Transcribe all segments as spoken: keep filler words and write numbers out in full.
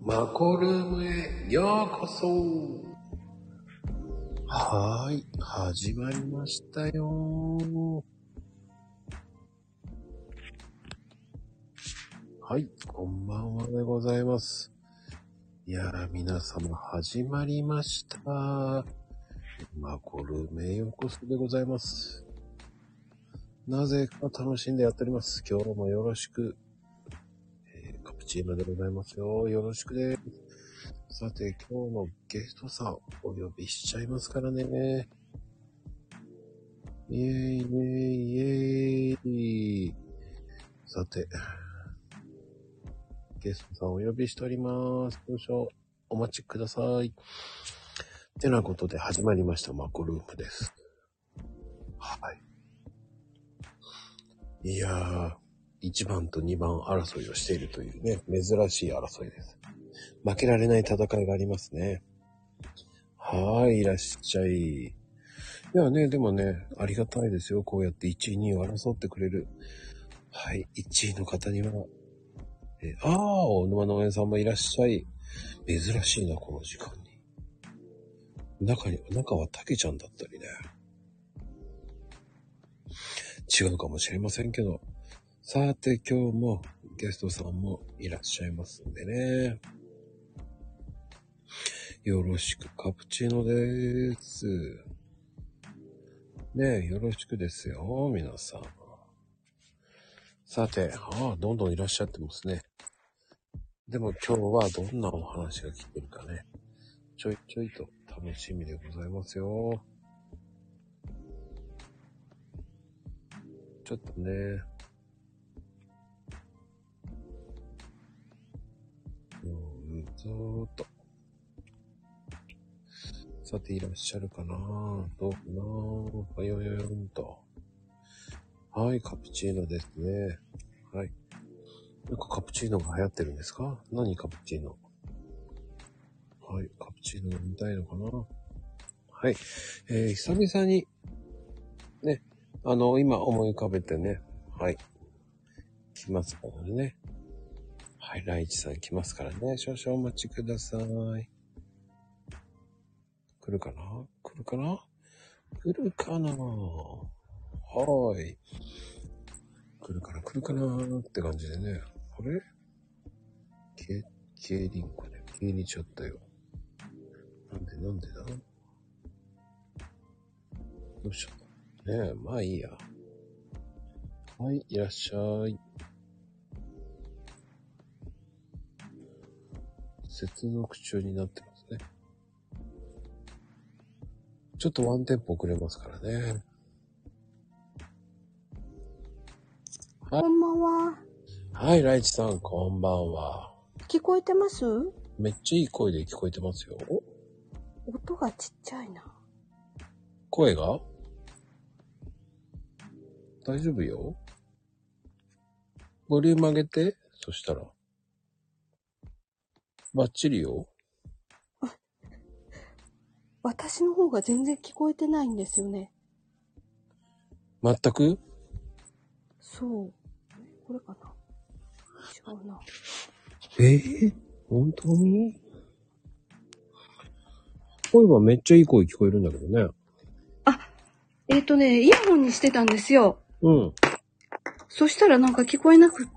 マコルームへようこそ。はーい、始まりましたよ。はい、こんばんはでございます。いやー、皆様始まりました。マコルームへようこそでございます。なぜか楽しんでやっております。今日もよろしく。えー、カプチーノでございますよ。よろしくです。さて、今日のゲストさんお呼びしちゃいますからね。イェーイイェーイイェーイ。さて、ゲストさんお呼びしております。どうぞお待ちください。てなことで始まりましたマコルームです。はい。いやー、いちばんとにばん争いをしているというね、珍しい争いです。負けられない戦いがありますね。はい、いらっしゃい。いやね、でもね、ありがたいですよ。こうやっていちい、にいを争ってくれる。はい、いちいの方には、えあー、大沼農園さんもいらっしゃい。珍しいな、この時間に。中に、中はたけちゃんだったりね。違うかもしれませんけど。さて、今日もゲストさんもいらっしゃいますんでね。よろしく、カプチーノでーす。ねえ、よろしくですよ、皆さん。さて、ああ、どんどんいらっしゃってますね。でも今日はどんなお話が聞けるかね。ちょいちょいと楽しみでございますよ。ちょっとね。うんずーっと。さていらっしゃるかな、どうかな、はよよよんと。はい、カプチーノですね。はい。なんかカプチーノが流行ってるんですか？何カプチーノ？はい、カプチーノ飲みたいのかな？はい。えー、久々に、ね、あの、今思い浮かべてね、はい。来ますからね。はい、ライチさん来ますからね。少々お待ちください。来るかな？来るかな？来るかな？はーい。来るかな？来るかなって感じでね。あれ？消え、消えりんこね。消えにちゃったよ。なんでなんでだ？どうしちゃったねえ、まあいいや。はい、いらっしゃい。接続中になってますね。ちょっとワンテンポ遅れますからね。 はい、こんばんは。 はい、ライチさん、こんばんは。 聞こえてます？ めっちゃいい声で聞こえてますよ。 音がちっちゃいな。 声が？大丈夫よ。ボリューム上げて、そしたら。バッチリよ。 私の方が全然聞こえてないんですよね。 全く？ そう。これかな？違うな。 えー、本当に？声はめっちゃいい声聞こえるんだけどね。 あ、えっとね、イヤホンにしてたんですよ。 うん。 そしたらなんか聞こえなくって。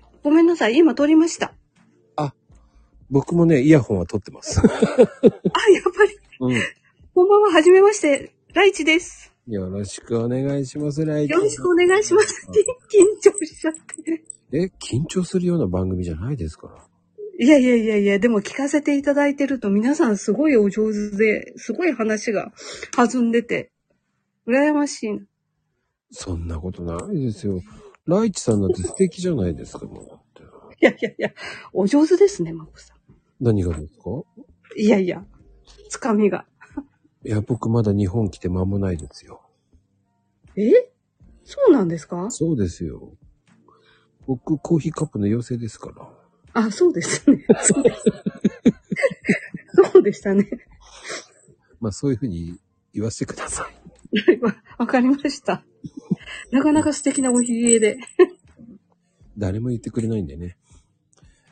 ごめんなさい、今撮りました。 あ、僕もね、イヤホンは取ってます。あ、やっぱり。うん。こんばんは、はじめまして、ライチです。 よろしくお願いします、ライチ。 よろしくお願いします。緊張しちゃって。 え、緊張するような番組じゃないですから。 いやいやいやいや、でも聞かせていただいてると皆さんすごいお上手で、すごい話が弾んでて、羨ましいな。 そんなことないですよ。ライチさんだって素敵じゃないですか、もうだって。 いやいやいや、お上手ですね、マコさん。 何がですか？ いやいや、つかみが。 いや、僕まだ日本来て間もないですよ。 え？そうなんですか？ そうですよ。僕、コーヒーカップの妖精ですから。 あ、そうですね。そうです。そうでしたね。 まあ、そういうふうに言わせてください。わかりました。なかなか素敵なおひげで。 誰も言ってくれないんでね。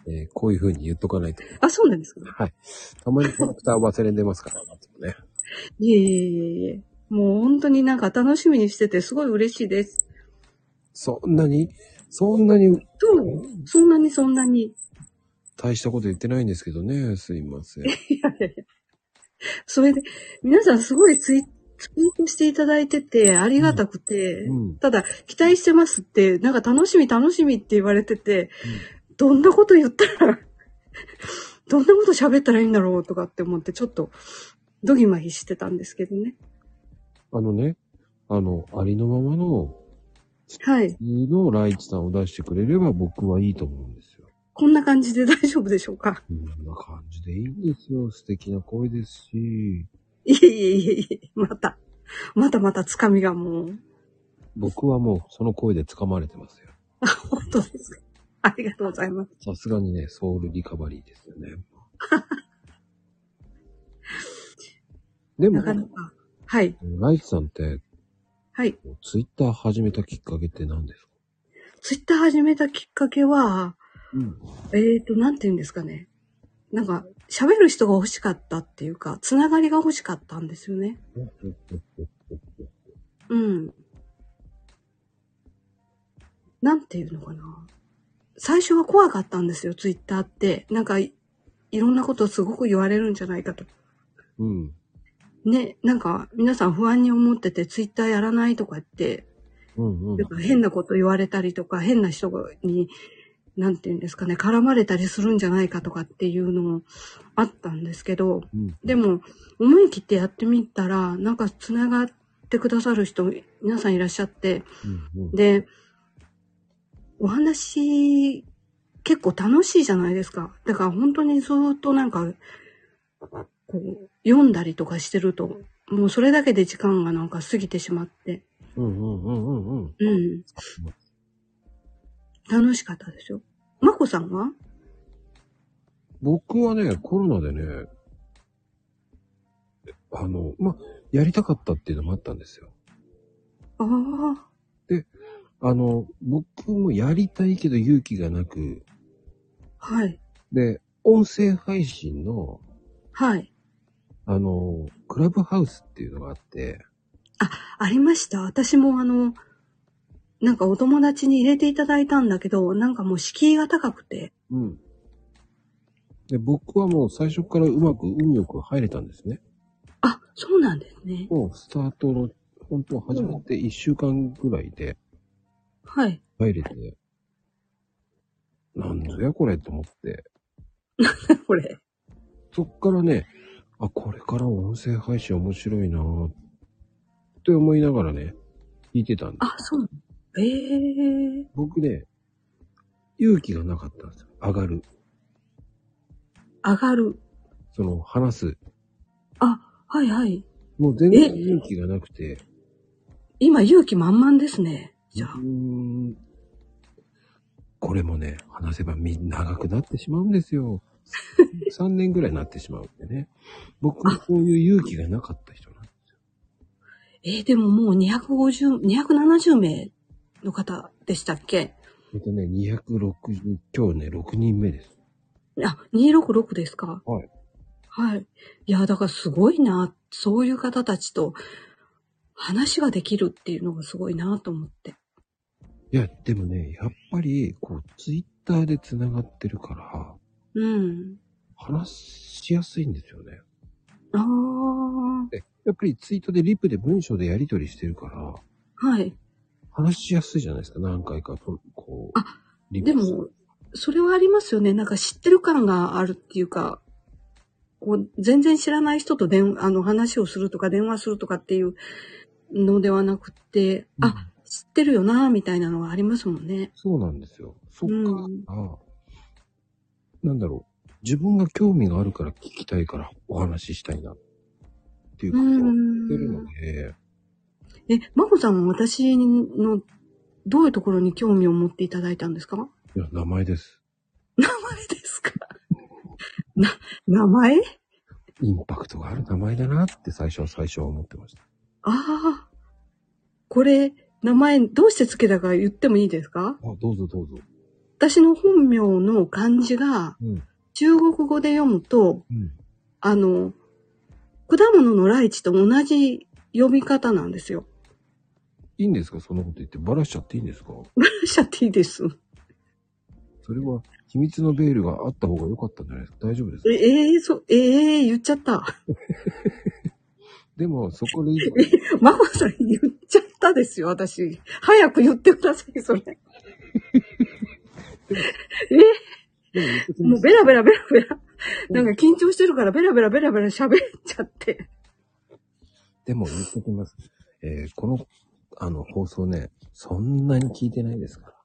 えーこういう風に言っとかないと。 あ、そうなんですか。 はい。たまにキャラクター忘れてますからね。 いえいえいえいえ。もう本当になんか楽しみにしててすごい嬉しいです。 そんなに、そんなにそう。そんなにそんなに。 大したこと言ってないんですけどね。すいません。 いやいやいや。それで、皆さんすごいツイツイートしていただいてて、ありがたくて、 うんうんただ、期待してますって、なんか楽しみ楽しみって言われてて、 うん、 どんなこと言ったら、どんなこと喋ったらいいんだろうとかって思って、ちょっと、ドギマギしてたんですけどね。 あのね、あの、ありのままの、 はい。 普通のライチさんを出してくれれば僕はいいと思うんですよ。 こんな感じで大丈夫でしょうか？ こんな感じでいいんですよ。素敵な声ですし。 いえいえいえいえ、また、またまたつかみがもう。 僕はもうその声で掴まれてますよ。 あ、本当ですか。ありがとうございます。 さすがにね、ソウルリカバリーですよね。でも、 なかなか。はい。 ライチさんって、 はい。 ツイッター始めたきっかけって何ですか？ ツイッター始めたきっかけは、 うん。 えーと、なんて言うんですかね。なんか、喋る人が欲しかったっていうか、つながりが欲しかったんですよね。うん。なんていうのかな。最初は怖かったんですよ、ツイッターって。なんかい、いろんなことをすごく言われるんじゃないかと。 うん。 ね、なんか皆さん不安に思っててツイッターやらないとかって、 うんうん。 なんか変なこと言われたりとか、変な人に、なんていうんですかね、絡まれたりするんじゃないかとかっていうのもあったんですけど、 うん、 でも思い切ってやってみたら、なんかつながってくださる人、皆さんいらっしゃって、 うんうん、 で、お話結構楽しいじゃないですか。だから本当にずっとなんか、こう読んだりとかしてると、もうそれだけで時間がなんか過ぎてしまって。 うんうんうんうんうん。 うん。楽しかったですよ。まこさんは？ 僕はね、コロナでね、あの、ま、やりたかったっていうのもあったんですよ。 ああ。 で、あの、僕もやりたいけど勇気がなく、 はい。 で、音声配信の、 はい。 あの、クラブハウスっていうのがあって、 あ、ありました。私もあの、なんかお友達に入れていただいたんだけど、なんかもう敷居が高くて。 うん。で、僕はもう最初からうまく運よく入れたんですね。 あ、そうなんですね。 もうスタートの、本当始めていっしゅうかんぐらいではい。 入れて、なんぞやこれと思って、 これ。 そっからね、あ、これから音声配信面白いなぁって思いながらね、聞いてたんです。 あ、そう。ええー。 僕ね、勇気がなかったんですよ。上がる。 上がる。 その、話す。 あ、はいはい。 もう全然勇気がなくて。 今勇気満々ですね。じゃあ。 うーん。これもね、話せばみ長くなってしまうんですよ。さんねんぐらいになってしまうんでね。僕もこういう勇気がなかった人なんですよ。 えー、でももうにひゃくごじゅう、にひゃくななじゅうめいの方でしたっけ？ えっとね、にひゃくろくじゅう、今日ね、ろくにんめです。 あ、にひゃくろくじゅうろくですか？ はい。 はい。いや、だからすごいな。そういう方たちと話ができるっていうのがすごいなと思って。 いや、でもね、やっぱり、こう、ツイッターで繋がってるから、 うん。 話しやすいんですよね。 ああ。 で、やっぱりツイートでリプで文章でやり取りしてるから、 はい。 話しやすいじゃないですか、何回かと、こう。 あ、でも、それはありますよね。なんか知ってる感があるっていうか、こう、全然知らない人と電話、あの、話をするとか電話するとかっていうのではなくて、うん、あ、知ってるよな、みたいなのがありますもんね。 そうなんですよ。そっか、 うん、 なんだろう。自分が興味があるから聞きたいからお話ししたいなっていうことを言ってるので。 え、まこさんは私のどういうところに興味を持っていただいたんですか？ いや、名前です。 名前ですか？な、名前？ インパクトがある名前だなって最初は最初は思ってました。 ああ。これ、名前どうして付けたか言ってもいいですか？ あ、どうぞどうぞ。 私の本名の漢字が、中国語で読むと、うん、あの、果物のライチと同じ読み方なんですよ。 いいんですか？そんなこと言ってバラしちゃっていいんですか？バラしちゃっていいです。 それは秘密のベールがあった方が良かったんじゃないですか？大丈夫ですか？ ええー、そ、ええー、言っちゃった。 でも、そこで。 マコさん言っちゃったですよ、私。早く言ってください、それ。えもうベラベラベラベラ。なんか緊張してるからベラベラベラベラ喋っちゃって。 でも言っときます。えー、この、あの、放送ね、そんなに聞いてないですから。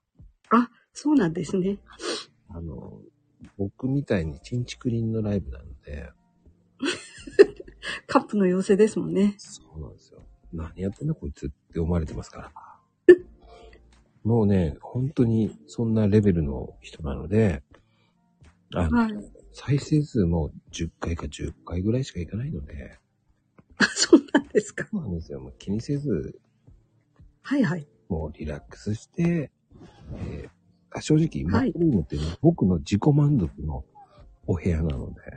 あ、そうなんですね。 あの、僕みたいにチンチクリンのライブなので。 カップの妖精ですもんね。 そうなんですよ。何やってんだこいつって思われてますから。もうね、本当にそんなレベルの人なので、あの、はい、再生数もじゅっかいかじゅっかいぐらいしかいかないので。 あ、そうなんですか。 そうなんですよ。もう気にせず。 はいはい。 もうリラックスして、えー、正直、マックルームっていうのは僕の自己満足のお部屋なので。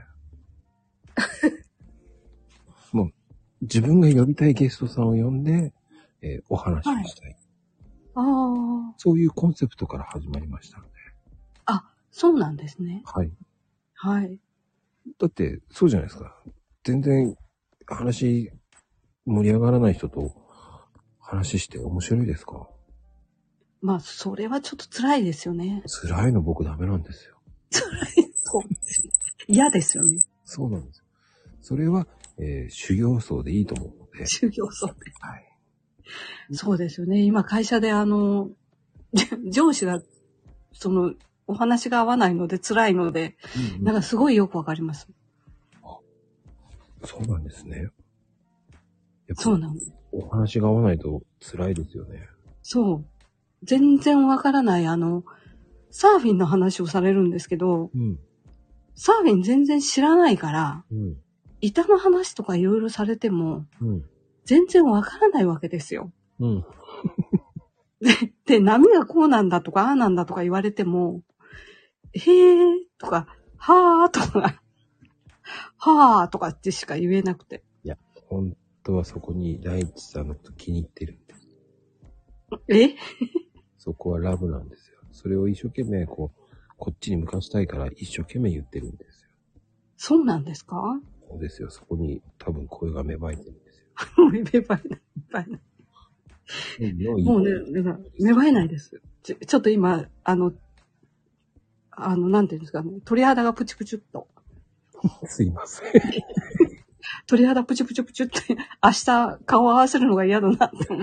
もう自分が呼びたいゲストさんを呼んで、えー、お話をしたい。はい、 ああ。 そういうコンセプトから始まりましたので。 あ、そうなんですね。 はい。 はい。 だって、そうじゃないですか。全然話盛り上がらない人と話して面白いですか？ まあ、それはちょっと辛いですよね。 辛いの僕ダメなんですよ。 辛い、そうです。嫌ですよね。 そうなんですよ。それは、えー、修行僧でいいと思うので。 修行僧で。はい。そうですよね。今会社であの、上司が、その、お話が合わないので辛いので、うんうん、なんかすごいよくわかります。 あ、そうなんですね。 そうなんです。 お話が合わないと辛いですよね。 そう。全然わからない、あの、サーフィンの話をされるんですけど、うん、サーフィン全然知らないから、うん、板の話とかいろいろされても、うん、全然わからないわけですよ。うん、で, で、波がこうなんだとか、ああなんだとか言われても、へーとか、はーとか、はーとかってしか言えなくて。 いや、本当はそこに大地さんのこと気に入ってるんです。 えそこはラブなんですよ。それを一生懸命こう、こっちに向かしたいから一生懸命言ってるんですよ。 そうなんですか？ そうですよ。そこに多分声が芽生えてるんですよ。 芽生えない、芽生えない。もうね、芽生えないです。ちょ、ちょっと今、あの、あの、なんていうんですかね、鳥肌がプチプチっと。 すいません。 鳥肌プチプチプチって、明日顔を合わせるのが嫌だなって思った。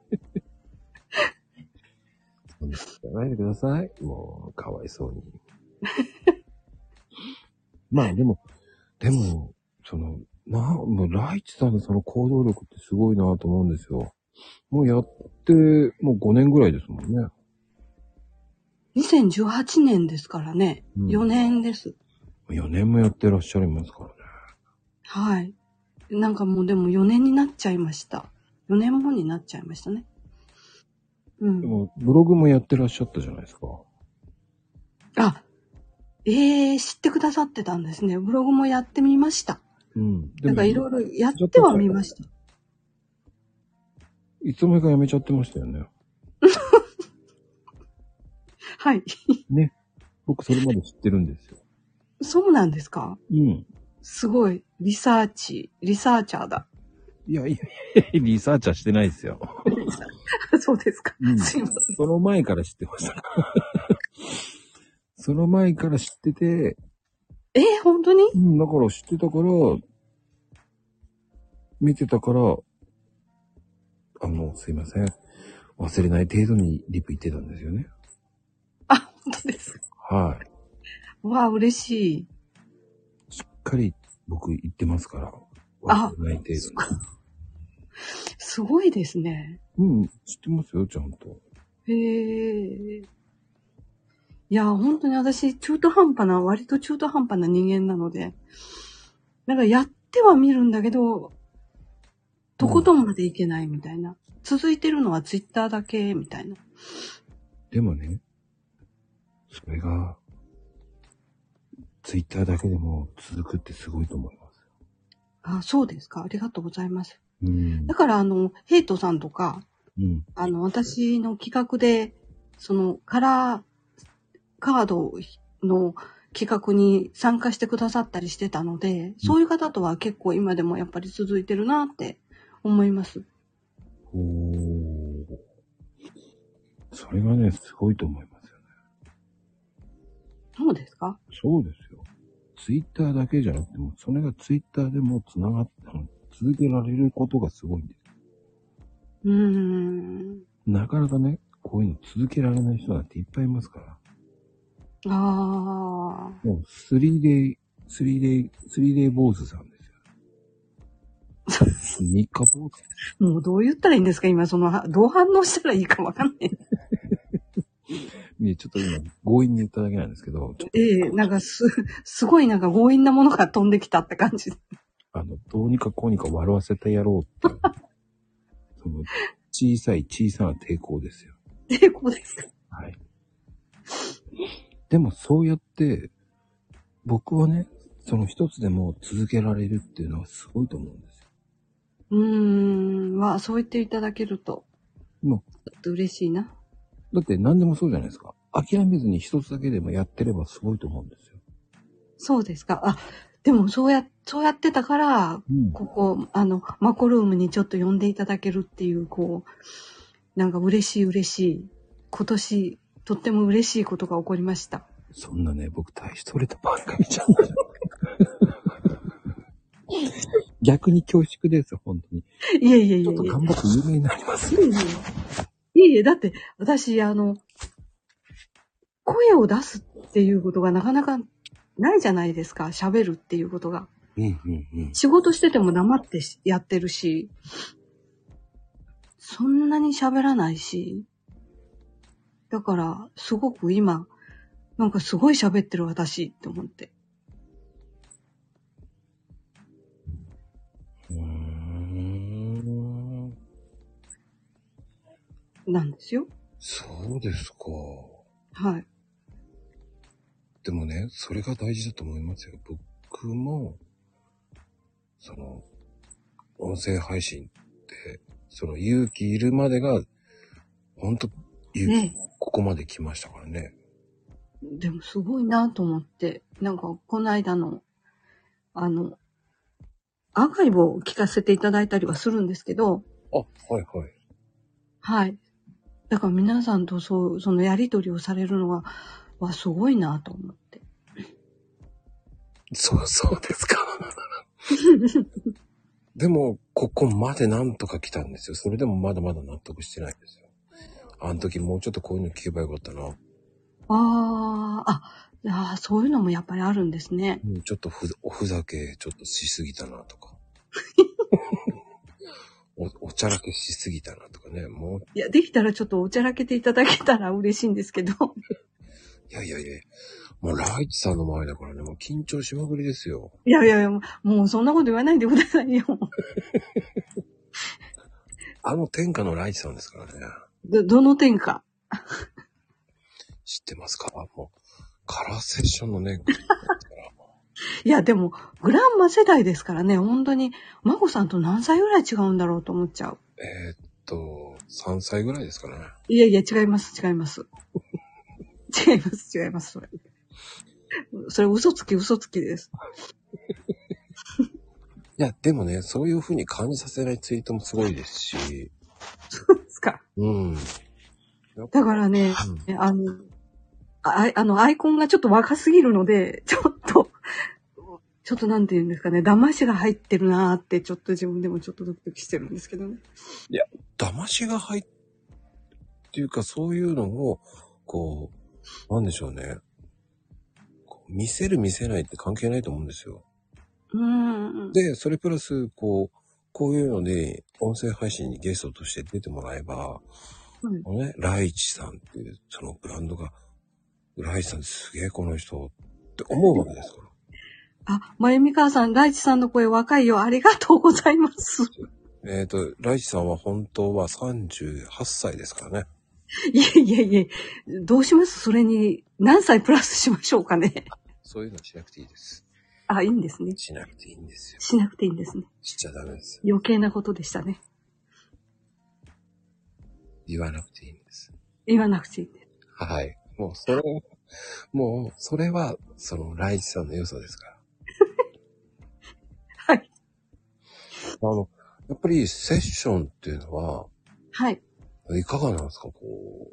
そんなこと言わないでください。もう、かわいそうに。まあでも、でも、その、な、もうライチさんのその行動力ってすごいなと思うんですよ。もうやって、もうごねんぐらいですもんね。 にせんじゅうはちねんですからね。うん、よねんです。 よねんもやってらっしゃいますからね。 はい。なんかもうでもよねんになっちゃいました。よねんごになっちゃいましたね。 うん。でも、ブログもやってらっしゃったじゃないですか。 あ、ええー、知ってくださってたんですね。ブログもやってみました。うん。なんかいろいろやってはみました。 いつの間にかやめちゃってましたよね。 はい。 ね。僕それまで知ってるんですよ。 そうなんですか？ うん。 すごい。リサーチ、リサーチャーだ。 いやいやいや、リサーチはしてないですよ。 そうですか。うん、すいません。 その前から知ってました。その前から知ってて。 えー、本当に？ うん、だから知ってたから、見てたから、あの、すいません。忘れない程度にリプ言ってたんですよね。 あ、本当ですか。 はい。 わあ、嬉しい。 しっかり僕言ってますから。忘れない程度に。 すごいですね。 うん、知ってますよ、ちゃんと。 へえ。いや、本当に私、中途半端な、割と中途半端な人間なので、なんかやってはみるんだけど、とことんまでいけないみたいな。うん、続いてるのはツイッターだけ、みたいな。 でもね、 それが、ツイッターだけでも続くってすごいと思います。 あ、そうですか。ありがとうございます。 うん。 だからあの、ヘイトさんとか、 うん。 あの、私の企画で、その、カラーカードの企画に参加してくださったりしてたので、そういう方とは結構今でもやっぱり続いてるなって思います。 おー。それがね、すごいと思いますよね。 そうですか？ そうですよ。ツイッターだけじゃなくても、それがツイッターでもつながって、続けられることがすごいんです。 うーん。 なかなかね、こういうの続けられない人だっていっぱいいますから。 ああ。 もう スリーデイ、スリーデイ、スリーデイ坊主さんですよ。みっか坊主。 もうどう言ったらいいんですか今、その、どう反応したらいいかわかんない。 いや、ちょっと今、強引に言っただけなんですけど、 ええなんかす、すごいなんか強引なものが飛んできたって感じ。 あの、どうにかこうにか笑わせてやろうっていう、その、小さい小さな抵抗ですよ。 抵抗ですか？ はい。でもそうやって、僕はね、その一つでも続けられるっていうのはすごいと思うんですよ。 うーん、まあ、そう言っていただけると、 もちょっと嬉しいな。 だって何でもそうじゃないですか。諦めずに一つだけでもやってればすごいと思うんですよ。 そうですか。あ、でもそうや、そうやってたから、 うん、 ここ、あの、マコルームにちょっと呼んでいただけるっていう、こう、なんか嬉しい嬉しい。今年、とっても嬉しいことが起こりました。 そんなね、僕大しとれたばっかりじゃない。逆に恐縮です、本当に。 いえいえいえいえ。 ちょっと頑張って有名になりますよ。 いえいえ。いえいえ、だって私、あの、声を出すっていうことがなかなかないじゃないですか。喋るっていうことが。 うんうんうん。 仕事してても黙ってやってるし、そんなに喋らないし、だから、すごく今、なんかすごい喋ってる私って思って。 うーん。 なんですよ。 そうですか。 はい。 でもね、それが大事だと思いますよ。僕も、その、音声配信って、その勇気いるまでが、ほんと、 ねここまで来ましたからね。 でもすごいなと思って、なんかこの間の、あの、アーカイブを聞かせていただいたりはするんですけど、 あ、はいはい。 はい。だから皆さんとそう、そのやりとりをされるのが、わ、すごいなと思って。 そう、そうですか。でも、ここまでなんとか来たんですよ。それでもまだまだ納得してないんですよ。あの時もうちょっとこういうの聞けばよかったな。 ああ、あ、いやそういうのもやっぱりあるんですね。 うん、ちょっとふおふざけちょっとしすぎたなとか。お、おちゃらけしすぎたなとかね。もう。 いや、できたらちょっとおちゃらけていただけたら嬉しいんですけど。 いやいやいや、もうライチさんの前だからね、もう緊張しまくりですよ。 いやいやいや、もうそんなこと言わないでくださいよ。 あの天下のライチさんですからね。 ど、どの点か。 知ってますか？もう、カラーセッションのね。 いや、でも、グランマ世代ですからね、本当に、マコさんと何歳ぐらい違うんだろうと思っちゃう。 えー、っと、さんさいぐらいですかね。 いやいや、違います、違います。違います、違います、それ。それ嘘つき、嘘つきです。 いや、でもね、そういう風に感じさせないツイートもすごいですし。 そうですか。 うん。 だからね、うん、あの、あ、あの、アイコンがちょっと若すぎるので、ちょっと、ちょっとなんて言うんですかね、騙しが入ってるなーって、ちょっと自分でもちょっとドキドキしてるんですけどね。 いや、騙しが入っていうか、そういうのを、こう、なんでしょうね。見せる見せないって関係ないと思うんですよ。 うーん。 で、それプラス、こう、こういうので、音声配信にゲストとして出てもらえば、うん、このね、ライチさんっていう、そのブランドが、ライチさんすげえこの人って思うわけですから。 あ、まゆみかわさん、ライチさんの声若いよ。ありがとうございます。 えっと、ライチさんは本当はさんじゅうはっさいですからね。 いやいやいや、どうします？それに何歳プラスしましょうかね。 そういうのしなくていいです。 あ、いいんですね。 しなくていいんですよ。 しなくていいんですね。 しちゃダメです。 余計なことでしたね。 言わなくていいんです。 言わなくていいんです。 はい。もうそれ、もうそれは、その、ライチさんの良さですから。 はい。 あの、やっぱりセッションっていうのは、 はい。 いかがなんですか、こう。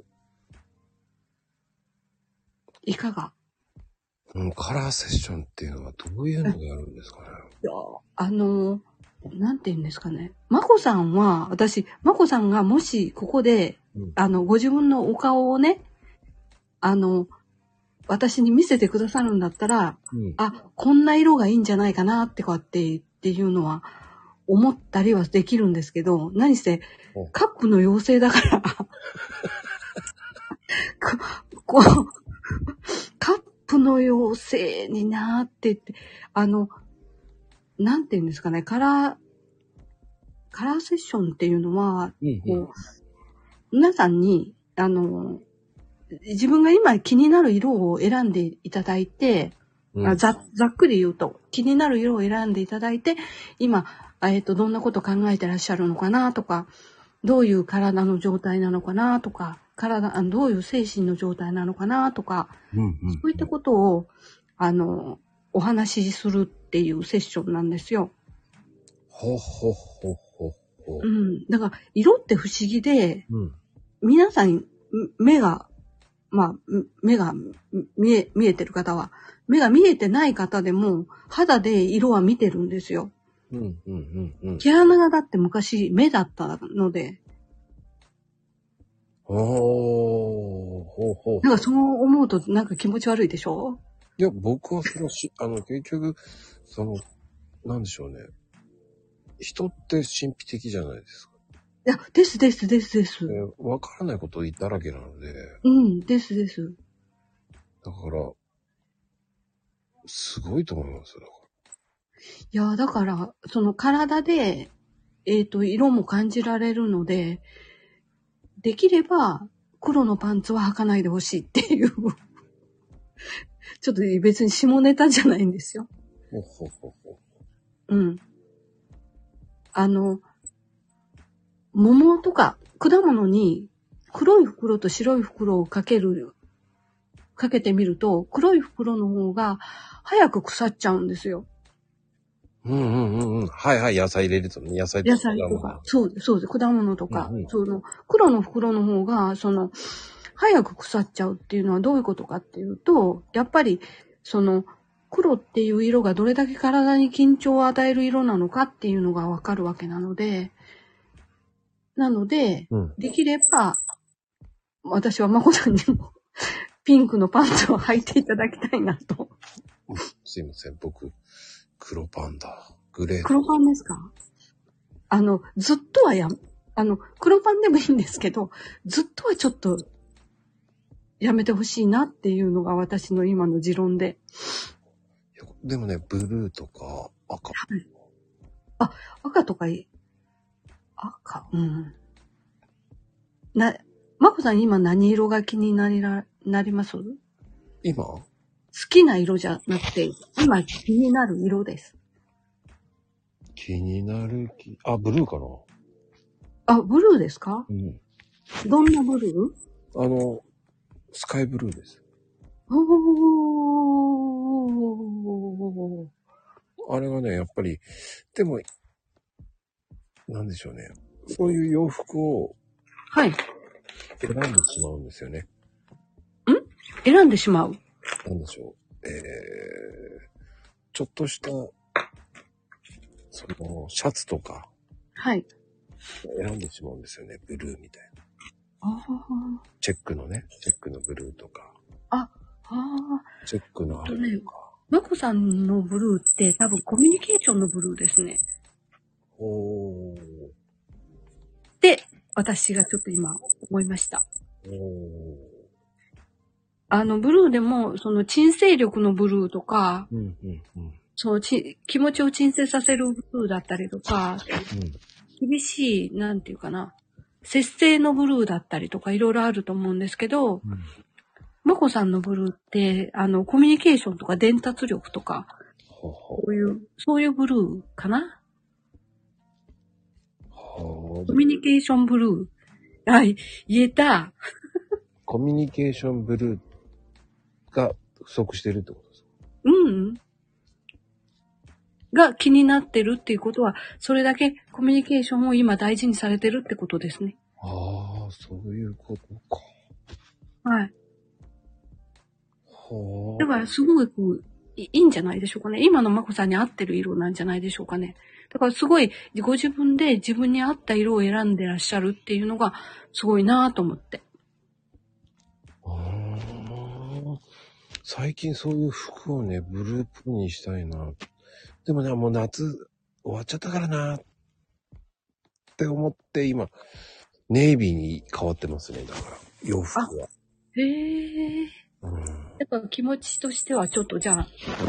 いかが？ うん、カラーセッションっていうのはどういうのをやるんですかね。 いや、あの、なんて言うんですかね。まこさんは、私、まこさんがもしここで、うん、あの、ご自分のお顔をね、あの、私に見せてくださるんだったら、うん、あ、こんな色がいいんじゃないかなってこうやってっていうのは思ったりはできるんですけど、何せカップの妖精だからこうカップの妖精になってって、あの、なんて言うんですかね、カラー、カラーセッションっていうのは、うんうん、こう皆さんに、あの、自分が今気になる色を選んでいただいて、うん、ざ, ざっくり言うと気になる色を選んでいただいて、今、えっと、どんなこと考えてらっしゃるのかなとか、どういう体の状態なのかなとか、体、どういう精神の状態なのかなとか、うんうんうん、そういったことを、あの、お話しするっていうセッションなんですよ。 ほほほほほ。 うん。だから、色って不思議で、 うん、 皆さん、目が、まあ、目が見え、見えてる方は、目が見えてない方でも、肌で色は見てるんですよ。 うんうんうんうん。 毛穴がだって昔目だったので。 おー、ほうほう。 なんかそう思うとなんか気持ち悪いでしょ？ いや、僕はそのし、あの、結局、その、なんでしょうね。人って神秘的じゃないですか。 いや、ですですですです。 えー、わからないことだらけなので。 うん、ですです。 だから、すごいと思いますよ。 いや、だから、その体で、えっと、色も感じられるので、できれば、黒のパンツは履かないでほしいっていう。ちょっと別に下ネタじゃないんですよ。 ほほほほ。 うん。あの、桃とか果物に黒い袋と白い袋をかける、かけてみると、黒い袋の方が早く腐っちゃうんですよ。 うんうんうんうん。はいはい、野菜入れるとね、野菜とか。野菜とか。そうです、そうです。果物とか。うんうん、その、黒の袋の方が、その、早く腐っちゃうっていうのはどういうことかっていうと、やっぱり、その、黒っていう色がどれだけ体に緊張を与える色なのかっていうのがわかるわけなので、なので、うん、できれば、私はまこさんにもピンクのパンツを履いていただきたいなと。 すいません、僕、黒パンだ。グレー。 黒パンですか？あの、ずっとはや、あの、黒パンでもいいんですけど、ずっとはちょっと、やめてほしいなっていうのが私の今の持論で。 いやでもね、ブルーとか赤。はい、 あ、赤とかいい。赤、うん。な、まこさん今何色が気になりら、なります？ 今？ 好きな色じゃなくて、今気になる色です。 気になるき、あ、ブルーかな？ あ、ブルーですか？ うん。 どんなブルー？ あの、スカイブルーです。 おー。 あれがね、やっぱり、でも、なんでしょうね。そういう洋服を、 はい。 選んでしまうんですよね。ん？ 選んでしまう？ なんでしょう。えー、ちょっとした、その、シャツとか。 はい。 選んでしまうんですよね。ブルーみたいな。 あチェックのね、チェックのブルーとか。 あ、ああ。 チェックのあるとか。 まこさんのブルーって多分コミュニケーションのブルーですね。 おー。 で、私がちょっと今思いました。 おー。 あの、ブルーでも、その鎮静力のブルーとか、 うんうんうん、 そうち、気持ちを鎮静させるブルーだったりとか、うん、厳しい、なんていうかな、 節制のブルーだったりとかいろいろあると思うんですけど、 うん、 まこさんのブルーって、あの、コミュニケーションとか伝達力とか、 ほほそういう、そういうブルーかな？ ほコミュニケーションブルー。はい、言えた。 コミュニケーションブルーが不足してるってことですか？ うん。が気になってるっていうことは、それだけコミュニケーションを今大事にされてるってことですね。 ああ、そういうことか。 はい。 はだからすごくいいんじゃないでしょうかね。今のまこさんに合ってる色なんじゃないでしょうかね。だからすごいご自分で自分に合った色を選んでらっしゃるっていうのがすごいなぁと思って。 あ。ああ。最近そういう服をね、ブルーっぽいにしたいな。でもね、もう夏終わっちゃったからなって思って今、ネイビーに変わってますね。だから、洋服は。 へぇー。 うん、 やっぱ気持ちとしてはちょっとじゃあ、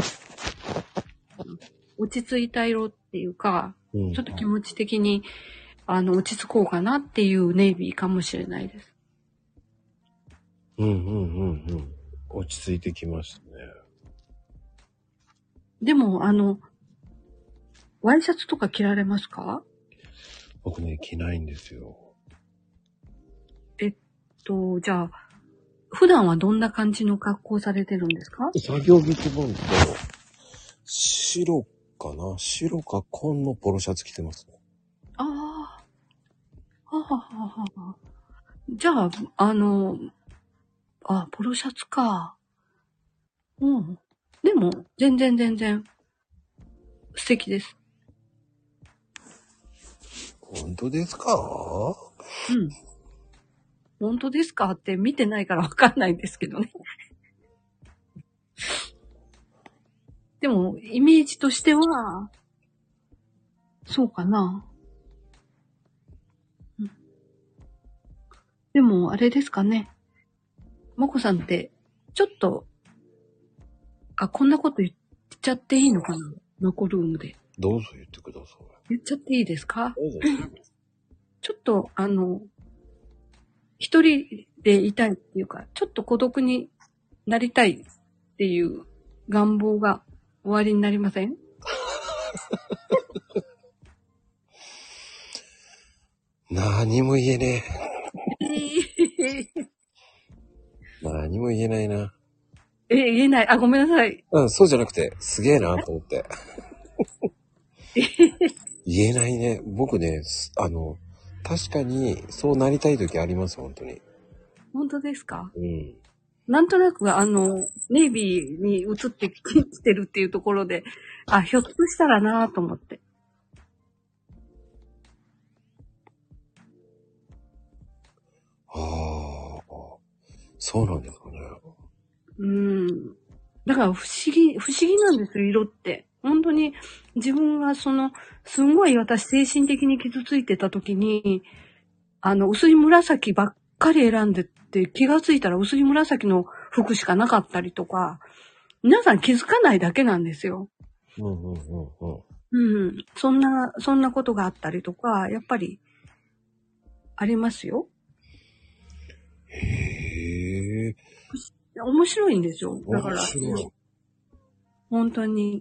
落ち着いた色っていうか、 うん、 ちょっと気持ち的に、あの、落ち着こうかなっていうネイビーかもしれないです。 うんうんうんうん。落ち着いてきましたね。 でも、あの、ワイシャツとか着られますか？ 僕ね、着ないんですよ。 えっと、じゃあ、普段はどんな感じの格好されてるんですか？ 作業着着物と、白かな白か紺のポロシャツ着てますね。 ああ、ははははは。じゃあ、あの、あ、ポロシャツか。うん。でも、全然全然、素敵です。 本当ですか？ うん。本当ですかって見てないからわかんないんですけどね。でも、イメージとしては、そうかな。うん、でも、あれですかね。まこさんって、ちょっと、あ、こんなこと言っちゃっていいのかな？マコルームで。 どうぞ言ってください。 言っちゃっていいですか？ どうぞ。 ちょっと、あの、一人でいたいっていうか、ちょっと孤独になりたいっていう願望が終わりになりません？ 何も言えねええ。何も言えないな。 え、言えない。あ、ごめんなさい。 うん、そうじゃなくて、すげえなと思って。言えないね。僕ね、あの、確かにそうなりたい時あります、本当に。 本当ですか？ うん。 なんとなく、あの、ネイビーに移ってきてるっていうところで、あ、ひょっとしたらなぁと思って。 ああ、そうなんですかね。 うーん。だから不思議、不思議なんですよ、色って。本当に自分がその、すんごい私精神的に傷ついてた時に、あの、薄い紫ばっかり選んでって気がついたら薄い紫の服しかなかったりとか、皆さん気づかないだけなんですよ。 うんうんうんうん。 うん。そんな、そんなことがあったりとか、やっぱり、ありますよ。 へえ。 面白いんですよ。だか面ら、 白い。 本当に。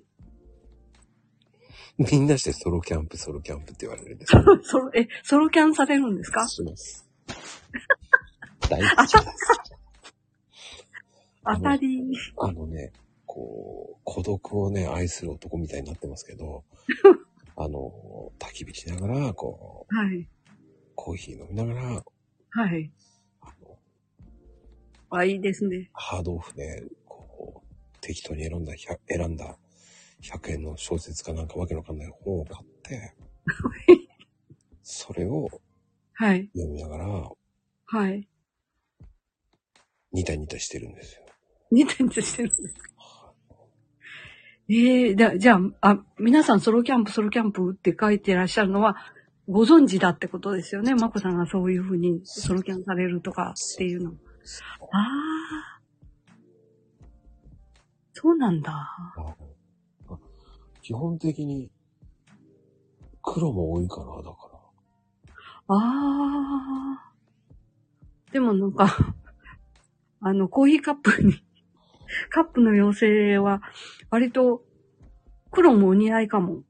みんなしてソロキャンプ、ソロキャンプって言われるんですよ。 ソロ、え、ソロキャンされるんですか？ します。大好きです。 当たり。 あのね、こう、孤独をね、愛する男みたいになってますけど、あの、焚き火しながら、こう、 はい。 コーヒー飲みながら、 はい。 あの、 あ、いいですね。 ハードオフで、こう、適当に選んだ、選んだひゃくえんの小説かなんかわけのわかんない本を買って、それをはい。 読みながら、 はい。 ニタニタしてるんですよ。 ニタニタしてるんですか？ええー、だ、じゃあ、あ、皆さんソロキャンプ、ソロキャンプって書いてらっしゃるのは、ご存知だってことですよね。まこさんがそういうふうにソロキャンされるとかっていうの。ああ、そうなんだ。 基本的に黒も多いかな、だから。 あー。でもなんか、あの、コーヒーカップに、カップの妖精は、割と、黒もお似合いかも。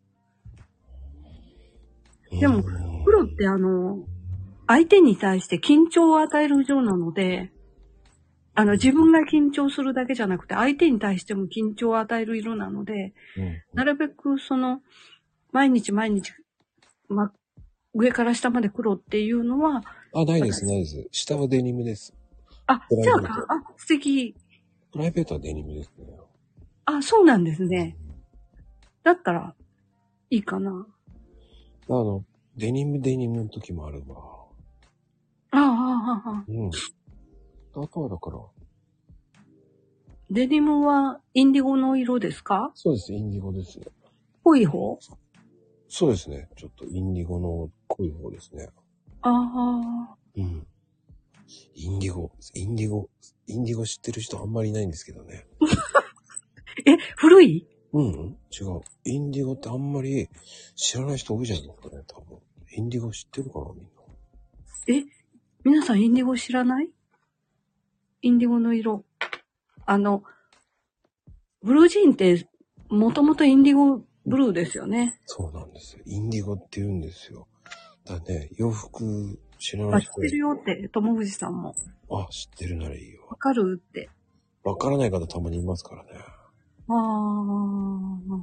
でも、黒ってあの、相手に対して緊張を与える色なので、あの、自分が緊張するだけじゃなくて、相手に対しても緊張を与える色なので、 うん、 なるべくその、毎日毎日、ま、上から下まで黒っていうのは、 あ、ないです、ないです。下はデニムです。 あ、じゃあか、あ、素敵。 プライベートはデニムですね。 あ、そうなんですね。だったら、いいかな。 あの、デニムデニムの時もあるわ。 ああ、ああ、ああ。 うん。あとはだから。 デニムはインディゴの色ですか？ そうです、インディゴです。 濃い方？ そうですね。ちょっとインディゴの濃い方ですね。 ああ。 うん。インディゴ、インディゴ、インディゴ知ってる人あんまりいないんですけどね。 え、古い？ うん、違う。インディゴってあんまり知らない人多いじゃないですかね、多分。インディゴ知ってるかな、みんな。 え、皆さんインディゴ知らない？インディゴの色。あの、ブルージーンってもともとインディゴブルーですよね。 そうなんですよ。インディゴって言うんですよ。だね、洋服知らなあ、 い人。 知ってるよって、友藤さんも。 あ、知ってるならいいよ。 わかるって。 わからない方たまにいますからね。 ああ。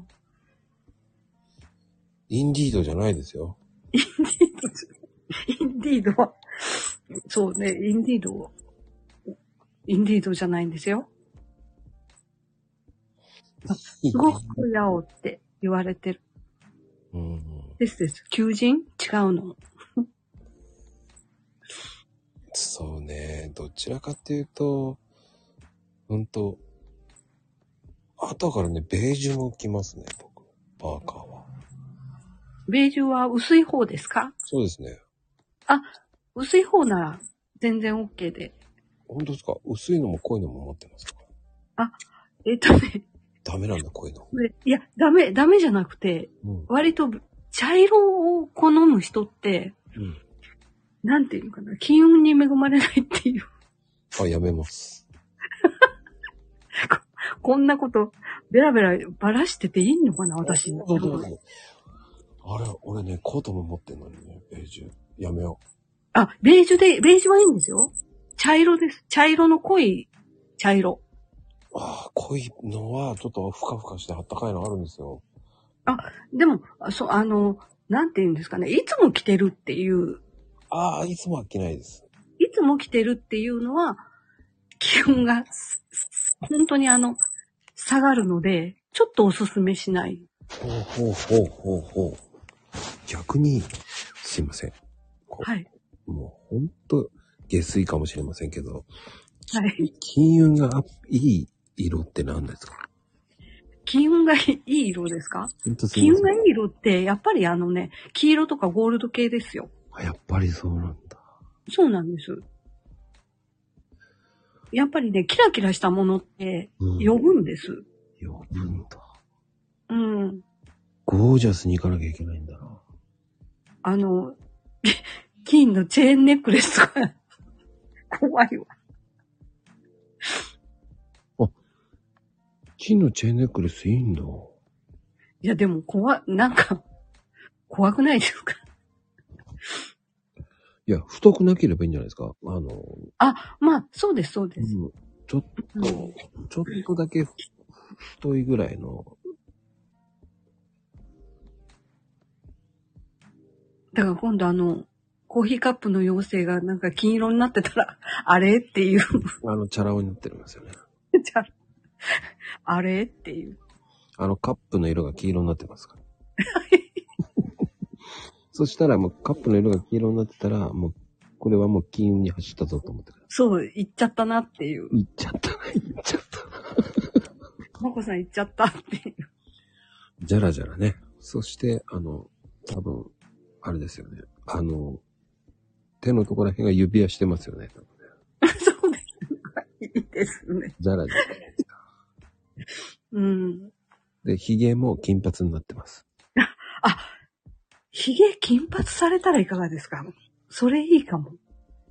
インディードじゃないですよ。 インディード、インディードは、そうね、インディード、インディードじゃないんですよ。すごく青って言われてる。 うん、うん。 ですです。求人？違うの。 そうね。どちらかっていうと、ほんと、後からね、ベージュも着ますね、僕。パーカーは。 ベージュは薄い方ですか？ そうですね。 あ、薄い方なら全然 OK で。 本当ですか？薄いのも濃いのも持ってますか？ あ、えっとね。 ダメなんだ、濃いの。 いや、ダメ、ダメじゃなくて、うん、割と茶色を好む人って、うん、なんていうかな、金運に恵まれないっていう。 あ、やめます。 こ, こんなこと、ベラベラばらしてていいのかな、私。 そうそうそう。あれ、俺ね、コートも持ってんのにね、ベージュ。やめよう。 あ、ベージュで、ベージュはいいんですよ。茶色です。茶色の濃い茶色。 ああ、濃いのはちょっとふかふかしてあったかいのあるんですよ。 あ、でも、そう、あの、なんて言うんですかね。いつも着てるっていう。 ああ、いつもは着ないです。 いつも着てるっていうのは、気温が、本当にあの、下がるので、ちょっとおすすめしない。 ほうほうほうほうほう。逆に、すいません。 はい。 もうほんと、下水かもしれませんけど。 はい。 金運がいい色って何ですか？ 金運がいい色ですか？金運がいい色って、やっぱりあのね、黄色とかゴールド系ですよ。 あ、やっぱりそうなんだ。 そうなんです。やっぱりね、キラキラしたものって、呼ぶんです。 うん、呼ぶんだ。 うん。 ゴージャスに行かなきゃいけないんだな。 あの、金のチェーンネックレスとか、怖いわ。 あ、金のチェーンネックレスいいんだ。 いや、でも怖、なんか、怖くないですか？ いや、太くなければいいんじゃないですか。あの。 あ、まあ、そうです、そうです。 うん、ちょっと、うん、ちょっとだけ太いぐらいの。 だから今度あの、コーヒーカップの妖精がなんか金色になってたら、あれっていう。 あの、チャラ男になってるんですよね。 チャラ。あれっていう。 あの、カップの色が黄色になってますから。そしたらもうカップの色が黄色になってたら、もう、これはもう金運に走ったぞと思ってください。 そう、行っちゃったなっていう。 行っちゃったな、行っちゃった。 まこさん行っちゃったっていう。 じゃらじゃらね。そして、あの、多分、あれですよね。あの、手のところら辺が指輪してますよね。多分ねそうですね。いいですね。 じゃらじゃら。 うん。 で、髭も金髪になってます。 あ、髭金髪されたらいかがですか？ それいいかも。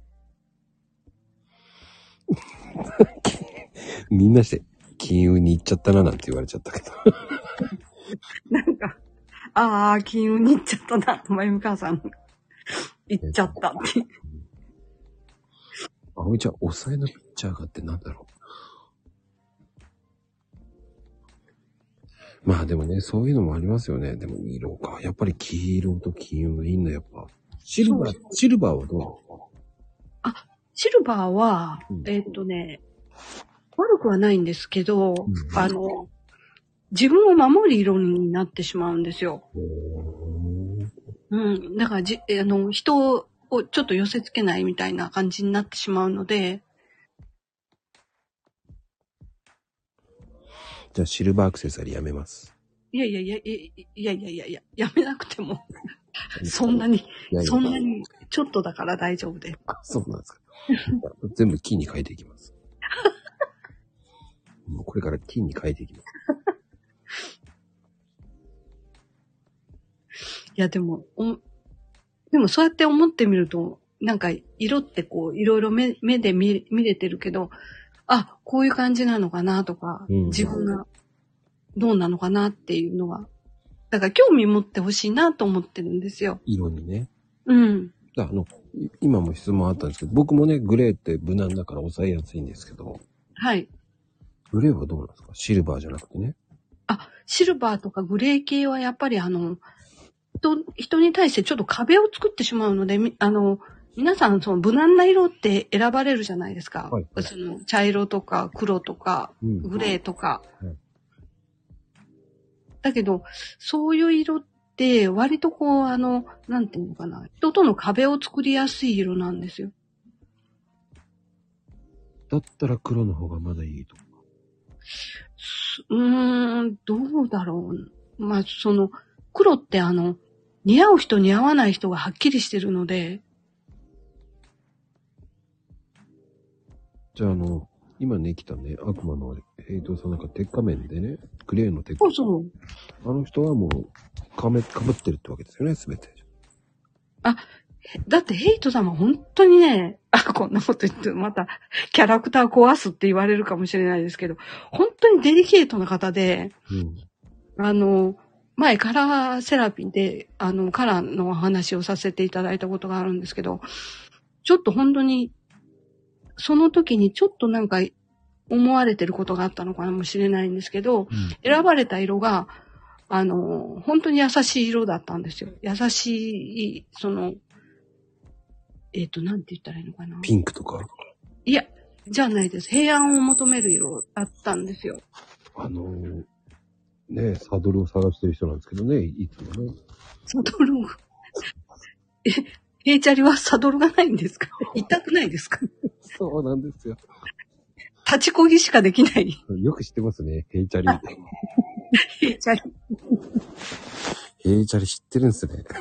みんなして、金融に行っちゃったななんて言われちゃったけど。 なんか、ああ、金融に行っちゃったな、まゆみ母さん。行っちゃったって。 あおいちゃん、抑えのピッチャーがってなんだろう。まあでもね、そういうのもありますよね。でも色か。やっぱり黄色と金融がいいんだ、やっぱ。シルバー、シルバーはどうですか？ あ、シルバーは、うん、えー、っとね、悪くはないんですけど、うん、あの、自分を守る色になってしまうんですよ。うん。だからじ、あの、人をちょっと寄せつけないみたいな感じになってしまうので。 じゃあ、シルバーアクセサリーやめます。 いやいやいや、いやいやいやいや、やめなくても。そんなに、いやいやそんなに、ちょっとだから大丈夫で。 あ、そうなんですか。全部金に変えていきます。もうこれから金に変えていきます。 いや、でも、お、でもそうやって思ってみると、なんか色ってこう、いろいろ目、目で見、見れてるけど、あ、こういう感じなのかなとか、うん、自分がどうなのかなっていうのは、だから興味持ってほしいなと思ってるんですよ。 色にね。 うん。 あの、今も質問あったんですけど、僕もね、グレーって無難だから抑えやすいんですけど。 はい。 グレーはどうなんですか？シルバーじゃなくてね。 あ、シルバーとかグレー系はやっぱりあの、人、人に対してちょっと壁を作ってしまうので、あの、皆さんその無難な色って選ばれるじゃないですか。はい、その茶色とか黒とか、うん、グレーとか、はい。だけど、そういう色って割とこう、あの、なんていうのかな。人との壁を作りやすい色なんですよ。 だったら黒の方がまだいいとか。 うーん、どうだろう。まあ、その、黒ってあの、似合う人似合わない人がはっきりしてるので。 じゃああの、今ね、来たね、悪魔のヘイトさんなんか鉄仮面でね、グレーの鉄仮面。そうそう。あの人はもう、かめ、かぶってるってわけですよね、すべて。 あ、だってヘイトさんは本当にね、あ、こんなこと言って、また、キャラクター壊すって言われるかもしれないですけど、本当にデリケートな方で、うん、あの、前カラーセラピーで、あの、カラーのお話をさせていただいたことがあるんですけど、ちょっと本当に、その時にちょっとなんか思われてることがあったのかもしれないんですけど、うん、選ばれた色が、あの、本当に優しい色だったんですよ。優しい、その、えっと、なんて言ったらいいのかな。 ピンクとか？ いや、じゃないです。平安を求める色だったんですよ。 あのー、ね、サドルを探してる人なんですけどね、いつもね。 サドルを。え、ヘイチャリはサドルがないんですか？痛くないですか？ そうなんですよ。 立ちこぎしかできない。 よく知ってますね、ヘイチャリ。 ヘイチャリ。 ヘイチャリ知ってるんですね。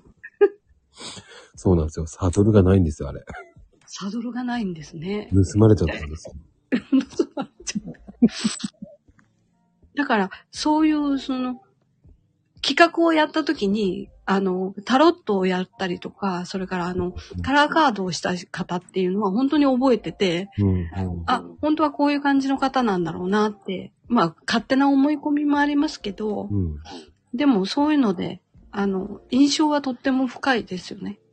そうなんですよ。サドルがないんですよ、あれ。 サドルがないんですね。 盗まれちゃったんですよ。盗まれちゃった。 だから、そういう、その、企画をやったときに、あの、タロットをやったりとか、それからあの、カラーカードをした方っていうのは本当に覚えてて、うんうん、あ、本当はこういう感じの方なんだろうなって、まあ、勝手な思い込みもありますけど、うん、でもそういうので、あの、印象はとっても深いですよね。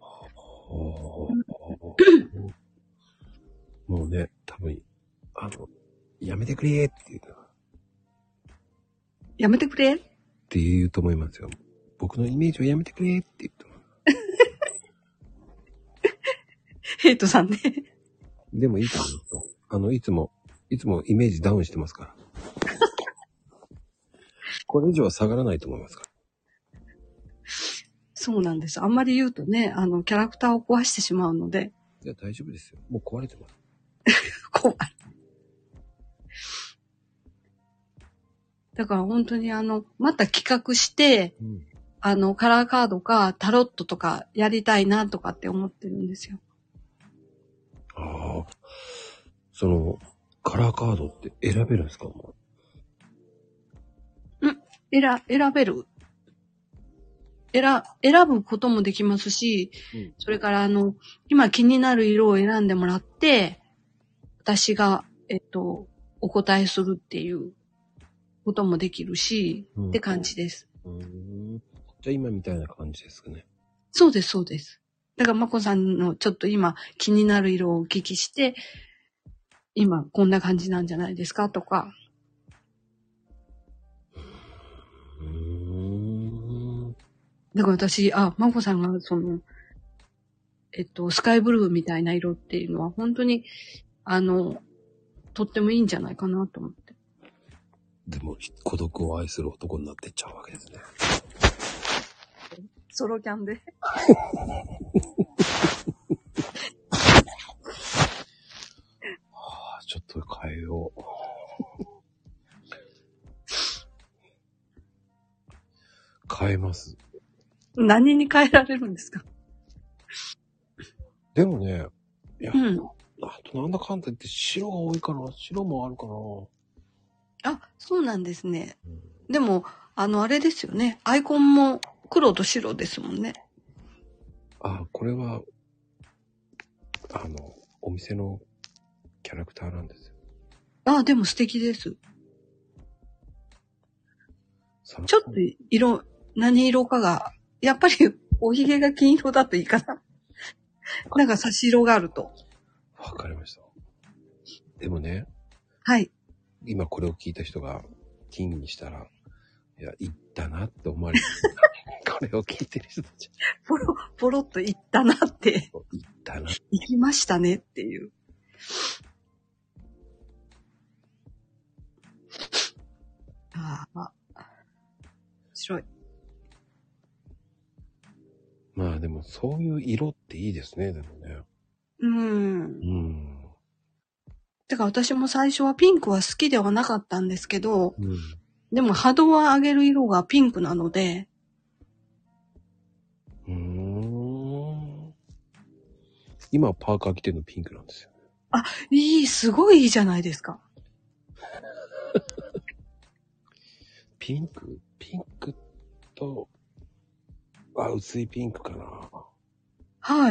もうね、多分、あの、やめてくれって言うと。 やめてくれって言うと思いますよ。僕のイメージをやめてくれって言うと思う。 ヘイトさんね。 でもいいと思うと。あの、いつも、いつもイメージダウンしてますから。これ以上は下がらないと思いますから。 そうなんです。あんまり言うとね、あの、キャラクターを壊してしまうので。 いや、大丈夫ですよ。もう壊れてます。 怖い。だから本当にあの、また企画して、うん、あの、カラーカードかタロットとかやりたいなとかって思ってるんですよ。 ああ。その、カラーカードって選べるんですか？もう。うん、選、選べる。 選、選ぶこともできますし、うん、それからあの、今気になる色を選んでもらって、私が、えっと、お答えするっていうこともできるし、うん、って感じです。 うん、じゃあ今みたいな感じですかね。 そうです、そうです。だから、まこさんのちょっと今気になる色をお聞きして、今こんな感じなんじゃないですかとか。うーん。だから私、あ、まこさんがその、えっと、スカイブルーみたいな色っていうのは本当に、あの、とってもいいんじゃないかなと思って。 でも、孤独を愛する男になってっちゃうわけですね。 ソロキャンで。 はあ、ちょっと変えよう。変えます。 何に変えられるんですか？ でもね、いや、うん、あとなんだかんだ言って白が多いかな。白もあるかな。あ、そうなんですね。うん、でも、あの、あれですよね。アイコンも黒と白ですもんね。 あ、これは、あの、お店のキャラクターなんですよ。 あ、でも素敵です。ちょっと色、何色かが、やっぱりおひげが金色だといいかな。なんか差し色があると。 わかりました。でもね。 はい。 今これを聞いた人が金にしたら、いや、いったなって思われる。これを聞いてる人たち。 ポロ、ポロっといったなって。 いったな。 いきましたねっていう。ああ。白い。 まあでもそういう色っていいですね、でもね。 うん。うん。てか私も最初はピンクは好きではなかったんですけど、うん、でも波動を上げる色がピンクなので。 うーん。今パーカー着てるのピンクなんですよ。 あ、いい、すごいいいじゃないですか。 ピンクピンクと、あ、薄いピンクかな。 はい。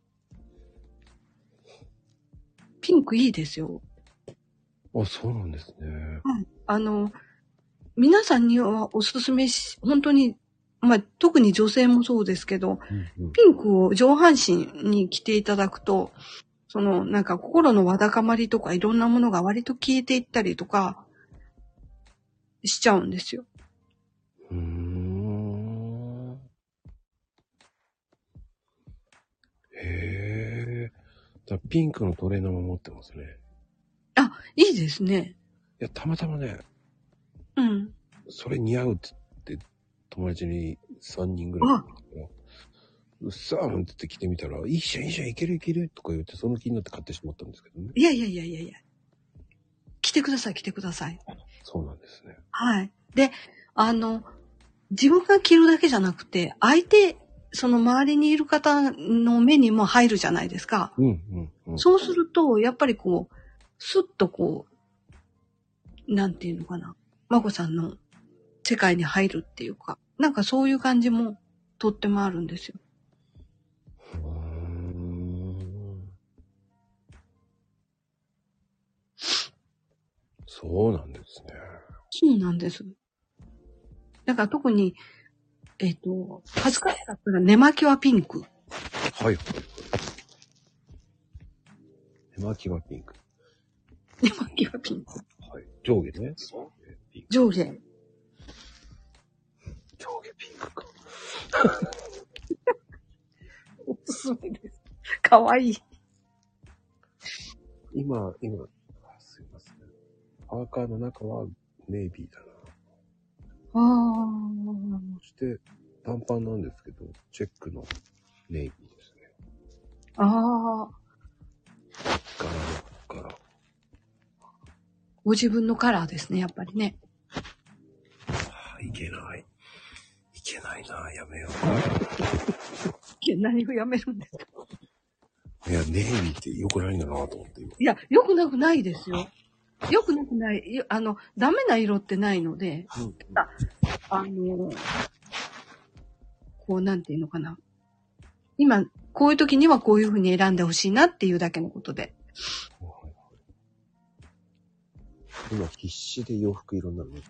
ピンクいいですよ。 あ、そうなんですね。 うん。あの、皆さんにはおすすめし、本当に、まあ、特に女性もそうですけど、うんうん、ピンクを上半身に着ていただくと、その、なんか心のわだかまりとかいろんなものが割と消えていったりとか、しちゃうんですよ。うーん。 へえ。じゃあピンクのトレーナーも持ってますね。 あ、いいですね。 いや、たまたまね。 うん。 それ似合うって言って、友達にさんにんぐらい。うっさーなんて言って着てみたら、いいじゃん、いいじゃん、いけるいけるとか言って、その気になって買ってしまったんですけどね。 いやいやいやいやいや。着てください、着てください。 そうなんですね。 はい。で、あの、自分が着るだけじゃなくて、相手、その周りにいる方の目にも入るじゃないですか。 うんうんうん、 そうすると、やっぱりこう、スッとこう、なんていうのかな。まこさんの世界に入るっていうか、なんかそういう感じもとってもあるんですよ。うーん。 そうなんですね。 そうなんです。だから特に、えっと、恥ずかしかったら寝巻きはピンク。 はい。寝巻きはピンク。 寝巻きはピンク。 はい。上下ね。 上下。 上下ピンクか。 おすすめです。かわいい。 今、今、すいません。パーカーの中はネイビーだな。 ああ。 そして、短パンなんですけど、チェックのネイビーですね。 ああ。 柄の柄。 ご自分のカラーですね、やっぱりね。 はあ、いけない。いけないな、やめよう。 いや、何をやめるんですか？ いや、ネイビーって良くないんだなと思って今。 いや、良くなくないですよ。良くなくない。あの、ダメな色ってないので、うん、あの、 こう、なんていうのかな。今、こういう時にはこういう風に選んでほしいなっていうだけのことで。 今必死で洋服色になるね。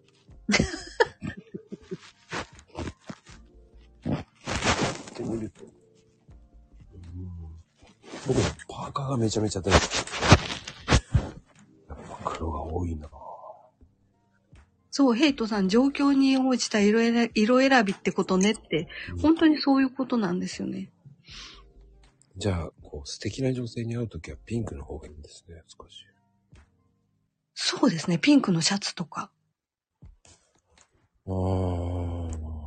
ってみると、うん、僕のパーカーがめちゃめちゃ出る。やっぱ黒が多いな。 そう、ヘイトさん、状況に応じた色選色選びってことねって、うん、本当にそういうことなんですよね。 じゃあ、こう素敵な女性に会うときはピンクの方がいいんですね、少し。 そうですね、ピンクのシャツとか。 あー。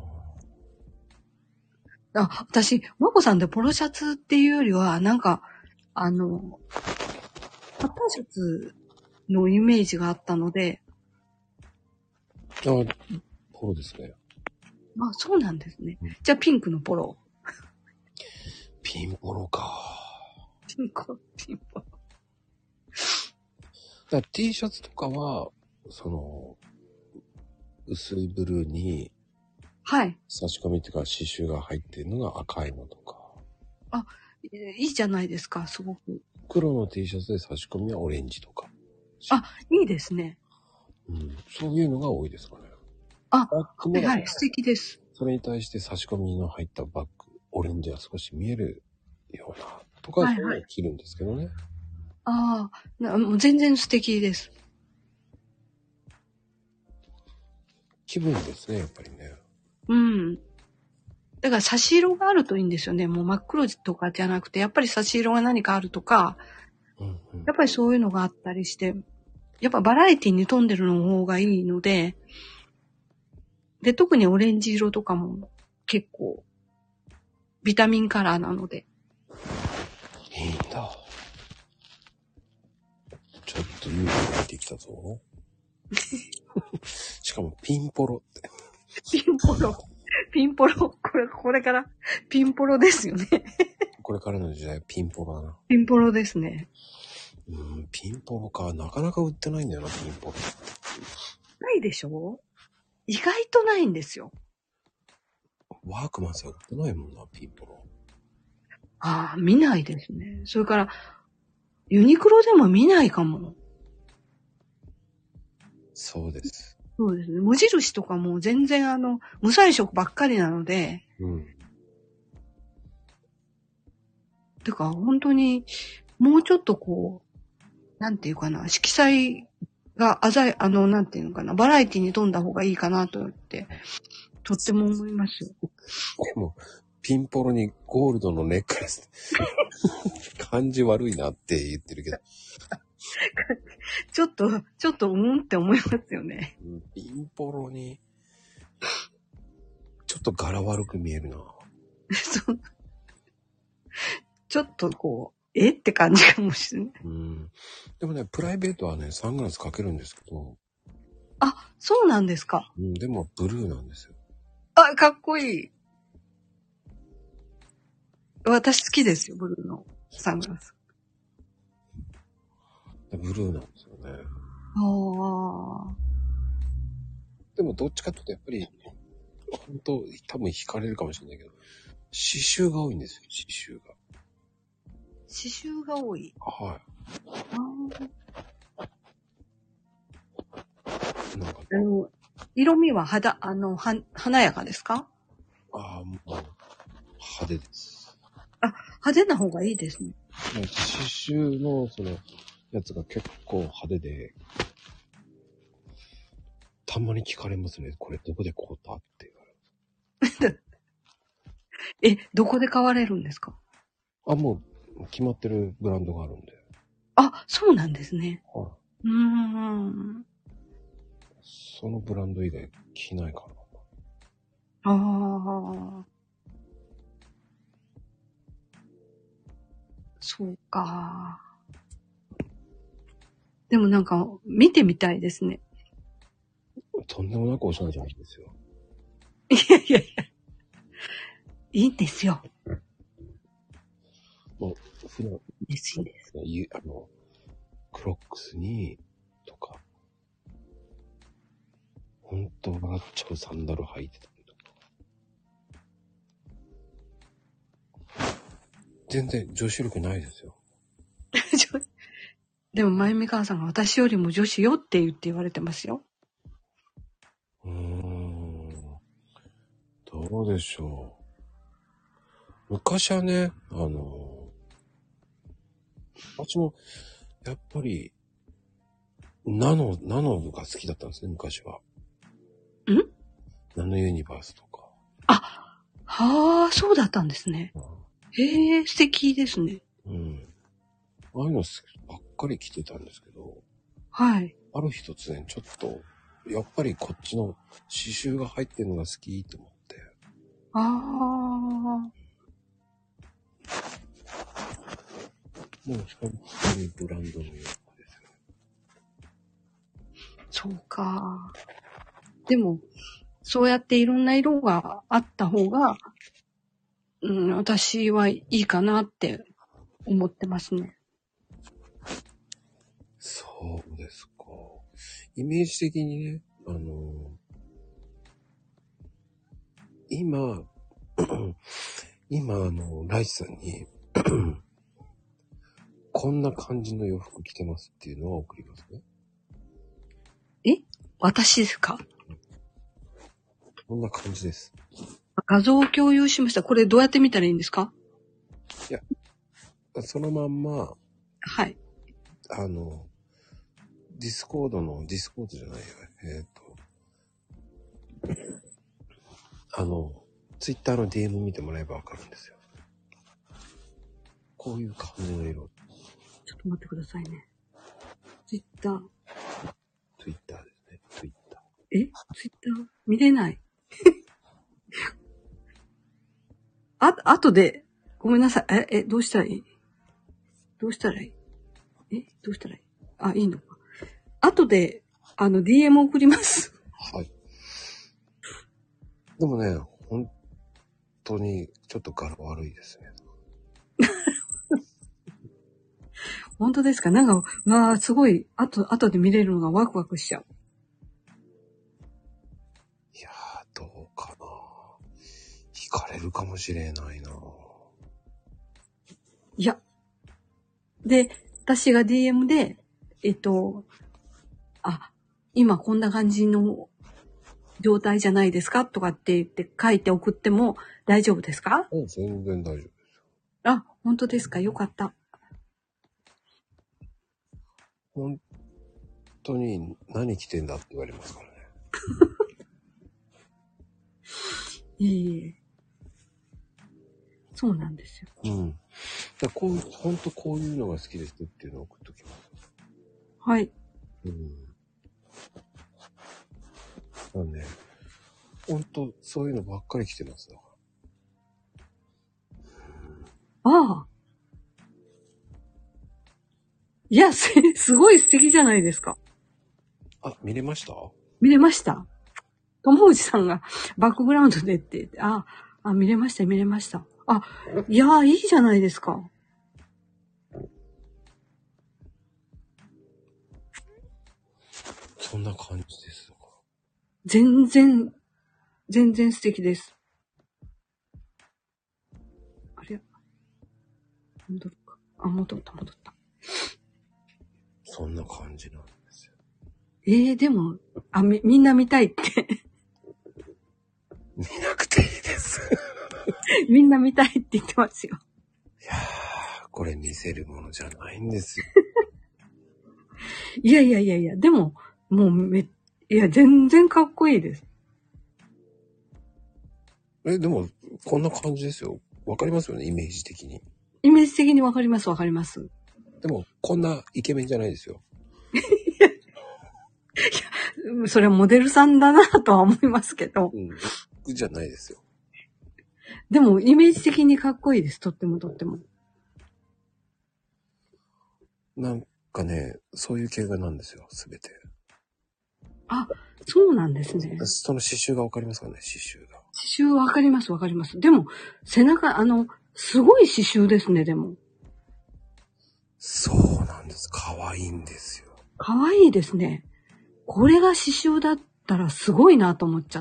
あ、私、マコさんでポロシャツっていうよりは、なんか、あの、パッタンシャツのイメージがあったので。 あ、ポロですね。 あ、そうなんですね。うん、じゃあピンクのポロ。 ピンポロか。 ピンポロ、ピンポロ。 だ T シャツとかは、その、薄いブルーに、 はい。 差し込みっていうか刺繍が入ってるのが赤いのとか。 あ、いいじゃないですか、すごく。 黒の T シャツで差し込みはオレンジとか。 あ、いいですね。 うん。そういうのが多いですかね。 あ、はいはい、素敵です。 それに対して差し込みの入ったバッグ、オレンジが少し見えるような、とか、そういうのを着るんですけどね。 ああ、もう全然素敵です。 気分ですね、やっぱりね。 うん。だから差し色があるといいんですよね。もう真っ黒とかじゃなくて、やっぱり差し色が何かあるとか、うんうん、やっぱりそういうのがあったりして、やっぱバラエティに富んでるの方がいいので、で、特にオレンジ色とかも結構、ビタミンカラーなので。 いいんだ。ちょっと勇気が出てきたぞ。しかもピンポロって。 ピンポロ。ピンポロ。これ、これからピンポロですよね。 これからの時代ピンポロだな。 ピンポロですね。 うん、ピンポロか。なかなか売ってないんだよな、ピンポロ。 ないでしょ？意外とないんですよ。 ワークマンさん売ってないもんな、ピンポロ。 ああ、見ないですね。それから、ユニクロでも見ないかも。 そうです。 そうですね。無印とかも全然あの、無彩色ばっかりなので。うん。てか、本当に、もうちょっとこう、なんていうかな、色彩が鮮や、あの、なんていうのかな、バラエティに富んだ方がいいかなと思って、とっても思いますよ。 でも、ピンポロにゴールドのネックレス。感じ悪いなって言ってるけど。 ちょっと、ちょっとうんって思いますよね。 ピンポロに、ちょっと柄悪く見えるな。 そう。ちょっとこう、えって感じかもしれない。 うん。でもね、プライベートはね、サングラスかけるんですけど。 あ、そうなんですか。 うん、でもブルーなんですよ。 あ、かっこいい。私好きですよ、ブルーのサングラス。 ブルーなんですよね。 ああ。 でもどっちかっていうとやっぱり、本当多分惹かれるかもしれないけど、刺繍が多いんですよ、刺繍が。 刺繍が多い。 はい。 あなんかあの色味は肌、あの、は、華やかですか？ ああ、もう、派手です。 あ、派手な方がいいですね。 刺繍の、その、やつが結構派手で、たまに聞かれますね。これどこで買うたって言われます。 え、どこで買われるんですか？ あ、もう、決まってるブランドがあるんで。 あ、そうなんですね。 はい。 うーん。 そのブランド以外着ないかな。ああ。そうか。でもなんか、見てみたいですね。 とんでもなくおしゃれじゃないんですよ。 いやいやいや。いいんですよ。 もう、普段、 ですいいです。 あの、クロックスに、とか、本当笑っちゃうサンダル履いてたりとか。 全然女子力ないですよ。 でも、まゆみかわさんが私よりも女子よって言って言われてますよ。 うーん。どうでしょう。昔はね、あの、私も、やっぱり、ナノ、ナノが好きだったんですね、昔は。 ん？ナノユニバースとか。 あ、はあ、そうだったんですね。へえ、素敵ですね。 うん。ああいうのばっかり着てたんですけど。 はい。 ある日突然ちょっと、やっぱりこっちの刺繍が入ってるのが好きと思って。 ああ。 もう本当にブランドの洋服ですよ。 そうか。でも、そうやっていろんな色があった方が、うん、私はいいかなって思ってますね。 そうですか。イメージ的にね、あの、今、今あの、ライチさんに、こんな感じの洋服着てますっていうのは送りますね。 え？私ですか？ こんな感じです。 画像を共有しました。これどうやって見たらいいんですか？ いや、そのまんま、 はい。 あの、ディスコードの、ディスコードじゃないよ。えっと、あの、ツイッターの ディーエム 見てもらえばわかるんですよ。こういう感じの色。 ちょっと待ってくださいね。ツイッター。 ツイッターですね。ツイッター。 え？ツイッター見れない。あ、あとで、ごめんなさい。え、え、どうしたらいい？どうしたらいい？え、どうしたらいい？あ、いいのか。後で、あの、ディーエム 送ります。 はい。でもね、本当にちょっと柄悪いですね。 本当ですか？なんか、わあ、すごい、あと、後で見れるのがワクワクしちゃう。 いやー、どうかな。惹かれるかもしれないな。 いや。で、私が ディーエム で、えっと、あ、今こんな感じの状態じゃないですかとかって言って書いて送っても大丈夫ですか？ うん、全然大丈夫ですよ。 あ、本当ですか？よかった。 本当に何着てんだって言われますからね。 いいえ。そうなんですよ。 うん。だこう、本当こういうのが好きですっていうのを送っときます。 はい。 うん。なんで、本当そういうのばっかり着てますだから。 ああ。いや、す、すごい素敵じゃないですか。 あ、見れました？ 見れました。友内さんがバックグラウンドでって言って、あ、あ、見れました、見れました。あ、いや、いいじゃないですか。 そんな感じです。 全然、全然素敵です。あれ？戻るか。あ、戻った、戻った。 そんな感じなんですよ。 えー、でも、あ、み、みんな見たいって。 見なくていいです。 みんな見たいって言ってますよ。 いやー、これ見せるものじゃないんですよ。 いやいやいやいや、でも、もうめ、いや、全然かっこいいです。 え、でも、こんな感じですよ。わかりますよね、イメージ的に。 イメージ的にわかります、わかります。 でも、こんなイケメンじゃないですよ。いや、それはモデルさんだなとは思いますけど。 うん、僕じゃないですよ。 でも、イメージ的にかっこいいです。とってもとっても。 なんかね、そういう系がなんですよ、すべて。 あ、そうなんですね。 その刺繍がわかりますかね、刺繍が。 刺繍わかります、わかります。でも、背中、あの、すごい刺繍ですね、でも。 そうなんです。可愛いんですよ。 可愛いですね。これが刺繍だったらすごいなと思っちゃって。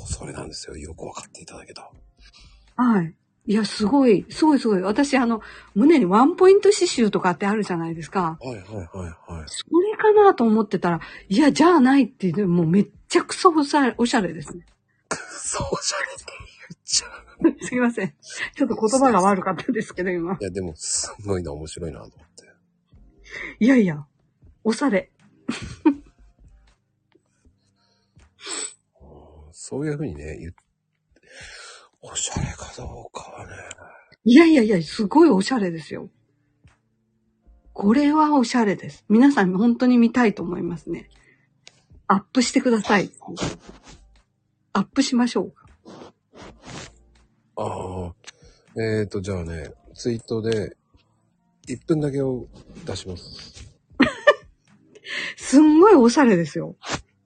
そう、そう、それなんですよ。よくわかっていただけた。 はい。 いや、すごい、すごいすごい。私、あの、胸にワンポイント刺繍とかってあるじゃないですか。 はいはいはいはい。 それかなと思ってたら、いや、じゃあないっていう、もうめっちゃくそおしゃれ、おしゃれですね。 そうじゃねって言っちゃう。 すいません。ちょっと言葉が悪かったですけど、今。 いや、でも、すごいな、面白いなと思って。 いやいや、おしゃれ。 そういうふうにね、言っおしゃれかどうかはね。 いやいやいや、すごいおしゃれですよ。これはおしゃれです。皆さん本当に見たいと思いますね。アップしてください。アップしましょう。 ああ。えーと、じゃあね、ツイートでいっぷんだけを出します。 すんごいおしゃれですよ。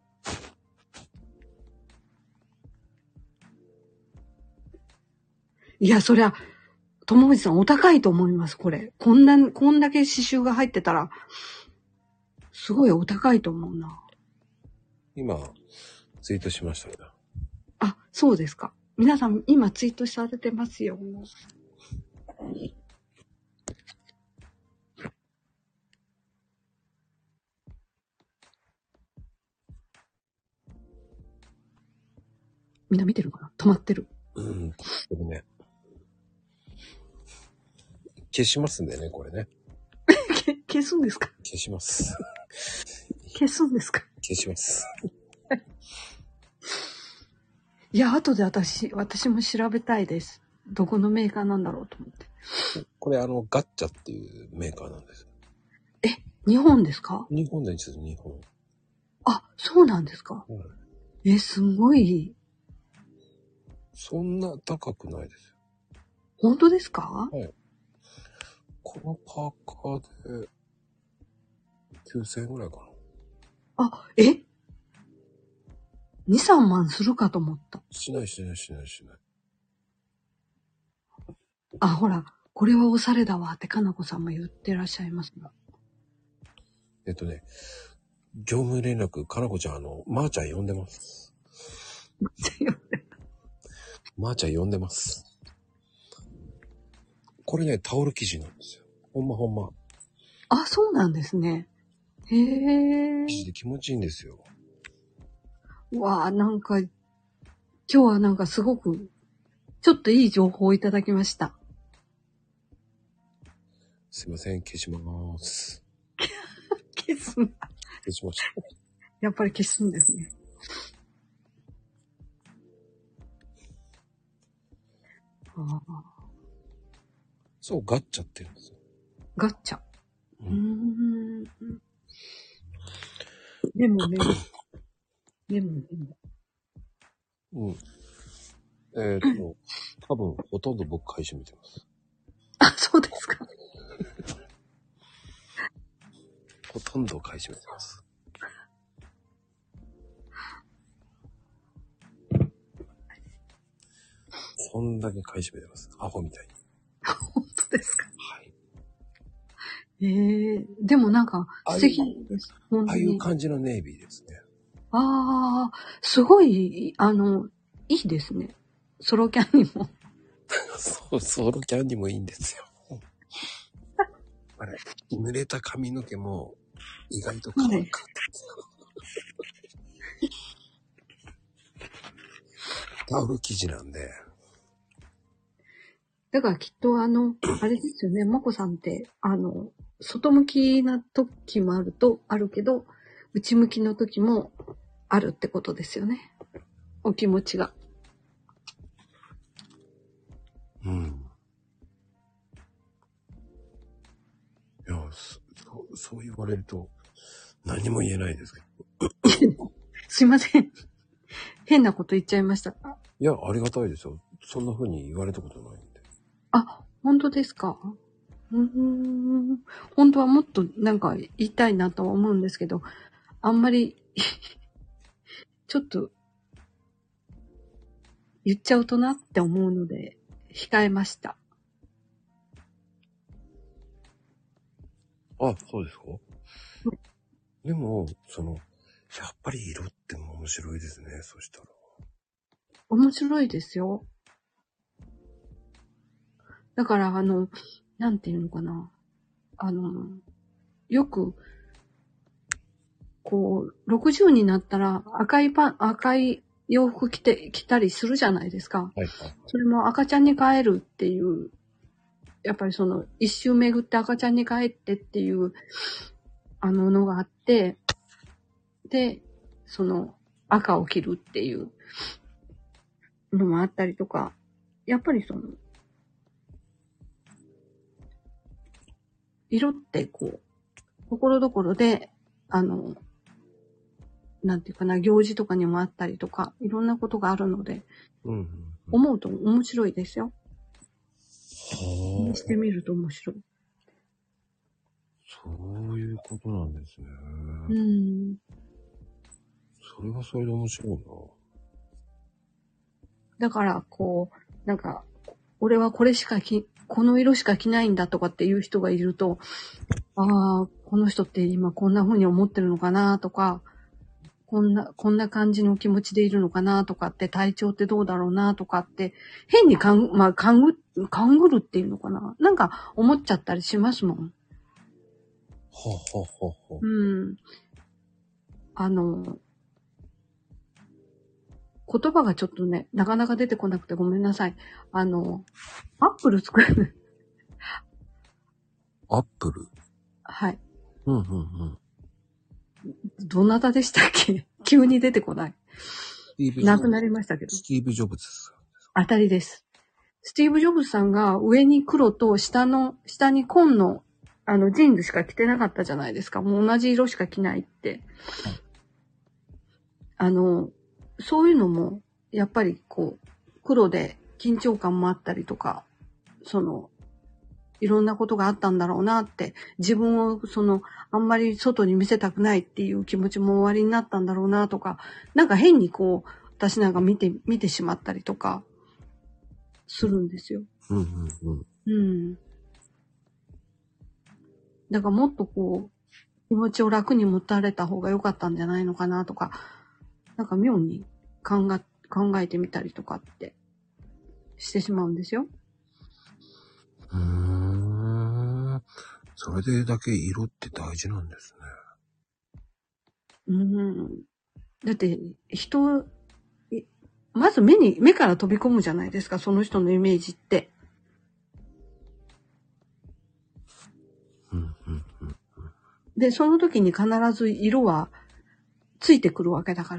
いや、そりゃ、友藤さんお高いと思います、これ。こんな、こんだけ刺繍が入ってたら、すごいお高いと思うな。 今、ツイートしましたけど。 あ、そうですか。皆さん、今ツイートされてますよ。みんな見てるかな？止まってる。 うん。でもね、消しますんでね、これね。 け消すんですか？ 消します。 消すんですか？ 消します。 いや、後で私、私も調べたいです。どこのメーカーなんだろうと思って。 これあの、ガッチャっていうメーカーなんです。 え、日本ですか？ 日本でです、日本。 あ、そうなんですか。 うん、 え、すごい。 そんな高くないですよ。 本当ですか？ はい。このパーカーできゅうせんえんぐらいかな。 あ、え ?に、さんまんするかと思った。 しないしないしないしない。 あ、ほら、これはおしゃれだわってかなこさんも言ってらっしゃいますが。 えっとね、業務連絡、かなこちゃん、あの、まーちゃん呼んでます。まーちゃん呼んでます。これね、タオル生地なんですよ。ほんまほんま。 あ、そうなんですね。へえ。 生地で気持ちいいんですよ。 わあ、なんか、今日はなんかすごく、ちょっといい情報をいただきました。 すいません、消しまーす。 消すんだ。 消しました。 やっぱり消すんですね。ああ。 そう、ガッチャって言うんですよ。 ガッチャ。 ううーん。でもね。でもでも。 うん。えーっと、多分、ほとんど僕買い占めてます。 あ、そうですか。 ほとんど買い占めてます。そんだけ買い占めてます。アホみたいに。 本当ですか。 はい。 ええー、でもなんか素敵です。本当に。 ああいう感じのネイビーですね。 ああ、すごい、あの、いいですね。ソロキャンにも。 そう、ソロキャンにもいいんですよ。あれ、濡れた髪の毛も意外と可愛かったですよ。タオル生地なんで。 だからきっとあの、あれですよね、まこさんって、あの、外向きな時もあると、あるけど、内向きの時もあるってことですよね。お気持ちが。 うん。いや、そ、そう言われると何も言えないですけど。 すいません。変なこと言っちゃいましたか？ いや、ありがたいですよ。そんな風に言われたことないんで。 あ、本当ですか？うーん。本当はもっとなんか言いたいなとは思うんですけど、あんまり、ちょっと言っちゃうとなって思うので、控えました。 あ、そうですか？でも、その、やっぱり色って面白いですね、そしたら。 面白いですよ。 だから、あの、なんていうのかな。あの、よく、こう、ろくじゅうになったら赤いパン、赤い洋服着て、着たりするじゃないですか。 はいはいはい。 それも赤ちゃんに帰るっていう、やっぱりその、一周巡って赤ちゃんに帰ってっていう、あののがあって、で、その、赤を着るっていうのもあったりとか、やっぱりその、色ってこう、ところどころで、あの、なんていうかな、行事とかにもあったりとか、いろんなことがあるので、 うんうんうん、 思うと面白いですよ。 はあ。 してみると面白い。 そういうことなんですね。 うん。 それはそれで面白いな。 だから、こう、なんか、俺はこれしか着、この色しか着ないんだとかっていう人がいると、ああ、この人って今こんな風に思ってるのかなとか、こんな、こんな感じの気持ちでいるのかなとかって、体調ってどうだろうなとかって、変にかん、まあ、勘ぐ、勘ぐるっていうのかな。なんか思っちゃったりしますもん。 はははは。 うん。あの、言葉がちょっとね、なかなか出てこなくてごめんなさい。あの、アップル作る。 アップル。 はい。 うんうんうん。 どなたでしたっけ？急に出てこない。なくなりましたけど。 スティーブ・ジョブズですか？ 当たりです。スティーブ・ジョブズさんが上に黒と下の、下に紺の、あの、ジーンズしか着てなかったじゃないですか。もう同じ色しか着ないって。あの、そういうのも、やっぱりこう、黒で緊張感もあったりとか、その、いろんなことがあったんだろうなって、自分をその、あんまり外に見せたくないっていう気持ちも終わりになったんだろうなとか、なんか変にこう、私なんか見て、見てしまったりとか、するんですよ。 うんうんうん。 うん。だからもっとこう、気持ちを楽に持たれた方が良かったんじゃないのかなとか、なんか妙に考え、考えてみたりとかってしてしまうんですよ。 うーん。それでだけ色って大事なんですね。 うん。だって、人、まず目に、目から飛び込むじゃないですか、その人のイメージって。 うんうんうん。 で、その時に必ず色はついてくるわけだから、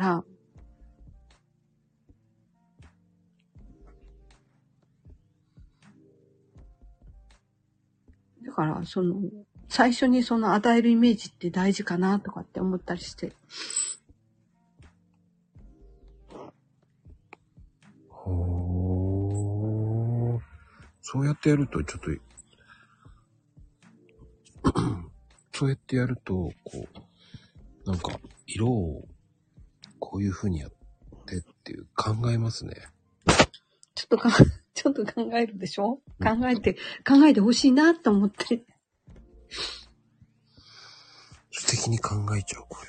だから、その、最初にその与えるイメージって大事かなとかって思ったりして。 ほー。そうやってやるとちょっと、そうやってやると、こう、なんか、色をこういう風にやってっていう考えますね。 ちょっとか、ちょっと考えるでしょ、うん、考えて、考えてほしいなと思って。 素敵に考えちゃう、これ。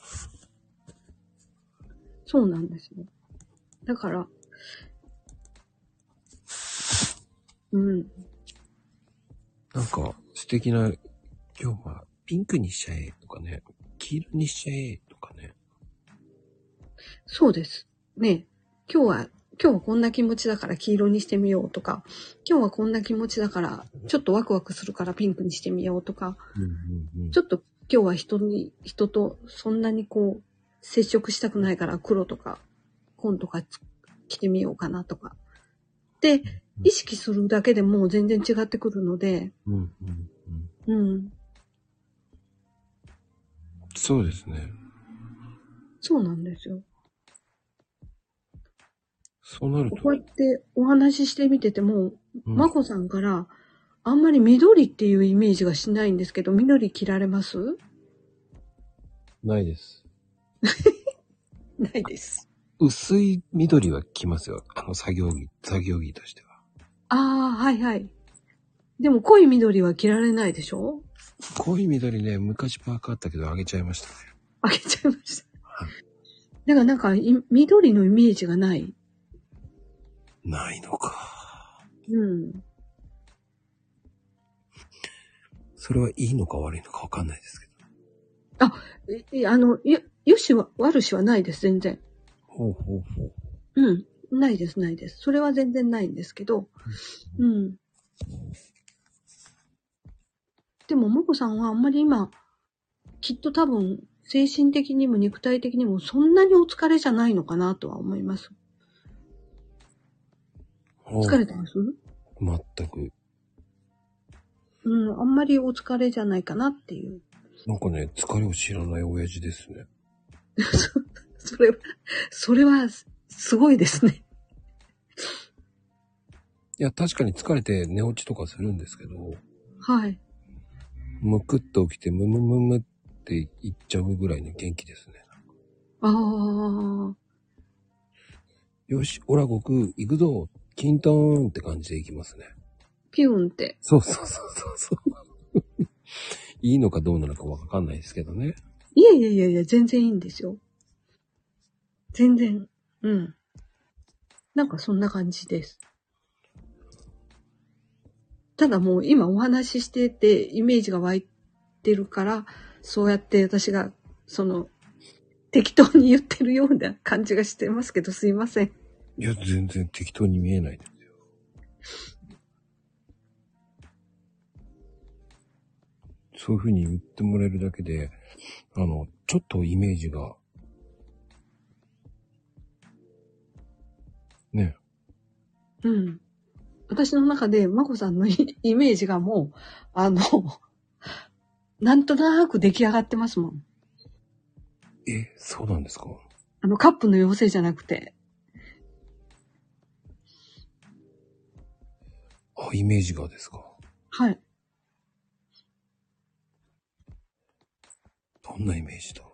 そうなんですよ。だから、うん。 なんか、素敵な、今日はピンクにしちゃえとかね、黄色にしちゃえとかね。 そうです。ね、今日は、今日はこんな気持ちだから黄色にしてみようとか、今日はこんな気持ちだからちょっとワクワクするからピンクにしてみようとか、うんうんうん、ちょっと今日は人に、人とそんなにこう接触したくないから黒とか紺とか着てみようかなとか。で、意識するだけでもう全然違ってくるので、うんうんうん。うん。 そうですね。 そうなんですよ。 そうなると。 こうやってお話ししてみてても、うん、まこさんからあんまり緑っていうイメージがしないんですけど、緑着られます？ ないです。 ないです。 薄い緑は着ますよ。あの作業着、作業着としては。 ああ、はいはい。でも濃い緑は着られないでしょ？ 濃い緑ね、昔パーカーあったけどあげちゃいましたね。 あげちゃいました。はい。だからなんか緑のイメージがない。 ないのか。 うん。 それはいいのか悪いのかわかんないですけど。 あ、いあの、よ、よしは、悪しはないです、全然。 ほうほうほう。 うん。ないです、ないです。それは全然ないんですけど。うん。でも、もこさんはあんまり今、きっと多分、精神的にも肉体的にもそんなにお疲れじゃないのかなとは思います。疲れてます？ 全く。 うん、あんまりお疲れじゃないかなっていう。 なんかね、疲れを知らない親父ですね。 それは、それは、すごいですね。 いや、確かに疲れて寝落ちとかするんですけど、 はい。 むくっと起きてムムムムって言っちゃうぐらいの元気ですね。 ああ。 よし、オラゴク行くぞ、キントーンって感じで行きますね。 ピュンって。 そうそうそうそうそう。いいのかどうなのかわかんないですけどね。 いやいやいやいや、全然いいんですよ。全然。うん。なんかそんな感じです。ただもう今お話ししててイメージが湧いてるから、そうやって私が、その、適当に言ってるような感じがしてますけど、すいません。 いや、全然適当に見えないですよ。そういう風に言ってもらえるだけで、あの、ちょっとイメージが、ね。 うん。私の中で、まこさんのイイメージがもう、あの、なんとなく出来上がってますもん。 え、そうなんですか？ あの、カップの妖精じゃなくて。 あ、イメージがですか？ はい。 どんなイメージだ？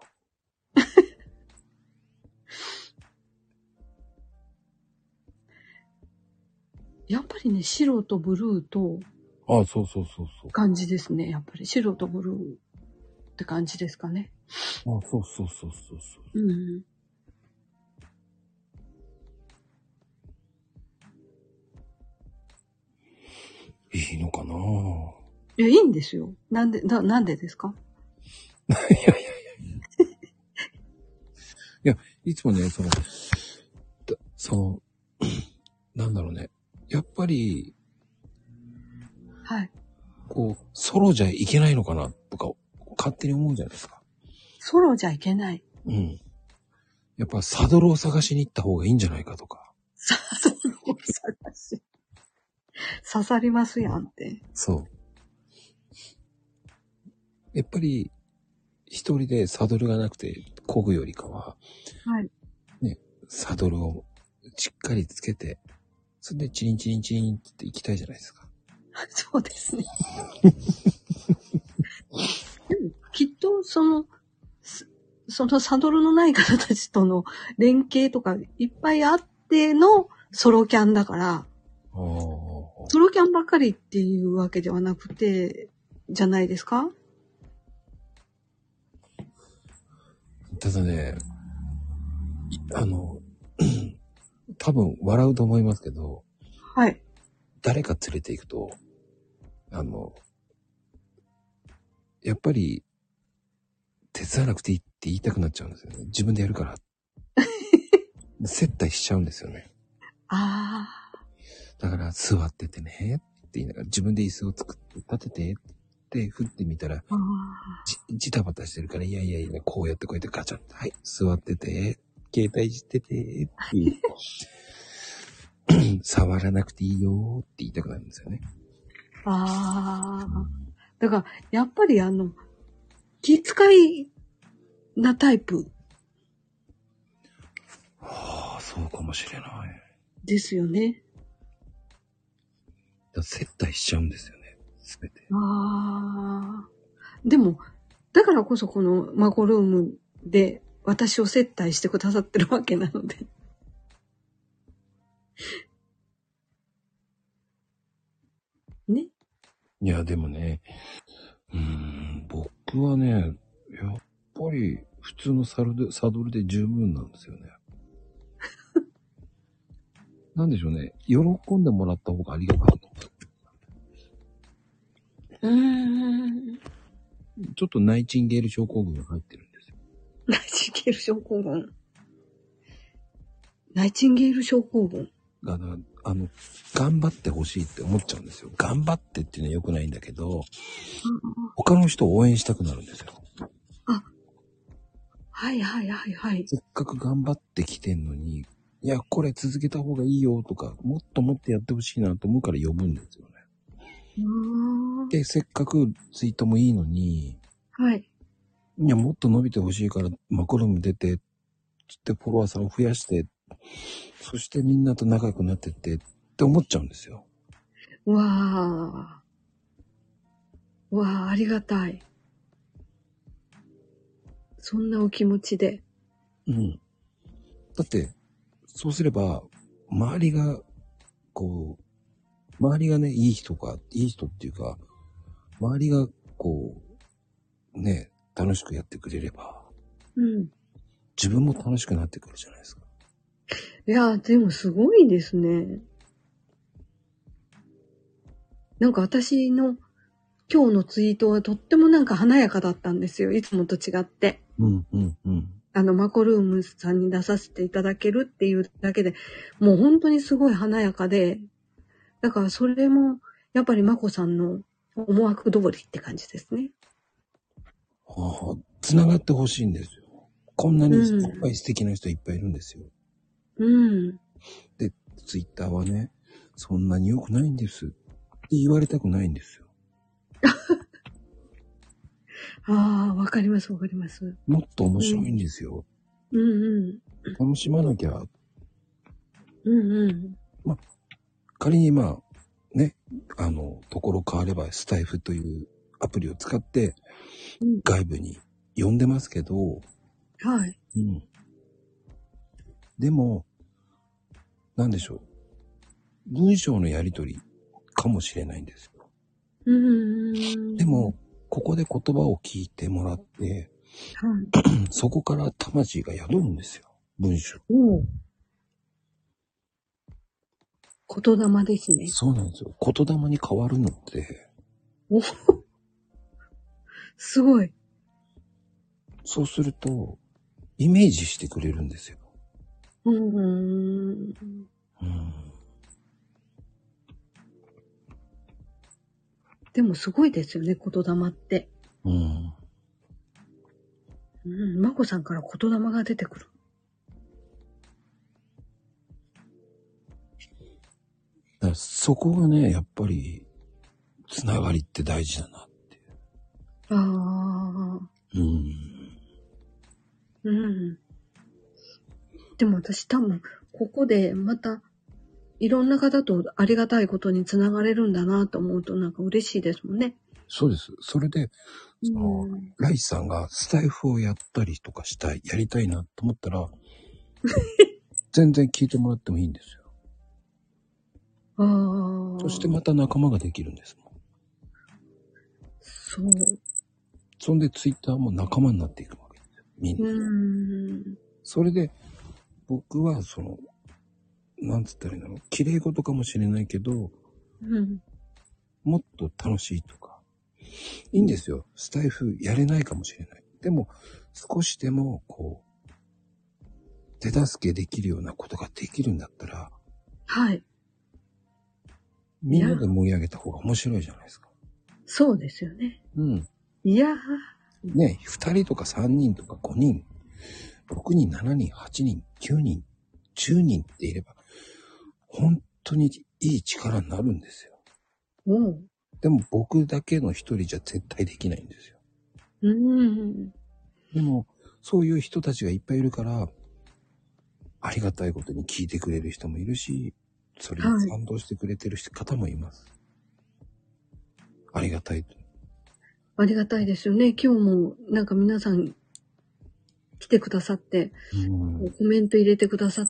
やっぱりね、白とブルーと、 あ、そうそうそうそう。 感じですね。やっぱり白とブルーって感じですかね。 あ、そうそうそうそうそう。 うん。 いいのかな？ いや、いいんですよ。なんで、な、なんでですか？ いやいやいや。いや、いつもね、その、その、なんだろうね。やっぱり、 はい。 こう、ソロじゃいけないのかなとか、勝手に思うじゃないですか。 ソロじゃいけない。 うん。やっぱサドルを探しに行った方がいいんじゃないかとか。 サドルを探し。刺さりますやんって。 そう。やっぱり、一人でサドルがなくて漕ぐよりかは、 はい。 ね、サドルをしっかりつけて、それでチリンチリンチリンって行きたいじゃないですか。 そうですね。でも、きっと、その、そのサドルのない方たちとの連携とかいっぱいあってのソロキャンだから、ソロキャンばっかりっていうわけではなくて、じゃないですか？ ただね、あの、多分笑うと思いますけど、 はい。 誰か連れて行くと、あの、やっぱり、手伝わなくていいって言いたくなっちゃうんですよね。自分でやるから。接待しちゃうんですよね。 ああ。 だから座っててねって言いながら自分で椅子を作って立ててって振ってみたらじ、じたばたしてるからいやいやいやこうやってこうやってガチャンはい座ってて携帯しててっていう触らなくていいよって言いたくなるんですよね。 ああ。だからやっぱりあの気遣いなタイプ。 ああ、そうかもしれない。 ですよね。 だ接待しちゃうんですよね。すべて。 ああ。でも、だからこそこのマコルームで私を接待してくださってるわけなので。ね。 いや、でもね、うーん、僕はね、やっぱり普通のサルでサドルで十分なんですよね。なんでしょうね。喜んでもらった方がありがたい。 うーん。 ちょっとナイチンゲール症候群が入ってるんですよ。 ナイチンゲール症候群。ナイチンゲール症候群。 だから、あの、頑張ってほしいって思っちゃうんですよ。頑張ってっていうのは良くないんだけど、他の人を応援したくなるんですよ。 あ、はいはいはいはい。 せっかく頑張ってきてんのに、いや、これ続けた方がいいよとか、もっともっとやってほしいなと思うから呼ぶんですよね。で、せっかくツイートもいいのに、 はい。 いや、もっと伸びてほしいから、マコルーム出て、つってフォロワーさんを増やして、そしてみんなと仲良くなってってって思っちゃうんですよ。 わあ。わあ、ありがたい。そんなお気持ちで。 うん。だって、そうすれば、周りが、こう、周りがね、いい人か、いい人っていうか、周りが、こう、ね、楽しくやってくれれば、 うん。 自分も楽しくなってくるじゃないですか。 いや、でもすごいですね。なんか私の今日のツイートはとってもなんか華やかだったんですよ。いつもと違って。 うんうんうん。 あの、マコルームさんに出させていただけるっていうだけで、もう本当にすごい華やかで、だからそれも、やっぱりマコさんの思惑通りって感じですね。 はあ、繋がってほしいんですよ。こんなにいっぱい素敵な人いっぱいいるんですよ。 うん。 で、ツイッターはね、そんなに良くないんですって言われたくないんですよ。 ああ、わかりますわかります。 もっと面白いんですよ。 うんうん。 楽しまなきゃ。 うんうん。 まあ、仮にまあ、ね、あの、ところ変わればスタイフというアプリを使って外部に呼んでますけど、 はい。 うん。でも、なんでしょう。文章のやりとりかもしれないんですよ。 うん。 でも、ここで言葉を聞いてもらって、 はい、 そこから魂が宿るんですよ。文章。 お言霊ですね。 そうなんですよ。言霊に変わるのって。 おすごい。 そうすると、イメージしてくれるんですよ。 うん。うん。でもすごいですよね、言霊って。 うん。 うん、まこさんから言霊が出てくる。 だからそこがね、やっぱり、つながりって大事だなって。 ああ。 うん。 うん。でも私多分、ここでまた、いろんな方とありがたいことにつながれるんだなと思うとなんか嬉しいですもんね。 そうです。それで、その、 うん、 ライスさんがスタイフをやったりとかしたい、やりたいなと思ったら、全然聞いてもらってもいいんですよ。 ああ。 そしてまた仲間ができるんですもん。 そう。 そんでツイッターも仲間になっていくわけですよ。みんな。 うん。 それで、僕はその、なんつったらいいんだろう。綺麗事かもしれないけど、 うん。 もっと楽しいとか。いいんですよ。スタイフやれないかもしれない。でも、少しでも、こう、手助けできるようなことができるんだったら、 はい。 みんなで盛り上げた方が面白いじゃないですか。 そうですよね。 うん。 いやー。 ね、二人とか三人とか五人、六人、七人、八人、九人、十人っていれば、本当にいい力になるんですよ。 うん。 でも僕だけの一人じゃ絶対できないんですよ。 うん。 でも、そういう人たちがいっぱいいるから、ありがたいことに聞いてくれる人もいるし、それに賛同してくれてる方もいます。はい、ありがたい。 ありがたいですよね。今日もなんか皆さん来てくださって、うん、コメント入れてくださって、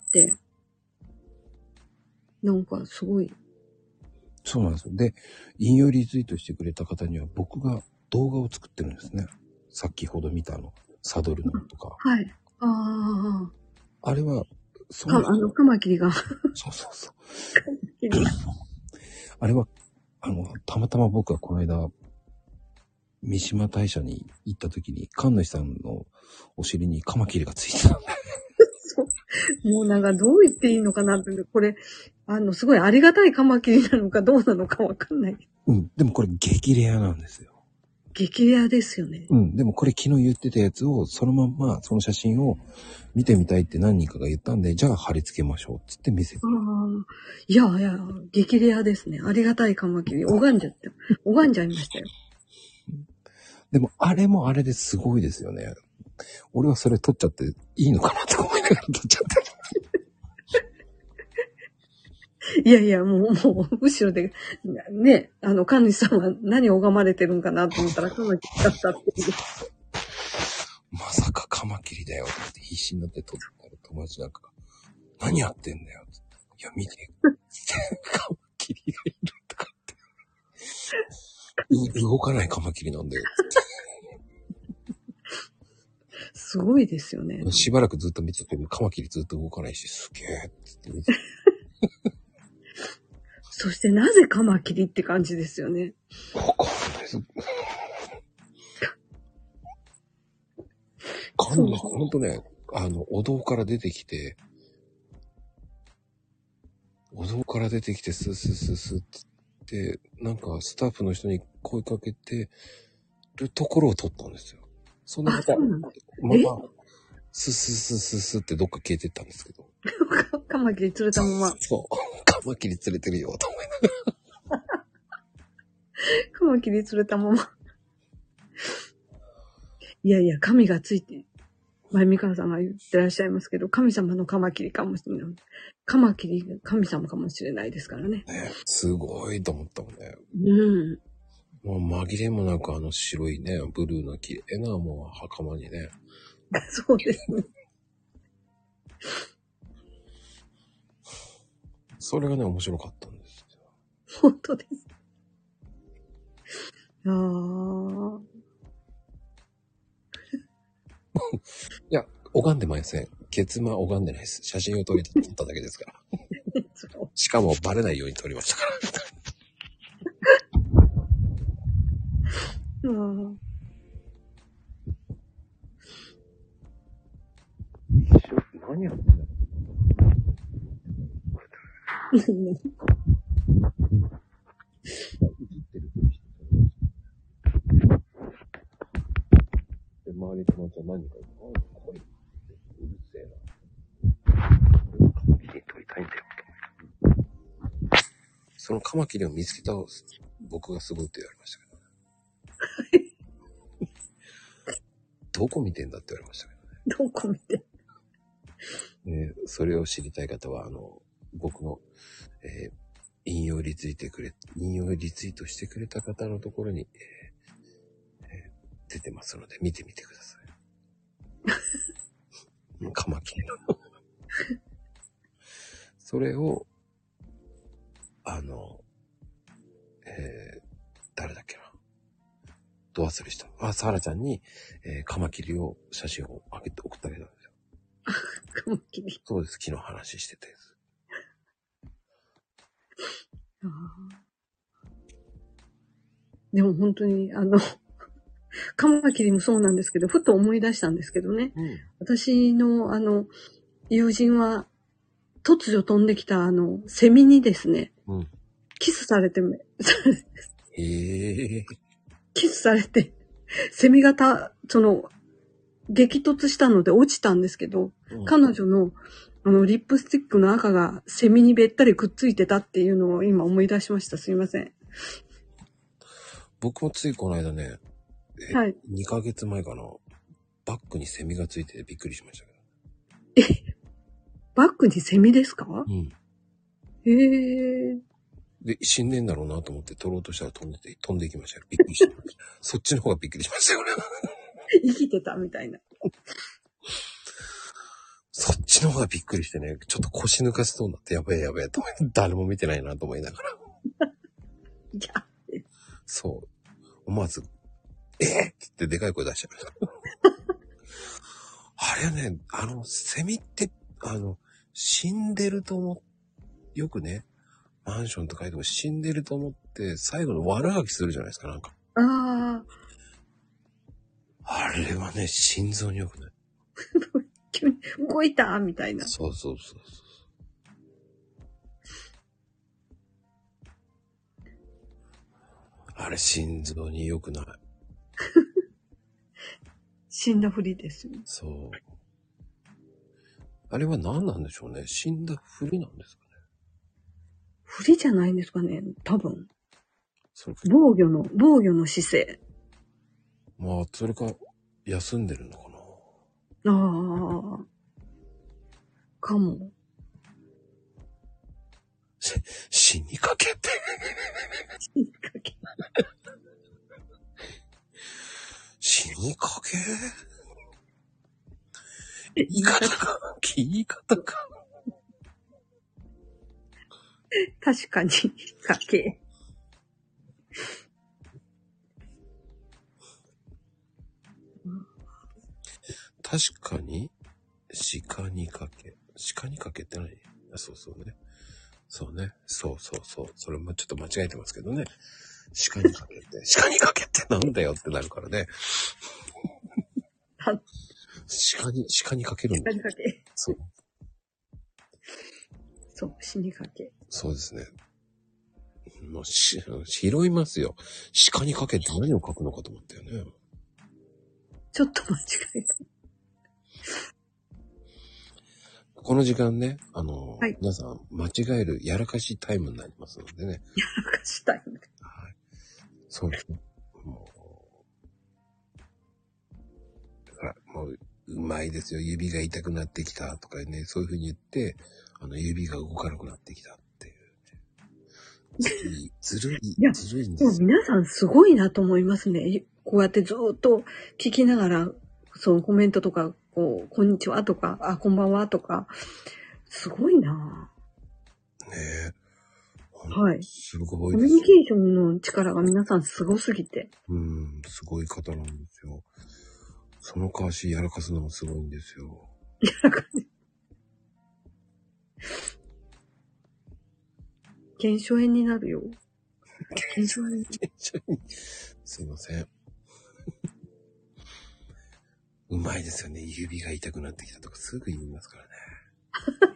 なんかすごい。 そうなんですよ。で、引用リツイートしてくれた方には僕が動画を作ってるんですね。先ほど見たの、サドルのとか。 はい。ああ。 あれは、 そう。あの、カマキリが。 そうそうそう。あれは、あの、たまたま僕はこの間、 三島大社に行った時に、神主さんのお尻にカマキリがついてたんだよ。 そう。もうなんかどう言っていいのかなって、これ、あの、すごいありがたいカマキリなのかどうなのかわかんない。 うん。でもこれ激レアなんですよ。 激レアですよね。 うん。でもこれ昨日言ってたやつを、そのまんま、その写真を見てみたいって何人かが言ったんで、じゃあ貼り付けましょう。つって見せて。 ああ。いやいや、激レアですね。ありがたいカマキリ。拝んじゃった。拝んじゃいましたよ。 でも、あれもあれですごいですよね。俺はそれ撮っちゃっていいのかなって思いながら撮っちゃって。 いやいや、もう、もう、後ろで、ね、あの、神主さんは何を拝まれてるんかなと思ったら、カマキリだったっていう。 まさかカマキリだよって必死になって撮ったら友達なんか、何やってんだよって。いや、見て。カマキリがいるとかって。動かないカマキリなんだよって。 すごいですよね。 しばらくずっと見てたけど、カマキリずっと動かないし、すげえって見て。 そしてなぜカマキリって感じですよね。 わかんないです。感じ、ほんとね、あの、お堂から出てきて、お堂から出てきて、スースースースーって、なんかスタッフの人に声かけてるところを撮ったんですよ。そんなまた、また、スースースースースーってどっか消えてったんですけど。 カマキリ釣れたまま。 そう。カマキリ釣れてるよ、と思いながら。 カマキリ釣れたまま。いやいや、神がついて、前三川さんが言ってらっしゃいますけど、神様のカマキリかもしれない。カマキリが神様かもしれないですからね。 ね、すごいと思ったもんね。 うん。 もう紛れもなくあの白いね、ブルーの綺麗なもう袴にね。 そうですね。 それがね、面白かったんですよ。 本当です。ああ。 いや、拝んでません。ケツマ拝んでないです。写真を撮り撮っただけですから。しかもバレないように撮りましたから。うん何やってんだで、周りの友達は何か言うの？これ、うるせえな。カマキリ撮りたいんだよ。そのカマキリを見つけた僕がすごいって言われましたけどね。どこ見てんだって言われましたけどね。 どこ見てね、それを知りたい方は、あの、僕の、えー、引用リツイートくれ、引用リツイートしてくれた方のところに、えーえー、出てますので、見てみてください。カマキリの。それを、あの、えー、誰だっけな。ど忘れした。あ、サラちゃんに、えー、カマキリを、写真をあげて送ってあげたんですよ。 カマキリ。 そうです。昨日話してて。 あでも本当に、あの、カマキリもそうなんですけど、ふと思い出したんですけどね。うん、私の、あの、友人は、突如飛んできた、あの、セミにですね、うん、キスされて、 へー。 キスされて、セミがた、その、激突したので落ちたんですけど、うん、彼女の、あの、リップスティックの赤がセミにべったりくっついてたっていうのを今思い出しました。すいません。 僕もついこの間ね、はい、にかげつまえかな、バッグにセミがついててびっくりしましたけど。え、バッグにセミですか？うん。へえ。 で、死んでんだろうなと思って取ろうとしたら飛んでて、飛んでいきましたよ。びっくりした。そっちの方がびっくりしましたよね。 生きてたみたいな。 そっちの方がびっくりしてね、ちょっと腰抜かしそうになってやべえやべえと思って、誰も見てないなと思いながら。いや。そう。思わず、えー、ってでかい声出しちゃう。あれはね、あの、セミって、あの、死んでると思っ、よくね、マンションとかでも死んでると思って、最後の悪あがきするじゃないですか、なんか。 ああ。 あれはね、心臓に良くない。 急に動いたみたいな。 そうそうそうそう。あれ、心臓に良くない。 死んだふりですよ。 そう。あれは何なんでしょうね。死んだふりなんですかね。 ふりじゃないんですかね。多分。 それ防御の、防御の姿勢。 まあ、それか、休んでるのかな。 ああ。かも。 し、死にかけて。 死にかけ。 死にかけ言い方か。言い方か。 確かに、かけ。 確かに、鹿にかけ。鹿にかけって何？あ、そうそうね。そうね。そうそうそう。それもちょっと間違えてますけどね。鹿にかけて。鹿にかけってなんだよってなるからね。鹿に、鹿にかけるんだ。 鹿にかけ。 そう。 そう、死にかけ。 そうですね。もうし、拾いますよ。鹿にかけて何を書くのかと思ったよね。 ちょっと間違えた。 この時間ね、あの、 はい、 皆さん間違えるやらかしタイムになりますのでね。 やらかしタイム。 はい。そうですね。もう、だからもう、うまいですよ。指が痛くなってきたとかね、そういう風に言って、あの、指が動かなくなってきたっていう、ね。ずるい、ずるい、 いや、 ずるいんですよ。 でも皆さんすごいなと思いますね。こうやってずっと聞きながら、そのコメントとか、こう、こんにちはとか、あ、こんばんはとか、すごいなねえ。 はい。 すごいです。 コミュニケーションの力が皆さんすごすぎて。 うん、すごい方なんですよ。そのかわしやらかすのもすごいんですよ。 やらかし。腱鞘炎になるよ。腱鞘炎。 すいません。うまいですよね。指が痛くなってきたとかすぐ言いますからね。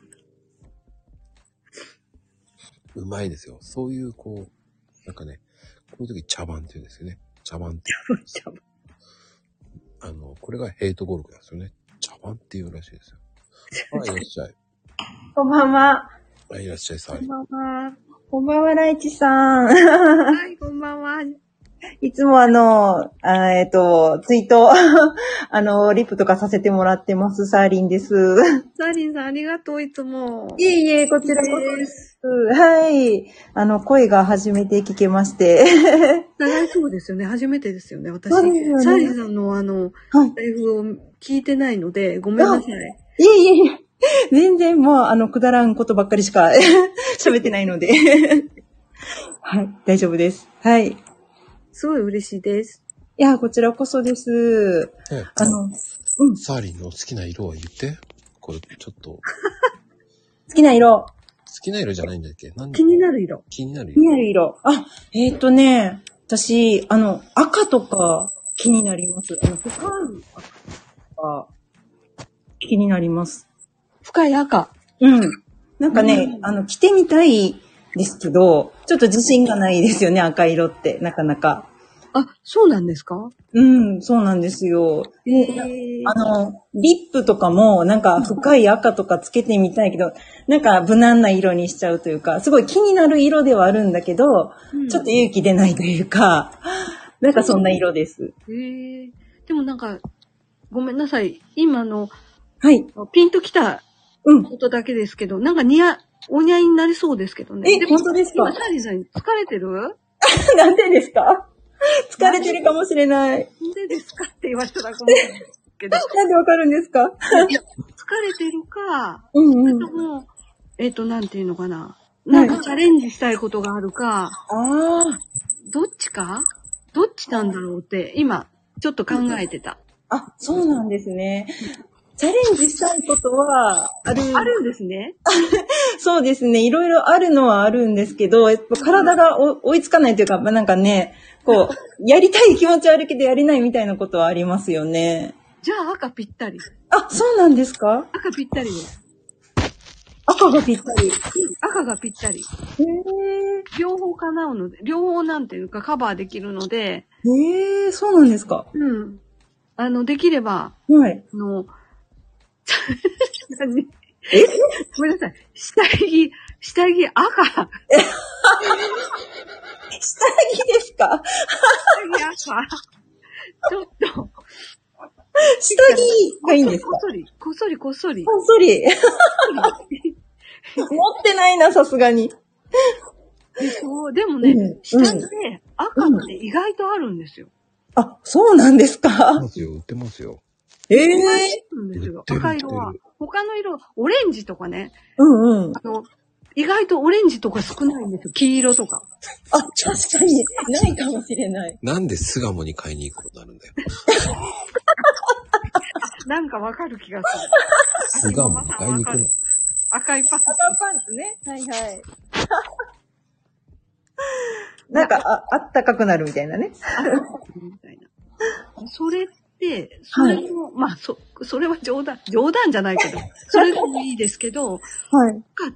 うまいですよ。そういうこう、なんかね、こういう時茶番って言うんですよね。茶番って。 茶番。 あの、これがヘイトゴルフですよね。茶番っていうらしいですよ。はい、いらっしゃい。 こんばんは。 はい、いらっしゃい、さこんばんは。 こんばんは、ライチさん。 はい、こんばんは。 いつもあの、あえっと、ツイート、あの、リプとかさせてもらってます、サーリンです。 サーリンさんありがとう、いつも。 いえいえ、こちらこそです。はい。あの、声が初めて聞けまして。 長いそうですよね。初めてですよね、私。 そうですよね。 サーリンさんのあの、 はい、 ライフを聞いてないので、ごめんなさい。 いえいえいえ。全然もう、あの、くだらんことばっかりしか喋ってないので。はい、大丈夫です。はい。 すごい嬉しいです。 いや、こちらこそです。 ね、 あの、うん。 サーリンの好きな色は言って。これ、ちょっと。 好きな色。 好きな色じゃないんだっけ？なんで気になる色。 気になる色。 気になる色。あ、えっとね、私、あの、赤とか気になります。あの、深い赤とか気になります。 深い赤。 うん。なんかね、うん、あの、着てみたいですけど、ちょっと自信がないですよね、赤色って、なかなか。 あ、そうなんですか？ うん、そうなんですよ。 えー、 あの、リップとかも、なんか深い赤とかつけてみたいけど、なんか無難な色にしちゃうというか、すごい気になる色ではあるんだけど、うん、ちょっと勇気出ないというか、なんかそんな色です。 へえー。でもなんか、ごめんなさい。今の、 はい。 ピンときたことだけですけど、うん、なんか似合、お似合いになりそうですけどね。 え、本当ですか？ 今、サーリーさん疲れてる？ なんでですか？疲れてるかもしれない。 なんでですかって言われたらごめんですけど。 なんでわかるんですか？ 疲れてるか、 うんうん。 それとも、えっと、なんていうのかな。なんかチャレンジしたいことがあるか、 ああ。 どっちかどっちなんだろうって、今、ちょっと考えてた。 あ、そうなんですね。 チャレンジしたいことは、ある。 あるんですね。 そうですね。いろいろあるのはあるんですけど、やっぱ体が追いつかないというか、まあ、なんかね、こう、やりたい気持ちはあるけどやれないみたいなことはありますよね。 じゃあ赤ぴったり。 あ、そうなんですか？ 赤ぴったりです。 赤がぴったり。 赤がぴったり。 へー。 両方叶うので、両方なんていうかカバーできるので。 へー、そうなんですか？ うん。あの、できれば、 はい。 あの、 えごめんなさい。下着、下着赤。下着ですか？ 着赤。ちょっと。 下着がいいんですか？ こっそり、こっそり、こっそり。 こっそり。持ってないな、さすがに。 でそう、でもね、 うん、 下着で赤って意外とあるんですよ。 うん、あ、そうなんですか？ 売ってますよ、売ってますよ。 ええー。 うんですよ。赤色は。他の色、オレンジとかね。 うんうん。 あの、意外とオレンジとか少ないんですよ。黄色とか。 あ、確かに。ないかもしれない。 なんで巣鴨に買いに行くことになるんだよ。 なんかわかる気がする。 巣鴨に買いに行くの。 赤いパンツ。 赤パンツね。はいはい。なんか、あ、あったかくなるみたいなね。 あったかくなるみたいな。それって、それも、はい、まあ、そ、それは冗談、冗談じゃないけど、それでもいいですけど、はい。赤って、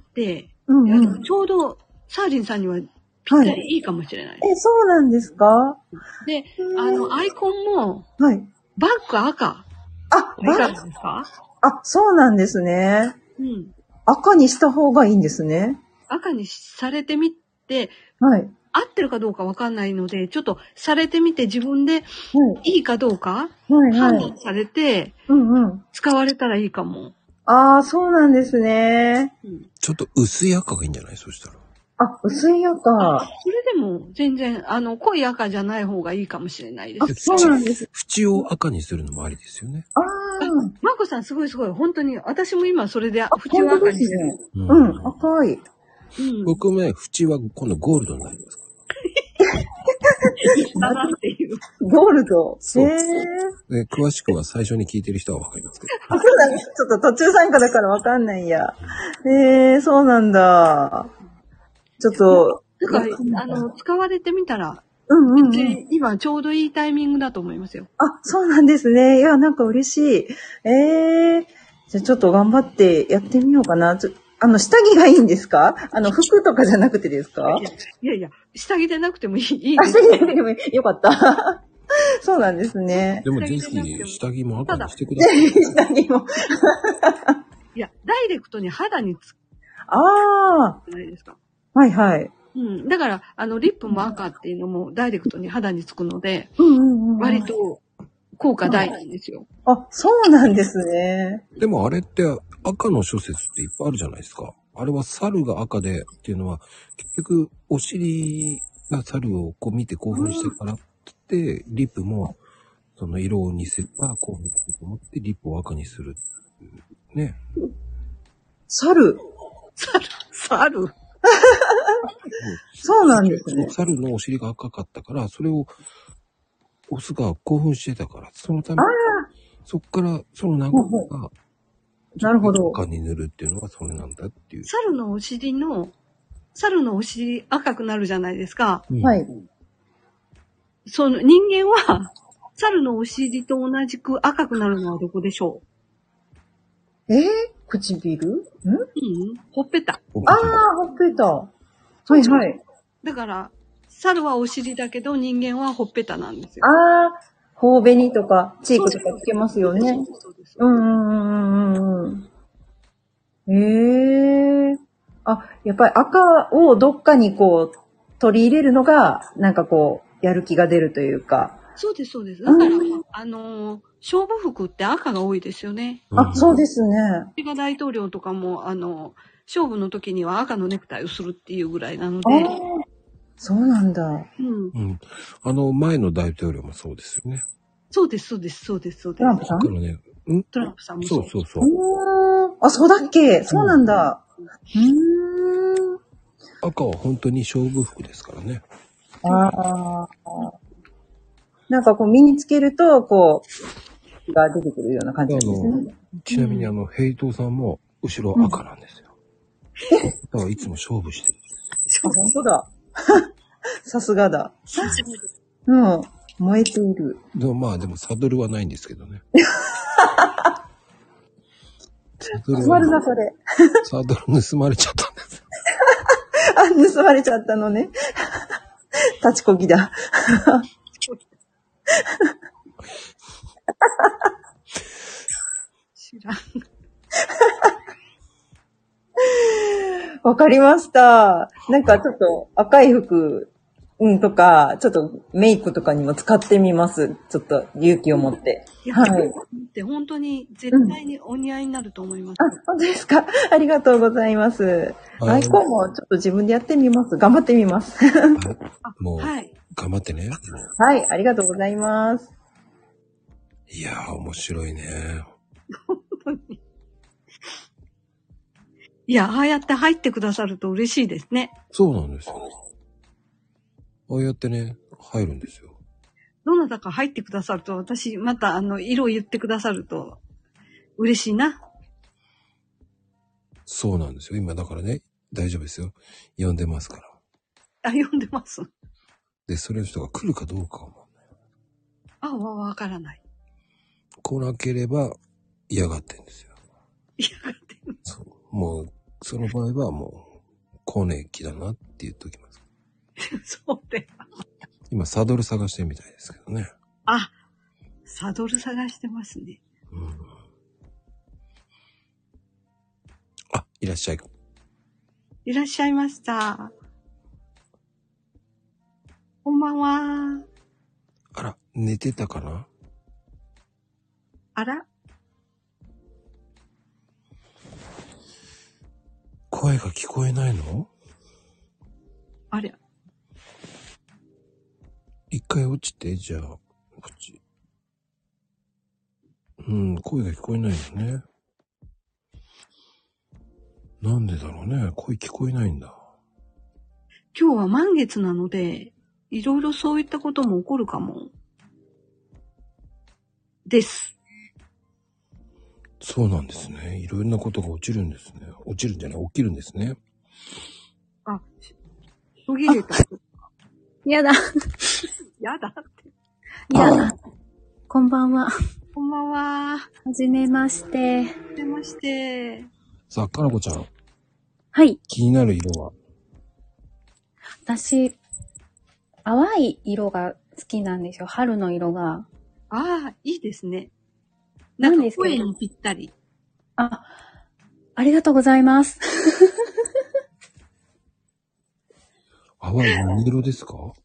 うんうん、ちょうど、サージンさんにはぴったりいいかもしれない。 はい、え、そうなんですか？ で、あの、アイコンも、はい。バッグ赤。 あ、 いかがですか？ あ、そうなんですね。うん。赤にした方がいいんですね。 赤にされてみて、 はい。 合ってるかどうかわかんないので、ちょっとされてみて自分でいいかどうか、はいはい、判断されて、うんうん、使われたらいいかも。 ああ、そうなんですね、 うん。ちょっと薄い赤がいいんじゃない？そしたら。 あ、薄い赤。 それでも全然、あの、濃い赤じゃない方がいいかもしれないです。 あ、そうなんです。 縁を赤にするのもありですよね。 ああ。 マコさんすごいすごい。本当に、私も今それで縁を赤にしてる。 うん、うん、赤い。 うん、僕もね、縁は今度ゴールドになりますから。 だなっていう。 ゴールド。 そう。へー。詳しくは最初に聞いてる人はわかりますけど。 あ、そうなんです。ちょっと途中参加だからわかんないや。へえー、そうなんだ。ちょっと。 なんか、あの、使われてみたら、 うんうん、うん。 今ちょうどいいタイミングだと思いますよ。 あ、そうなんですね。いや、なんか嬉しい。ええー。じゃあちょっと頑張ってやってみようかな。ちょあの、下着がいいんですか？あの、服とかじゃなくてですか？ いやいやいや、下着でなくてもいい。いいです。あ、下着でなくてもいい。よかった。そうなんですね。 でもぜひ、下着も赤にしてください。 下着も。 いや、ダイレクトに肌につく。 ああ。 ないですか。 はいはい。 うん。だから、あの、リップも赤っていうのもダイレクトに肌につくので、 うんうんうん、 割と効果大なんですよ。 あ、そうなんですね。 でもあれって赤の諸説っていっぱいあるじゃないですか。あれは猿が赤でっていうのは、結局お尻が猿をこう見て興奮してからって、リップもその色にすれば興奮すると思ってリップを赤にする。ね。 猿猿猿そうなんですね。 猿のお尻が赤かったから、それをオスが興奮してたから、そのために、そっからその流れが、 なるほど。 赤に塗るっていうのはそれなんだっていう。 猿のお尻の、猿のお尻赤くなるじゃないですか。 うん、はい。 その人間は、猿のお尻と同じく赤くなるのはどこでしょう？えー、唇？ん？うん、 ほっぺた。 ああ、ほっぺた。はいはい。 だから、猿はお尻だけど人間はほっぺたなんですよ。 ああ、頬紅とかチークとかつけますよね。うんうんうんうんうん。へえー。あ、やっぱり赤をどっかにこう取り入れるのがなんかこうやる気が出るというか。 そうですそうです。だから、うん、あのー、勝負服って赤が多いですよね。 あ、そうですね。 アメリカ大統領とかもあの勝負の時には赤のネクタイをするっていうぐらいなので。 そうなんだ。うん。 うん。あの、前の大統領もそうですよね。 そうです、そうです、そうです、そうです。 トランプさん？ ね、んトランプさんもそう。 そうそうそう。 あ、そうだっけ？そうなんだ。うーん。 赤は本当に勝負服ですからね。 ああ。なんかこう身につけると、こう、が出てくるような感じですね。 ちなみにあの、ヘイトさんも後ろ赤なんですよ。だからいつも勝負してる。 あ、本当だ。さすがだ。うん。燃えている。 でもまあでもサドルはないんですけどね。サドルは、 困るな、それ。 サドル盗まれちゃったんですよ。 あ、盗まれちゃったのね。立ちこぎだ。 知らん。 わかりました。なんかちょっと赤い服、うんとか、ちょっとメイクとかにも使ってみます。ちょっと勇気を持って。 はい。で本当に絶対にお似合いになると思います。 うん、あ、本当ですか。ありがとうございます。アイコンもちょっと自分でやってみます。頑張ってみます。 もう、はい、頑張ってね。 はい、ありがとうございます。 いやー、面白いね。 本当に。いや、ああやって入ってくださると嬉しいですね。 そうなんですよ。ああやってね、入るんですよ。 どなたか入ってくださると、私、また、あの、色を言ってくださると、嬉しいな。 そうなんですよ。今、だからね、大丈夫ですよ。呼んでますから。 あ、呼んでます。 で、それの人が来るかどうかはもうね。 あ、わ、わからない。 来なければ、嫌がってんですよ。 嫌がってる。 そう。もう、その場合はもう、来ねえ気だなって言っときます。 そうで。 今、サドル探してみたいですけどね。 あ、サドル探してますね。 うん。あ、いらっしゃい。 いらっしゃいました。こんばんは。 あら、寝てたかな？ あら？ 声が聞こえないの？ ありゃ。 一回落ちて、じゃあ、こっち。うん、声が聞こえないよね。なんでだろうね。声聞こえないんだ。 今日は満月なので、いろいろそういったことも起こるかも。です。 そうなんですね。いろんなことが落ちるんですね。落ちるんじゃない、起きるんですね。 あ、途切れた。 やだ。 やだって。 やだ。こんばんは。 こんばんは。 はじめまして。 はじめまして。 さあ、かなこちゃん。 はい。 気になる色は？ 私、淡い色が好きなんですよ。春の色が。 ああ、いいですね。なんか声にぴったり。 あ、ありがとうございます。 淡い何色ですか？ん？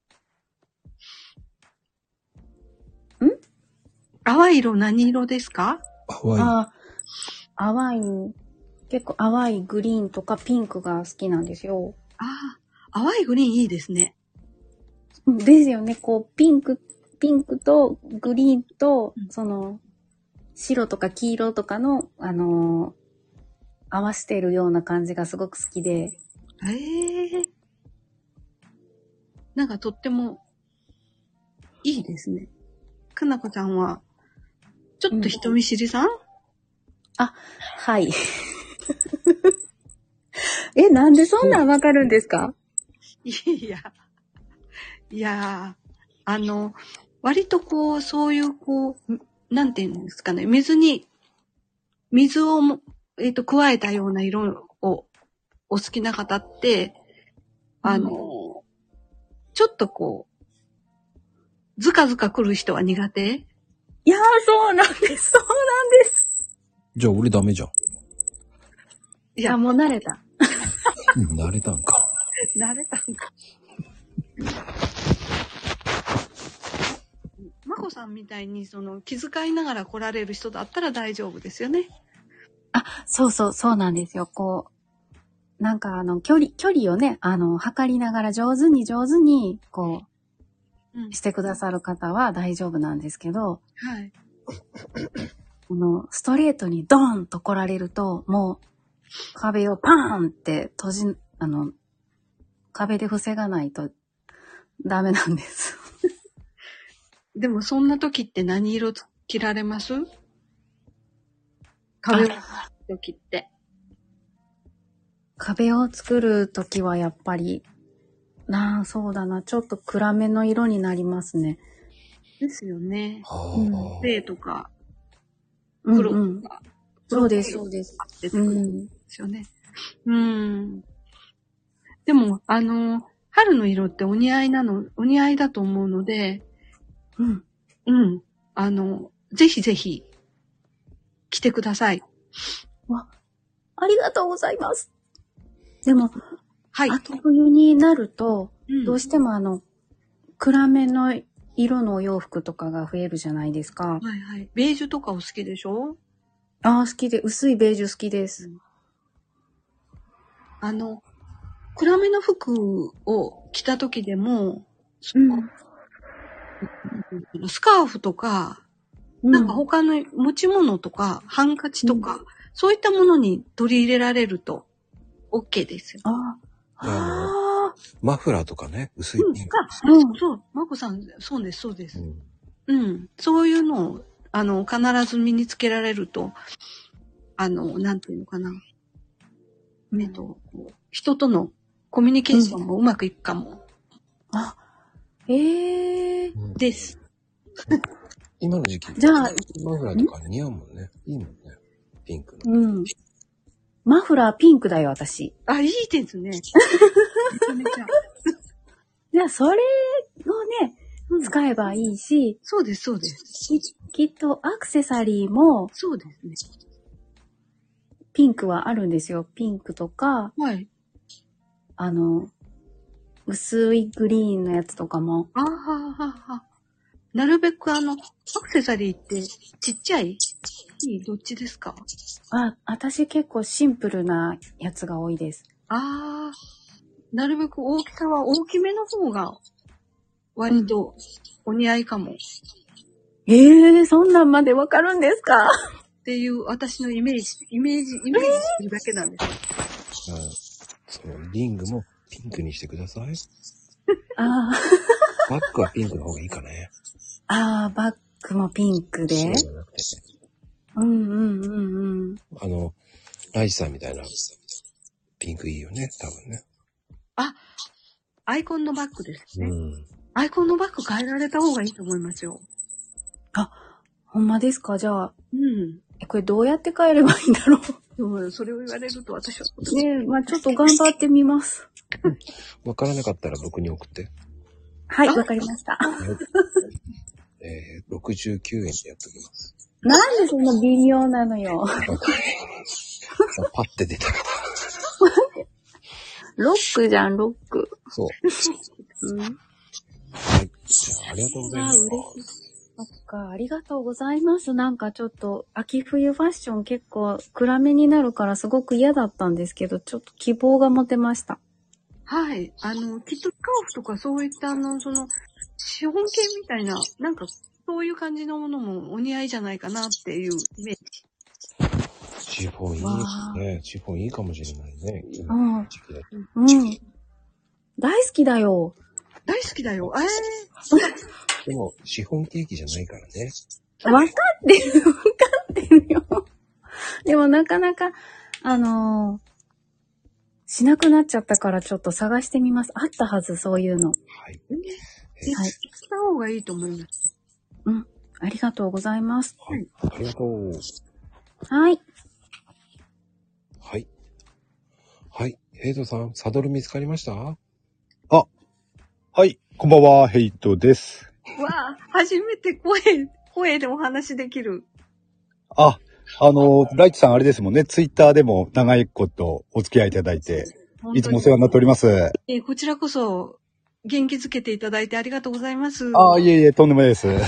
淡い色何色ですか？ 淡い。 あ、淡い、結構淡いグリーンとかピンクが好きなんですよ。 ああ、淡いグリーンいいですね。 ですよね。こう、ピンク、ピンクとグリーンと、うん、その、白とか黄色とかの、あのー、合わせてるような感じがすごく好きで。 へえー。なんかとってもいいですね。かなこちゃんは、ちょっと人見知りさん？うん、 あ、はい。え、なんでそんなんわかるんですか？ いや、いや、あの、割とこう、そういうこう、なんていうんですかね、水に、水をも、えっと、加えたような色をお好きな方って、あの、うん、ちょっとこう、ずかずか来る人は苦手？ いやー、そうなんです。そうなんです。 じゃあ俺ダメじゃん。 いや、もう慣れた。 慣れたんか。 慣れたんか。まこさんみたいにその気遣いながら来られる人だったら大丈夫ですよね。 あ、そうそう、そうなんですよ。こう、なんかあの、距離、距離をね、あの、測りながら上手に上手に、こう、うん、してくださる方は大丈夫なんですけど、 はい。 この、ストレートにドーンと来られると、もう、壁をパーンって閉じ、あの、壁で防がないとダメなんです。 でもそんな時って何色着られます？ 壁を作るときって。 壁を作るときはやっぱり、なあ、そうだな。ちょっと暗めの色になりますね。 ですよね。 はあ。 グレーとか、 うん黒うんとか。 そうです、そうです。 で作るんですよね。うん。でも、あの、春の色ってお似合いなの、お似合いだと思うので、 うん。 うん。あの、ぜひぜひ、来てください。 わ、ありがとうございます。でも、 はい。 秋冬になると、 うん、 どうしてもあの、暗めの色のお洋服とかが増えるじゃないですか。 はいはい。ベージュとかお好きでしょ？ ああ、好きで、薄いベージュ好きです。うん、 あの、暗めの服を着た時でも、 うん、 スカーフとか、うん、なんか他の持ち物とか、ハンカチとか、うん、そういったものに取り入れられると OK ですよ。 ああ、マフラーとかね、薄いピンク。 うん、そう、まこさん、そうです、そうです。うん、うん、そういうのを、あの、必ず身につけられると、あの、なんていうのかな。うん、えっと、人とのコミュニケーションもうまくいくかも。 うん、あ、ええー、 です。 今の時期。 じゃあ、 マフラーとか似合うもんね。いいもんね。ピンクの。 うん。マフラーピンクだよ、私。 あ、いいですね。めちゃめちゃ。 じゃあ、それをね、使えばいいし、 うん、そうです、そうです。 きっとアクセサリーも、 そうですね。 ピンクはあるんですよ。ピンクとか、 はい。 あの、薄いグリーンのやつとかも。 あははは。なるべくあの、アクセサリーってちっちゃい？どっちですか？ あ、私結構シンプルなやつが多いです。 ああ、なるべく大きさは大きめの方が割とお似合いかも。うん、 ええー、そんなんまでわかるんですか？ っていう私のイメージ、イメージ、イメージするだけなんです。 うん、そのリングもピンクにしてください。 ああ。 バッグはピンクの方がいいかね。 ああ、バッグもピンクで。そうじゃなくて。うんうんうんうん。 あの、ライジさんみたいなピンクいいよね、多分ね。 あ、アイコンのバッグですね。 うん。 アイコンのバッグ変えられた方がいいと思いますよ。 あ、ほんまですか？じゃあ。 うん。 え、これどうやって変えればいいんだろう。それを言われると私は。 ねえ、まあちょっと頑張ってみます。 わからなかったら僕に送って。 はい、わかりました。 えー、ろくじゅうきゅうえんでやっときます。 なんでそんな微妙なのよ。 パッて出たから。 ロックじゃん、ロック。 そう。うん、はい。じゃあ、ありがとうございます。嬉しい。 そっか、ありがとうございます。なんかちょっと、秋冬ファッション結構暗めになるからすごく嫌だったんですけど、ちょっと希望が持てました。 はい。あの、きっとスカーフとかそういったあの、その、シフォン系みたいな、なんか、そういう感じのものもお似合いじゃないかなっていうイメージ。 シフォンいいですね。シフォンいいかもしれないね。今の時期だと。うん。大好きだよ。 大好きだよ。えー、でも、シフォンケーキじゃないからね。 わかってる、わかってるよ。でもなかなか、あのー、しなくなっちゃったからちょっと探してみます。あったはず、そういうの。はい。 はい。した方がいいと思います。 うん。ありがとうございます。 はい。ありがとう。 はい。 はい。はい。ヘイトさん、サドル見つかりました？ あ、はい。こんばんは、ヘイトです。 わあ、初めて声、声でお話できる。 あ、あの、ライチさんあれですもんね。ツイッターでも長いことお付き合いいただいて、いつもお世話になっております。 えー、こちらこそ、元気づけていただいてありがとうございます。 ああ、いえいえ、とんでもないです。い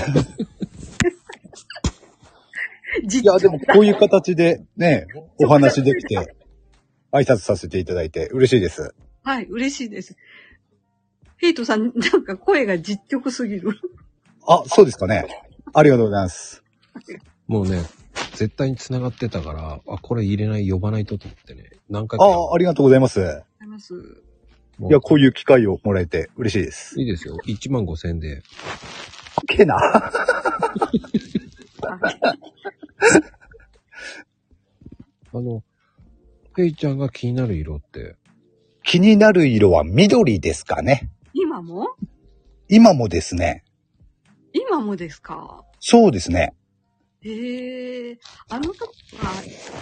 や、でもこういう形でね、お話できて、挨拶させていただいて嬉しいです。 はい、嬉しいです。ヘイトさん、なんか声が実直すぎる。 あ、そうですかね。ありがとうございます。 もうね、絶対に繋がってたから、あ、これ入れない、呼ばないとと思ってね、何回か。 ああ、ありがとうございます。ありがとうございます。 いや、こういう機会をもらえて嬉しいです。 いいですよ。いちまんごせんえんで。 けな。 あの、ペイちゃんが気になる色って。 気になる色は緑ですかね。 今も今もですね。 今もですか？ そうですね。 へえ、あの時は、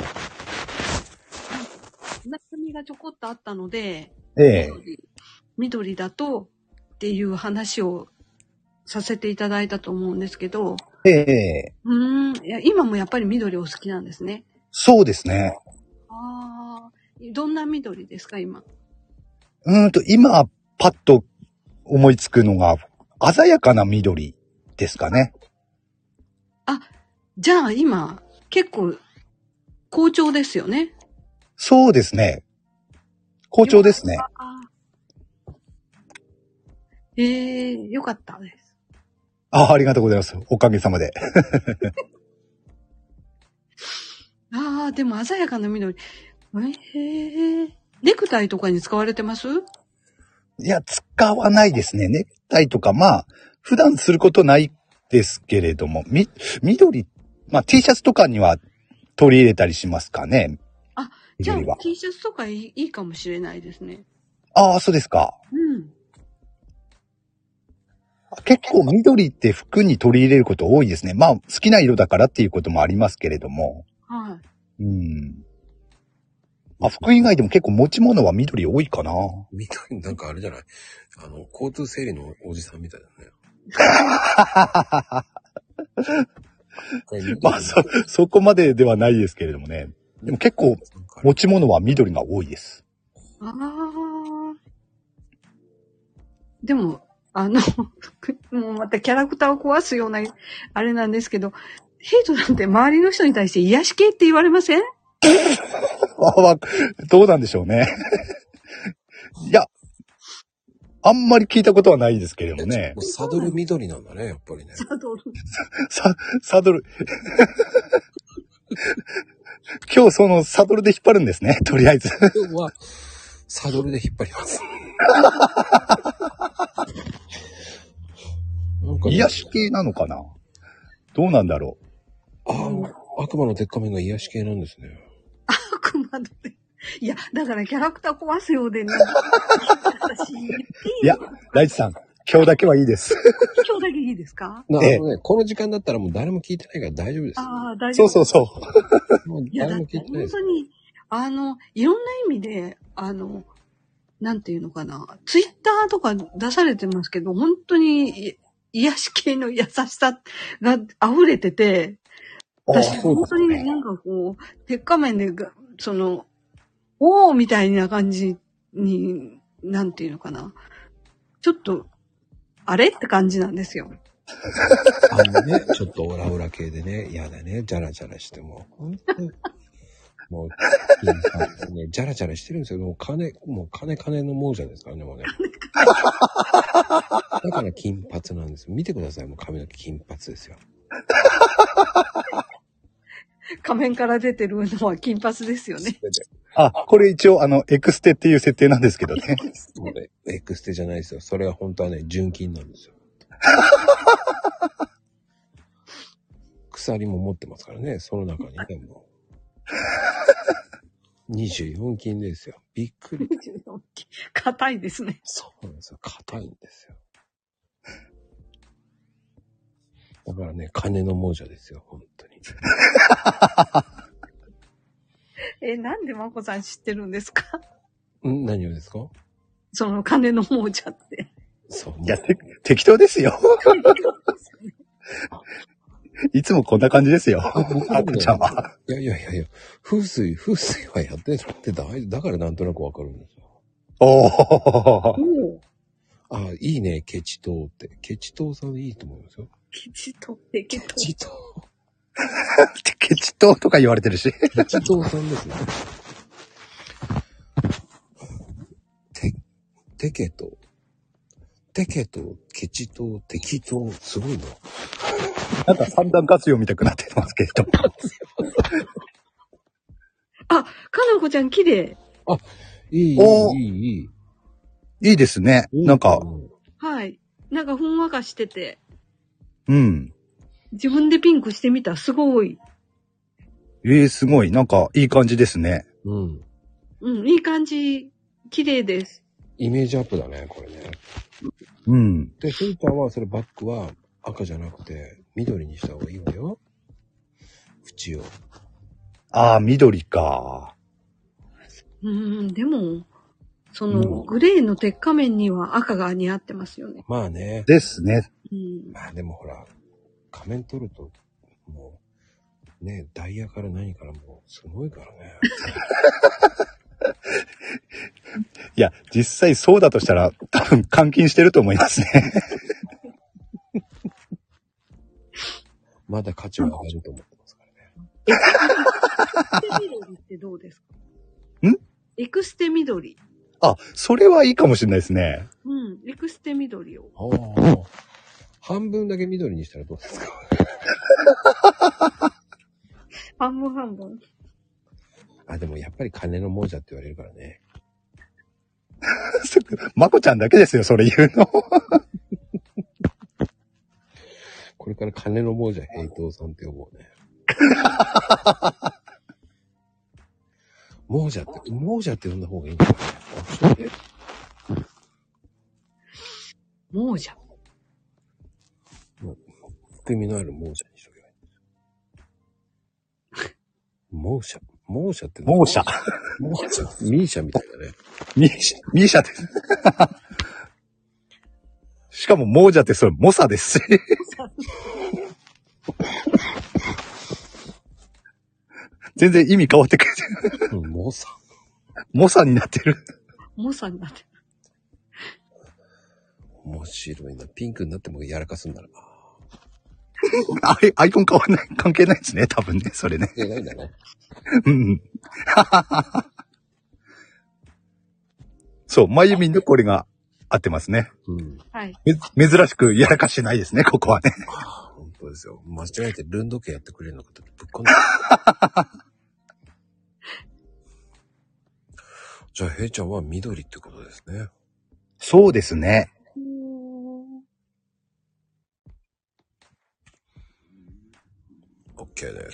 中身がちょこっとあったので、 ええ。 緑だとっていう話をさせていただいたと思うんですけど、 ええ。 うーん、いや今もやっぱり緑お好きなんですね。 そうですね。 ああ、どんな緑ですか、今。 うーんと、今、パッと思いつくのが、鮮やかな緑ですかね。 あ、じゃあ今、結構、好調ですよね。 そうですね。好調ですね。 ええー、よかったです。 あ、ありがとうございます。おかげさまで。 ああ、でも鮮やかな緑。ええー、ネクタイとかに使われてます？ いや、使わないですね。ネクタイとか、まあ、普段することないですけれども、み、緑、まあ T シャツとかには取り入れたりしますかね。 あ、じゃあ緑は T シャツとかいい、いいかもしれないですね。 ああ、そうですか。 うん。 結構緑って服に取り入れること多いですね。まあ、好きな色だからっていうこともありますけれども。 はい。 うん。まあ、服以外でも結構持ち物は緑多いかな。 緑、なんかあれじゃない？あの、交通整理のおじさんみたいだね。 まあ、そ、そこまでではないですけれどもね。でも結構、持ち物は緑が多いです。 ああ。でも、あの、もうまたキャラクターを壊すような、あれなんですけど、ヘイトなんて周りの人に対して癒し系って言われません？ あ、どうなんでしょうね。いや、あんまり聞いたことはないですけれどもね。 サドル緑なんだね、やっぱりね。 サドル。 サ、サドル。今日そのサドルで引っ張るんですね、とりあえず。 今日は、サドルで引っ張ります。なんかね、 癒し系なのかな？どうなんだろう。ああ、悪魔の鉄仮面が癒し系なんですね。 悪魔のね。いや、だからキャラクター壊すようでね。私、 いや、ライチさん、今日だけはいいです。 今日だけいいですか？ なあのね、この時間だったらもう誰も聞いてないから大丈夫です。 ああ、大丈夫。 そうそうそう。 もういや、だ誰もって聞いてないです。 本当に、あの、いろんな意味で、あの、なんていうのかな、ツイッターとか出されてますけど、本当に癒し系の優しさが溢れてて、私、本当になんかこう、鉄仮面で、その、おーみたいな感じに、なんていうのかな。ちょっと、あれって感じなんですよ。 あのね、ちょっとオラオラ系でね、嫌だね、ジャラジャラしても。本当にもう、ね、ジャラジャラしてるんですよ。もう金、もう金金の亡者ですからね、もうね。だから金髪なんですよ。見てください、もう髪の毛金髪ですよ。 仮面から出てるのは金髪ですよね。 あ、これ一応あの、エクステっていう設定なんですけどね。 もうね、エクステじゃないですよ。それは本当はね、純金なんですよ。鎖も持ってますからね、その中にね、もう。にじゅうよん金ですよ。びっくり。 にじゅうよん金。硬いですね。 そうなんですよ。硬いんですよ。だからね、金の亡者ですよ、本当に。 え、なんでまこさん知ってるんですか？ ん何をですか？ その金の亡者って。 そう。 いや、て適当ですよ。いつもこんな感じですよ。 あ、僕あこちゃんは。 いやいやいやいや、風水、風水はやってるってだ、だからなんとなくわかるんですよ。 おー。 あ、いいね、ケチトウって。ケチトウさんいいと思いますよ。 ケチと、ケチと。 ケチトウ。 ケチトウとか言われてるし。 ケチトウさんですね。て、テケトウ。テケトウ、ケチトウ、テキトウ。すごいな。 なんか三段活用見たくなってますけれど。 あ、かなこちゃん綺麗。 あ、いい、いい、 おーいい、いい。 いいですね。なんか、 はい。なんかふんわかしてて。 うん。 自分でピンクしてみた。すごい。 ええー、すごい。なんか、いい感じですね。 うん。 うん、いい感じ。綺麗です。 イメージアップだね、これね。 うん。 で、ヘイちゃんは、それバックは赤じゃなくて、緑にした方がいいわよ。縁を。 ああ、緑か。 うん、でも、その、 うん、 グレーの鉄仮面には赤が似合ってますよね。 まあね。 ですね。 うん、 まあでもほら、仮面取ると、もう、ね、ダイヤから何からもう、すごいからね。 いや、実際そうだとしたら、多分換金してると思いますね。 まだ価値は上がると思ってますからね。 エクステ緑ってどうですか？ ん？ エクステ緑。 あ、それはいいかもしれないですね。 うん、エクステ緑を。 ああ。半分だけ緑にしたらどうですか？ 半分半分。 あ、でもやっぱり金の亡者って言われるからね。 まこちゃんだけですよ、それ言うの。 これから金の亡者平等さんって呼ぼうね。亡者って、亡者って呼んだ方がいいんだよね。 亡者。 含みのある亡者にしとけばいい。亡者亡者って亡者。 亡者ミーシャみたいだね。 ミーシャ、ミーシャです。しかも、亡者ってそれ、猛者ですし。全然意味変わってくる。 うん、猛者。 猛者になってる。 猛者になってる。 面白いな。ピンクになってもやらかすんだな。 アイ、アイコン変わんない、関係ないですね、多分ね、それね。 え、ないんだね。 うん。そう、まゆみんのこれが合ってますね。 うん。 はい。 め、珍しくやらかしてないですね、ここはね。 ああ、本当ですよ。間違えてルンド系やってくれるのかとぶっこんで。じゃあ、ヘイちゃんは緑ってことですね。 そうですね。 OK です。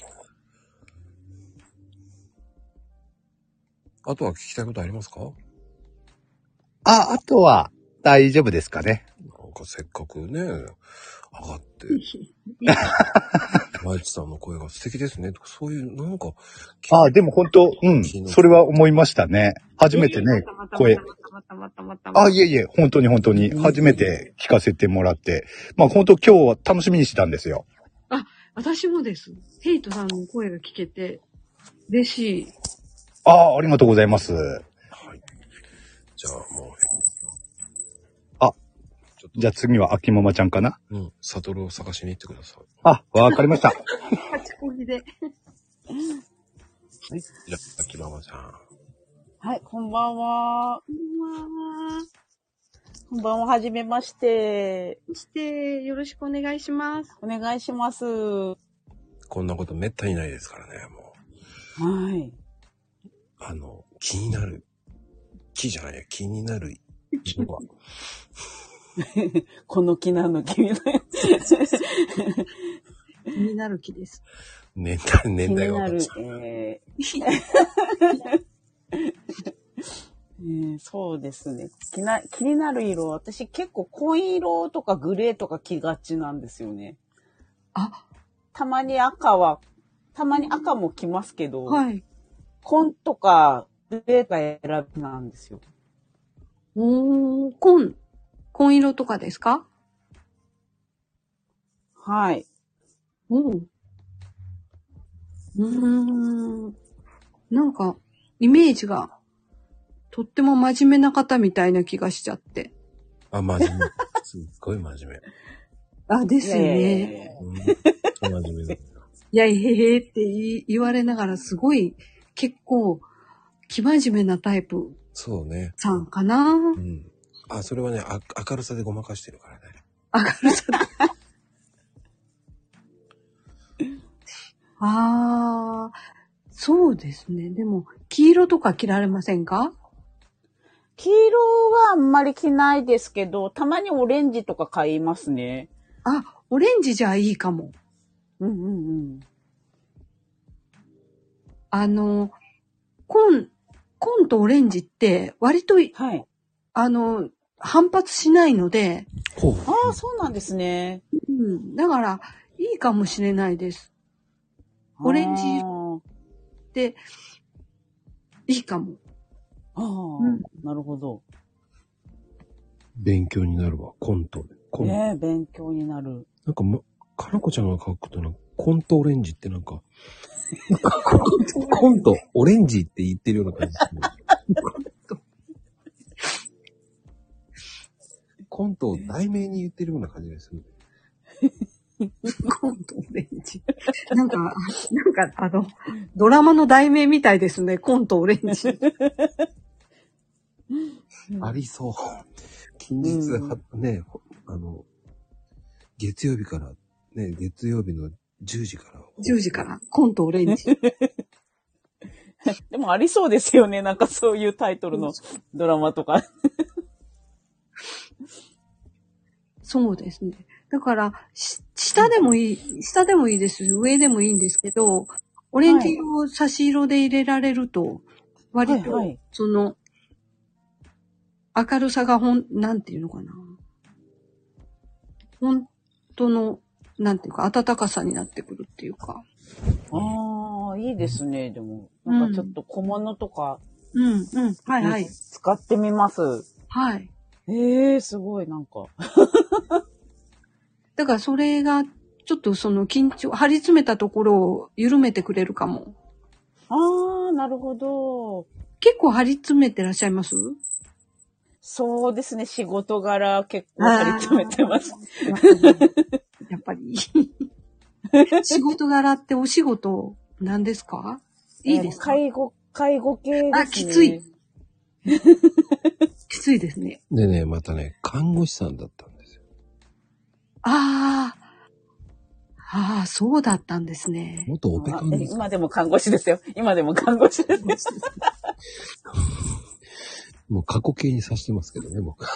あとは聞きたいことありますか？ あ、あとは大丈夫ですかね。 なんかせっかくね、上がって、マイチさんの声が素敵ですねとか、そういう、なんか。 あ、でも本当、うん、それは思いましたね。初めてね、声。あ、いえいえ、本当に本当に、初めて聞かせてもらって、まあ本当今日は楽しみにしてたんですよ。 あ、私もです。ヘイトさんの声が聞けて、嬉しい。 ああ、ありがとうございます。はい。 じゃあもう、 あ、じゃあ次は秋ママちゃんかな？ うん、サトルを探しに行ってください。 あ、わかりました。 勝ちこぎで。 はい。じゃあ、秋ママちゃん。 はい、こんばんは。 こんばんは。 こんばんは、はじめまして。 そして、よろしくお願いします。 お願いします。 こんなことめったにないですからね、もう。はい。 あの、気になる。木じゃないや、気になる色は。 この木なの気になる。 気になる木です。 年代、年代が分かっちゃう。 気になる、えーえー、そうですね。気な、気になる色、私結構紺色とかグレーとか着がちなんですよね。 あ、 たまに赤は、たまに赤も着ますけど、 はい。 紺とかグレーが選びなんですよ。 おー、紺。紺色とかですか？ はい。 おー。うーん。なんか、イメージが、とっても真面目な方みたいな気がしちゃって。 あ、真面目。すっごい真面目。 あ、ですよね。 いやいやいやいやうん、真面目だ。 いや、へへって言い言われながら、すごい、結構、生真面目なタイプそうね。 さんかな。 うん。あ、それはね、あ、明るさでごまかしてるからね。 明るさで。ああ、そうですね。でも、黄色とか着られませんか？ 黄色はあんまり着ないですけど、たまにオレンジとか買いますね。 あ、オレンジじゃいいかも。 うんうんうん。 あの、紺、紺とオレンジって割と、 はい。 あの、反発しないので、 ほう。 ああ、そうなんですね。 うん、だから、いいかもしれないです。オレンジあって、いいかも。 あ、ああ、 うん、 なるほど。 勉強になるわ、コント。コント。 ねえ、勉強になる。 なんか、ま、かなこちゃんが書くとな、コントオレンジってなんか、コント、オレンジって言ってるような感じですね。コントを題名に言ってるような感じですね。 コントオレンジ。なんか、なんかあの、ドラマの題名みたいですね、コントオレンジ。 ありそう。近日は、うん、ね、あの、月曜日から、ね、月曜日のじゅうじから。 じゅうじから、コントオレンジ。 でもありそうですよね、なんかそういうタイトルのドラマとか。 そうですね。だから、下でもいい、下でもいいですし、上でもいいんですけど、オレンジ色を差し色で入れられると、割と、はいはい、その、明るさがほん、なんていうのかな。本当の、なんていうか、暖かさになってくるっていうか。 ああ、いいですね、でも。なんかちょっと小物とか。 うん、うん、はいはい。 使ってみます。 はい。 ええー、すごい、なんか。 だからそれが、ちょっとその緊張、張り詰めたところを緩めてくれるかも。 ああ、なるほど。 結構張り詰めてらっしゃいます？ そうですね、仕事柄結構張り詰めてます。 やっぱり。仕事柄ってお仕事何ですか？いいですか？ 介護、介護系ですね。 あ、きつい。きついですね。 でね、またね、看護師さんだったんですよ。 ああ。ああ、そうだったんですね。 元オペ看護師。 今でも看護師ですよ。今でも看護師です。 もう過去形にさしてますけどね、僕。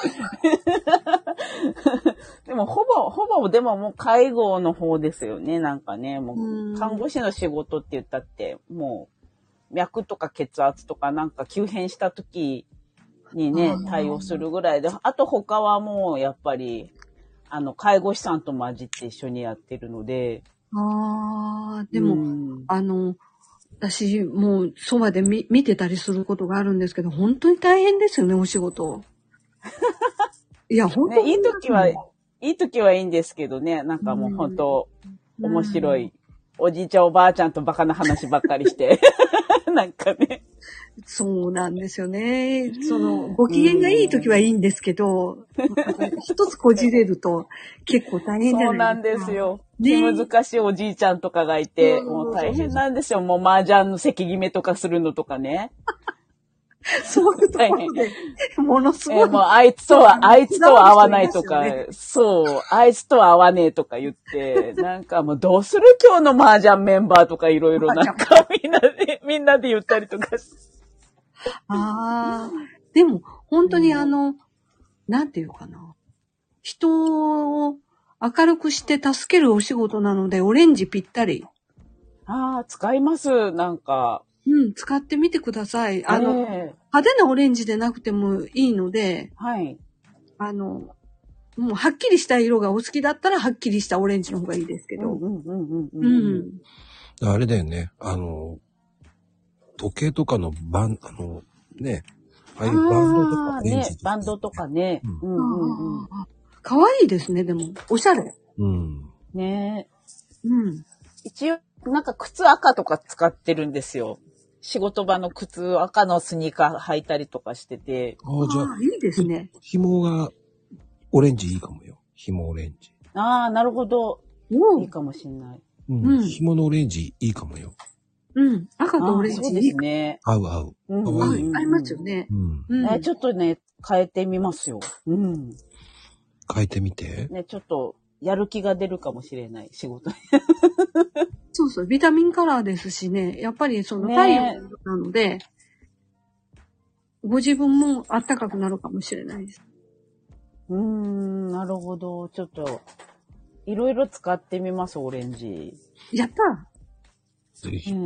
でも、ほぼ、ほぼ、でももう介護の方ですよね、なんかね。もう、看護師の仕事って言ったって、もう、脈とか血圧とかなんか急変した時にね、対応するぐらいで、あと他はもう、やっぱり、あの、介護士さんと混じって一緒にやってるので。 ああ、でも、あの、私、もう、そばで見、見てたりすることがあるんですけど、本当に大変ですよね、お仕事。いや、本当に、 ね。いい時は、いい時はいいんですけどね、なんかもう本当、面白い、おじいちゃんおばあちゃんとバカな話ばっかりして。なんかね。 そうなんですよね。その、ご機嫌がいい時はいいんですけど、一つこじれると結構大変じゃないですか。 そうなんですよ。気難しいおじいちゃんとかがいて、もう大変なんですよ。もう麻雀の席決めとかするのとかね。 そういうところで、ものすごい。 えー、もうあいつとは、あいつとは合わないとか、そう、あいつとは合わねえとか言って、なんかもうどうする今日の麻雀メンバーとかいろいろなんかみんなで、みんなで言ったりとかして。 ああ、でも本当にあの、うん、なんていうかな。人を明るくして助けるお仕事なので、オレンジぴったり。 ああ、使います、なんか。 うん、使ってみてください。あの、えー、派手なオレンジでなくてもいいので、 はい。 あの、もうはっきりした色がお好きだったら、はっきりしたオレンジの方がいいですけど。 うんうんうんうん、 うん。あれだよね、あの、時計とかのバン、あの、ね、ああいうバンドとかオレンジ、 ね、バンドとかね。うんうんうん。 かわいいですね、でも。おしゃれ。 うん。 ねえ。うん。 一応、なんか靴赤とか使ってるんですよ。仕事場の靴、赤のスニーカー履いたりとかしてて。 ああ、じゃあ。 いいですね。 紐がオレンジいいかもよ。紐オレンジ。 ああ、なるほど。いいかもしんない。 うん。うん、紐のオレンジいいかもよ。 うん。赤とオレンジ。 そうですね。 合う合う。 うん、合いますよね。 うん。 ね、ちょっとね、変えてみますよ。うん。 変えてみて。 ね、ちょっと、やる気が出るかもしれない、仕事に。 そうそう、ビタミンカラーですしね、やっぱりその太陽なので、ね、ご自分も暖かくなるかもしれないです。 うーん、なるほど。ちょっと、いろいろ使ってみます、オレンジ。 やったぜひ。ね、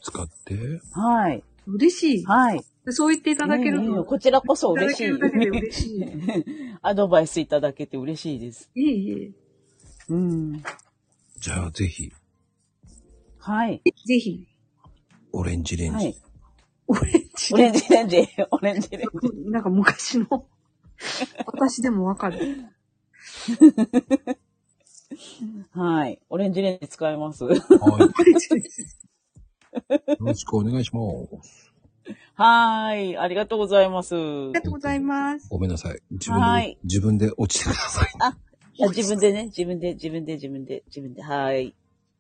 使って。 はい。 嬉しい。 はい。 そう言っていただけると。 こちらこそ嬉しい。 いただけるだけで嬉しい。 アドバイスいただけて嬉しいです。 いえいえ。 うん。 じゃあぜひ。 はい。 ぜひ。 オレンジレンジ。はい。 オレンジレンジ。オレンジレンジ。オレンジレンジ。 なんか昔の。私でもわかる。 はい。オレンジレンジ使えます。はい。よろしくお願いします。 はい。ありがとうございます。ありがとうございます。 ごめんなさい。自分で、はい、自分で落ちてください。 あ、自分でね、自分で、自分で、自分で、自分で、はい。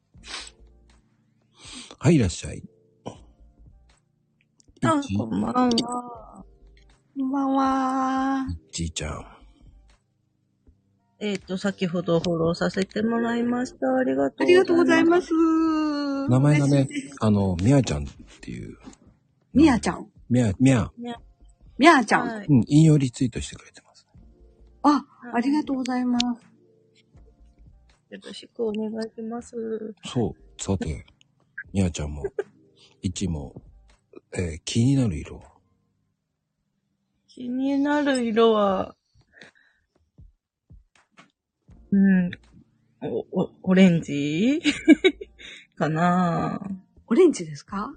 はい、いらっしゃい。 あ、こんばんは。こんばんは。 じいちゃん。 えっ、ー、と、先ほどフォローさせてもらいました。ありがとうございます。 ありがとうございます。 名前がね、あの、みやちゃんっていう。 みやちゃん。 みや、みや。 みやちゃん。はい、 うん、引用リツイートしてくれてます。 あ、ありがとうございます。 よろしくお願いします。 そう、さて、みやちゃんも、一も、えー、気になる色は気になる色は、うん、お、お、オレンジかなぁ。 オレンジですか？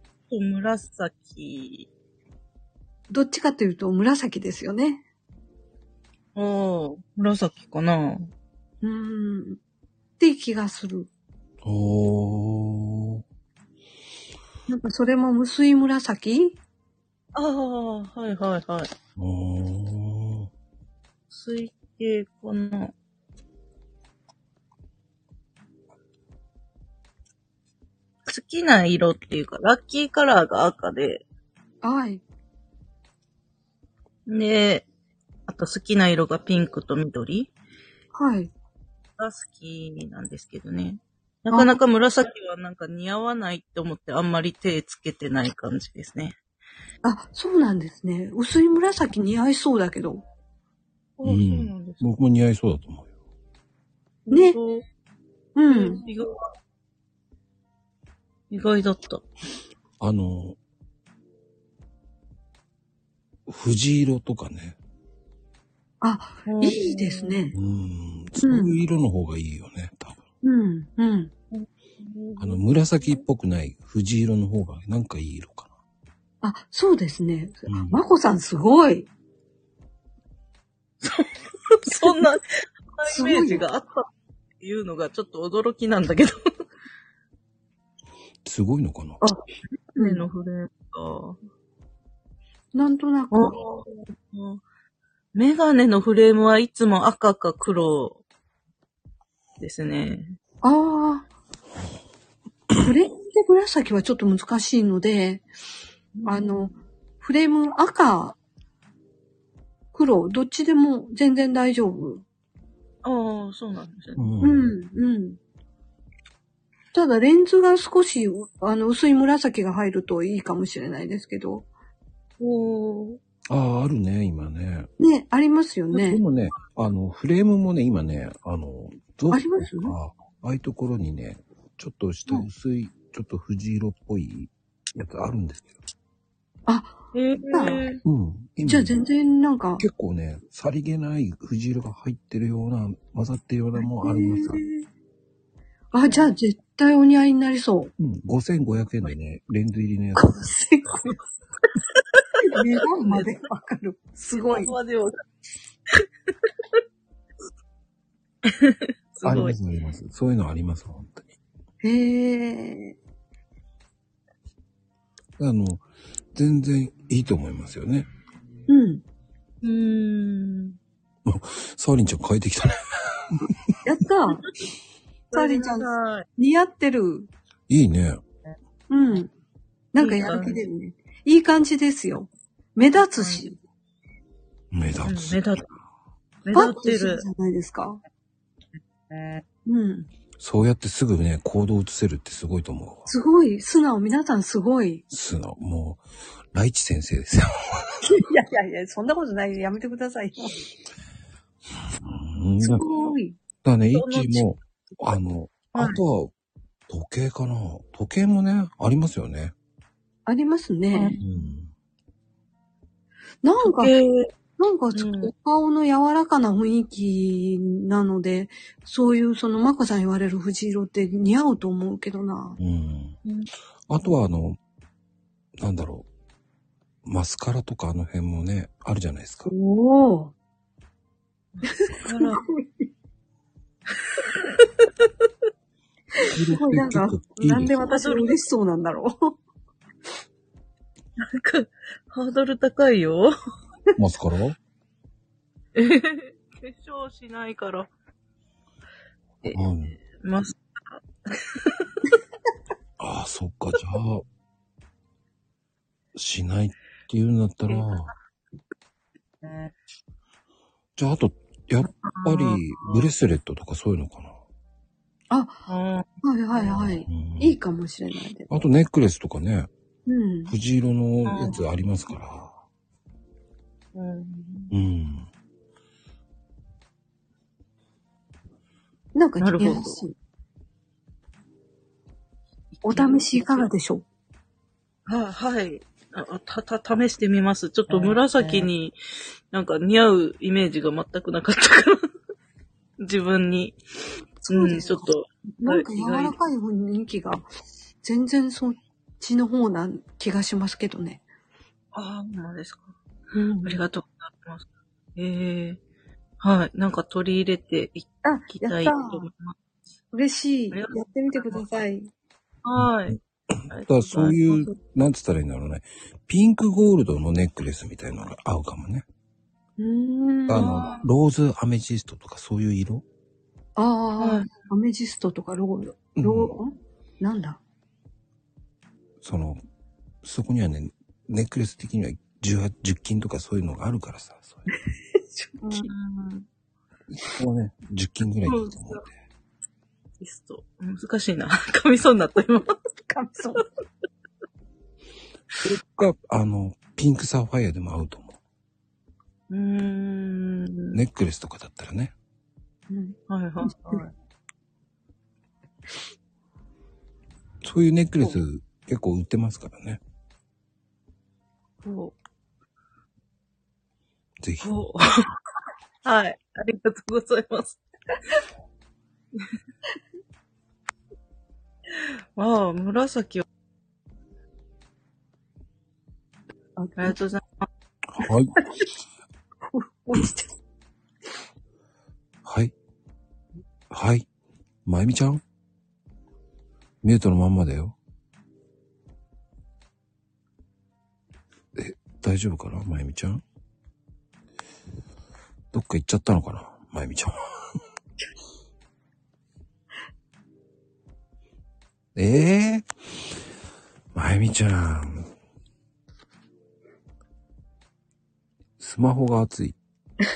紫。 どっちかというと紫ですよね。 おー、紫かな。 うーん。って気がする。 おー。 なんかそれも無水紫？ ああ、はいはいはい。 おー。 水系かな。好きな色っていうか、ラッキーカラーが赤で。 はい。 で、あと好きな色がピンクと緑。 はい。 が好きなんですけどね。なかなか紫はなんか似合わないって思ってあんまり手つけてない感じですね。 あ、そうなんですね。薄い紫似合いそうだけど。 うん。そうなんです。僕も似合いそうだと思うよ。ね。うん。 意外、意外だった。 あの、藤色とかね。 あ、いいですね。 うん。そういう色の方がいいよね、多分。 うん、うん。 あの、紫っぽくない藤色の方がなんかいい色かな。あ、そうですね。うん、まこさんすごい。 そんなイメージがあったっていうのがちょっと驚きなんだけど。 すごいのかな。 あ、目のフレームか。 なんとなく。 メガネのフレームはいつも赤か黒ですね。 ああ。フレームで紫はちょっと難しいので、あの、フレーム赤、黒、どっちでも全然大丈夫。 ああ、そうなんですね。 うん、うん。ただレンズが少し、あの、薄い紫が入るといいかもしれないですけど。 おー。 ああ、あるね、今ね。 ね、ありますよね。 でもね、あの、フレームもね、今ね、あの、 どうありますああいうところにね、ちょっと下薄い、うん、ちょっと藤色っぽいやつあるんですけど。 あ、 へえー。 うん。 じゃあ全然なんか。 結構ね、さりげない藤色が入ってるような、混ざってるようなもあります。 あ、じゃあ絶対お似合いになりそう。 うん。ごせんごひゃくえんでね、レンズ入りのやつ。 ごせんごひゃくえん。値段までわかる。すごい。 値段までわかる。 すごい。あります、あります。そういうのあります、本当に。 へえ。 あの、全然いいと思いますよね。 うん。 うーん。 サーリンちゃん変えてきたね。 やったー。サーリンちゃん、似合ってる。 いいね。 うん。なんかやる気出るね。いい感じですよ。目立つし。 目立つ。うん、 目立つ。目立ってる。 じゃないですか。うん。 そうやってすぐね、行動を移せるってすごいと思うわ。 すごい。素直。皆さんすごい。 素直。もう、ライチ先生ですよ。 いやいやいや、そんなことない。やめてください。 うん、 すごい。 だね、イッチも、あの、あとは、 時計かな？時計もね、ありますよね。 ありますね。 うん。 なんか、 時計なんか、 うんお顔の柔らかな雰囲気なので、そういうそのマコさん言われる藤色って似合うと思うけどな。 うん。あとはあの、なんだろう。マスカラとかあの辺もね、あるじゃないですか。 おお。 あら、 すごいなんか、なんで私嬉しそうなんだろう。 なんか、ハードル高いよ。 マスカラ？ えへへ化粧しないから。え、 うん。 マスああ、そっか、じゃあ、しないっていうんだったら、じゃあ、あと、やっぱり、ブレスレットとかそういうのかな。 あ、 あはいはいはい。 うん、 いいかもしれないです。 あとネックレスとかね、 うん。 藤色のやつありますから。 うんうん。 なんかなるほど似合いそう。お試しいかがでしょう？ は、はい。あ、た、た、試してみます。ちょっと紫になんか似合うイメージが全くなかったから。自分に。 そうですん、ちょっと。 なんか柔らかい雰囲気が、全然そっちの方な気がしますけどね。 ああ、そうですか。 うん。 ありがとうございます。ええはい。なんか取り入れていあ、 きやったたいと思いー。 ます。 嬉しい。やありがとうってみてください。 はい。 だからそういう、なんつったらいいんだろうね。ピンクゴールドのネックレスみたいなのが合うかもね。 うーん。 あの、ローズアメジストとかそういう色？ ああ、 はいアメジストとかロー、ロー、んなんだその、そこにはね、ネックレス的にはじゅうはち、じゅっ金とかそういうのがあるからさ。そういううんここはね、じゅっ金ぐらいでいいと思うんで。 リスト。難しいな。噛みそうになった今。 噛みそう。 それか、あの、ピンクサファイアでも合うと思うーん。 う。ネックレスとかだったらね。 うん。 はいはいはい。 そういうネックレス結構売ってますからね。 そぜひ。 う。そう。はい。ありがとうございます。ああ、紫は。 あありがとうございます。 はい。 落ちて。 はい。はい。まゆみちゃんミュートのまんまだよ。え、大丈夫かなまゆみちゃん。どっか行っちゃったのかなまゆみちゃん。ええー、まゆみちゃん。スマホが熱い。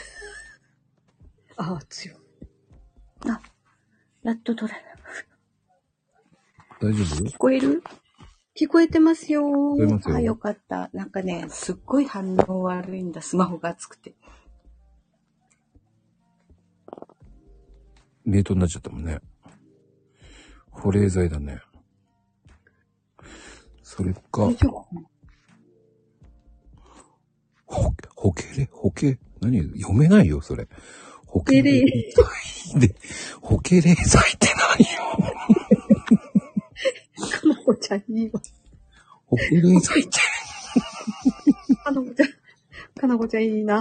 ああ、強い。 あ、やっと取れない。 大丈夫？ 聞こえる？聞こえてますよ。 聞こえますよ。 あ、よかった。なんかね、すっごい反応悪いんだ、スマホが熱くて。 ミュートになっちゃったもんね。保冷剤だね。それか、 大丈夫？ ほ、ほけれ、ほけ、何読めないよ、それ。ほけれ剤で、ほけれ剤って何よ。 かなこちゃんいいわ。 ほけれ剤って。 かなこちゃん、かなこちゃんいいな。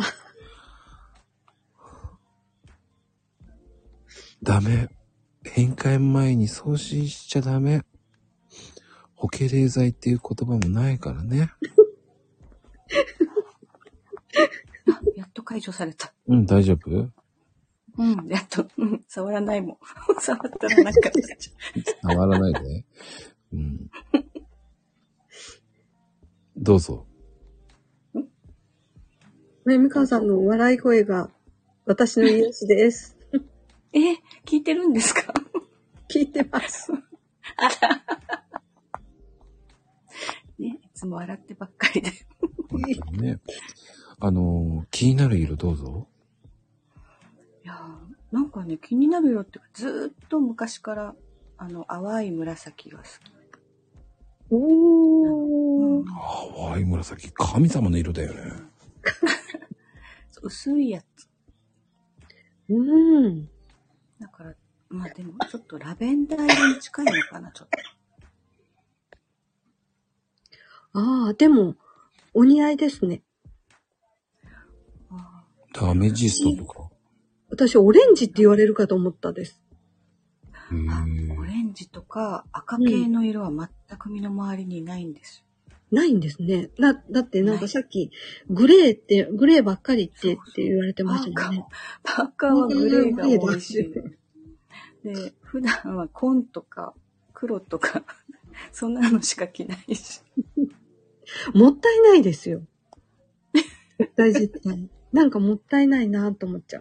ダメ。変換前に送信しちゃダメ。ほけれ剤っていう言葉もないからね。 あ、やっと解除された。 うん、大丈夫？ うん、やっと、うん、触らないもん。触ったらなんか、 触らないで。うん。どうぞ。 ねみかんさんの笑い声が私の癒しです。 え、聞いてるんですか？ 聞いてます。 あら。ね、いつも笑ってばっかりで。 ね。あのー、気になる色どうぞ。 いやー、なんかね、気になるよってか、ずーっと昔からあの、淡い紫が好き。 おー。 淡い紫、神様の色だよね。 薄いやつ。 うん。 だから、まあでも、ちょっとラベンダー色に近いのかな、ちょっと。 ああ、でも、お似合いですね。 アメジストとか。 私、オレンジって言われるかと思ったです。 あ、オレンジとか赤系の色は全く身の回りにないんですよ。 ないんですね。だ、だってなんかさっき、グレーって、グレーばっかりってって言われてましたよね。 パーカーはグレーが多いし。で、普段は紺とか黒とか、そんなのしか着ないし。 もったいないですよ。絶対絶対。なんかもったいないなと思っちゃう。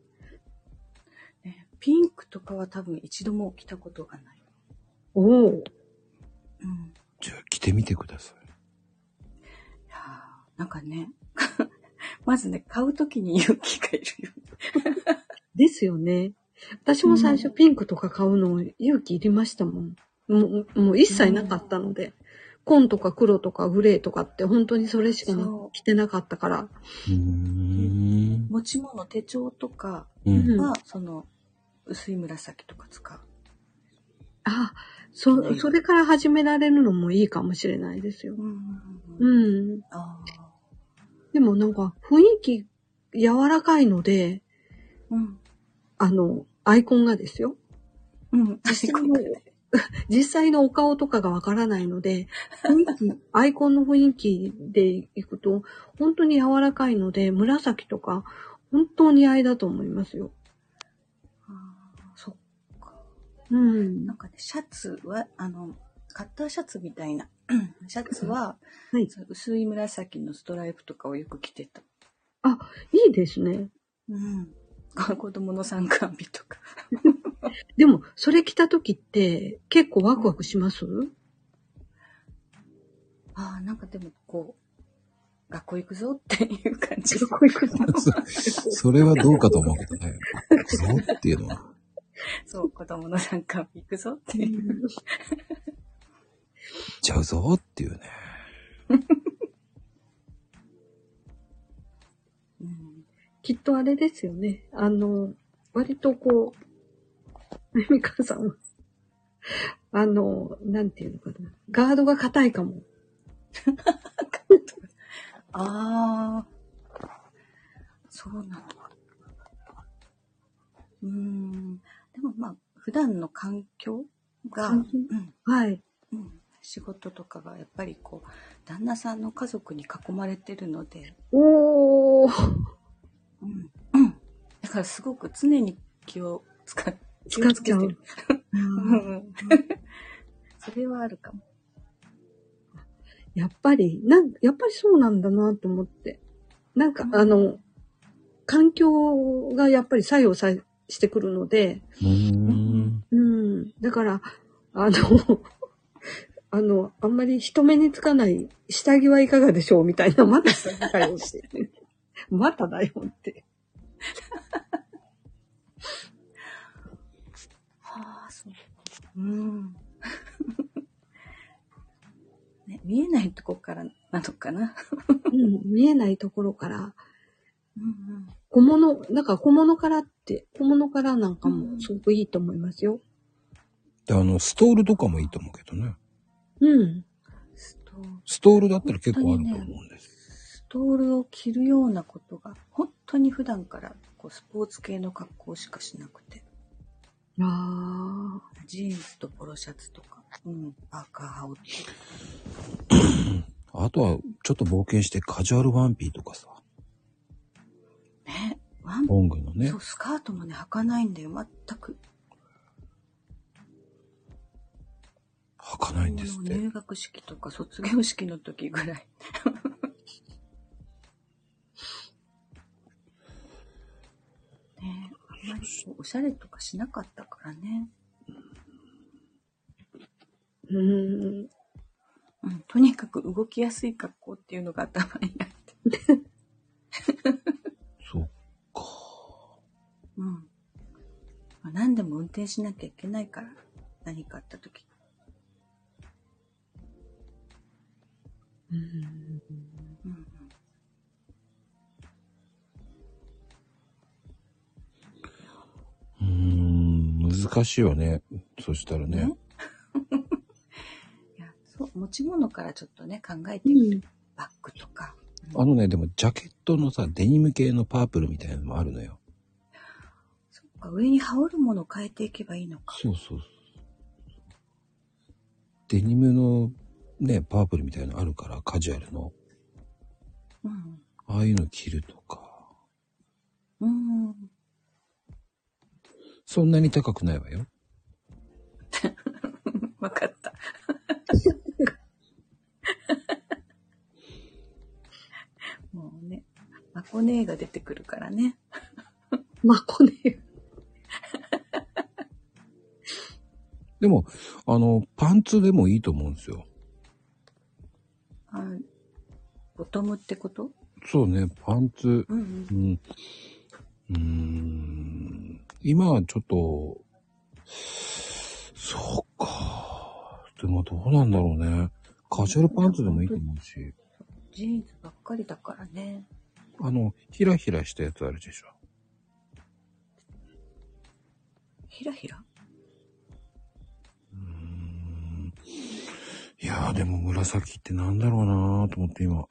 ね、ピンクとかは多分一度も着たことがない。 おお。うん。 じゃあ着てみてください。 いやー、なんかね、まずね、買うときに勇気がいるよ。 ですよね。私も最初ピンクとか買うの勇気いりましたもん。もう、もう一切なかったので。紺とか黒とかグレーとかって本当にそれしかな着てなかったから。 うーん。 持ち物、手帳とかは、 うん、 その、薄い紫とか使う。 あ、そ、それから始められるのもいいかもしれないですよ。うん。うん、あでもなんか雰囲気柔らかいので、うん、あの、アイコンがですよ。うん、実際の、実際のお顔とかがわからないので、雰囲気、アイコンの雰囲気でいくと、本当に柔らかいので、紫とか、本当に合いだと思いますよ。 ああ、そっか。 うん。 なんかね、シャツは、あの、カッターシャツみたいな、シャツは、はい、薄い紫のストライプとかをよく着てた。 あ、いいですね。 うん。子供の参観日とか。 でも、それ着た時って結構ワクワクします？ ああ、なんかでもこう、学校行くぞっていう感じ。 学校行くぞ。 そ, それはどうかと思うけどね。行くぞっていうのは。 そう、子供の参観日行くぞっていう。行っちゃうぞっていうね。 うん、きっとあれですよね。あの、割とこう、ミカさんは、あの、なんていうのかな。ガードが硬いかも。 ああ、そうなのか。うーん。でもまあ、普段の環境が、うん、 はい、 うん。仕事とかがやっぱりこう、旦那さんの家族に囲まれてるので。 おー。 うん。うん。だからすごく常に気を使って、 気をつけてる。 それはあるかも。 やっぱり、なん、やっぱりそうなんだなと思って。なんか、うん、あの、環境がやっぱり作用さしてくるので、 うーん。 うん。だから、あの、あの、あんまり人目につかない下着はいかがでしょうみたいな、また下着かよって。まただよって。 はあ、そう。うん。ね、見えないとこからなのかな。 うん、見えないところから。 うんうん、 小物、なんか小物からって、小物からなんかもすごくいいと思いますよ。 で、あの、ストールとかもいいと思うけどね。 うん。 ストール。 ストールだったら結構あると思うんです。 ね、ストールを着るようなことが、本当に普段からこうスポーツ系の格好しかしなくて。 ああ。 ジーンズとポロシャツとか、うん、パーカー羽織って。 あとは、ちょっと冒険してカジュアルワンピーとかさ。 ね、ワンロングのね。 そう、スカートもね、履かないんだよ、全く。 履かないんですって。 入学式とか卒業式の時ぐらい。ね、あんまりおしゃれとかしなかったからね。 うーん。 うん、とにかく動きやすい格好っていうのが頭にあって。 そっか。 うん。まあ、何でも運転しなきゃいけないから。 何かあった時。 うん。 うんうーん、難しいわね。そしたらね。 ねいや、そう、持ち物からちょっとね、考えてみる。 うん。 バッグとか。 あのね、でもジャケットのさ、デニム系のパープルみたいなのもあるのよ。 そっか、上に羽織るものを変えていけばいいのか。 そうそう。デニムのね、パープルみたいなのあるから、カジュアルの。 うん。 ああいうの着るとか。 うん。 そんなに高くないわよ。 わかった。もうね、マコネーが出てくるからね。 まこね。 でも、あの、パンツでもいいと思うんですよ。 あ、ボトムってこと？ そうね、パンツ。 うんうん。 うん。うーん。今はちょっと、そうか。でもどうなんだろうね。カジュアルパンツでもいいと思うし。 ジーンズばっかりだからね。 あの、ヒラヒラしたやつあるでしょ。 ひらひら？ うーん。いやーでも紫ってなんだろうなーと思って今。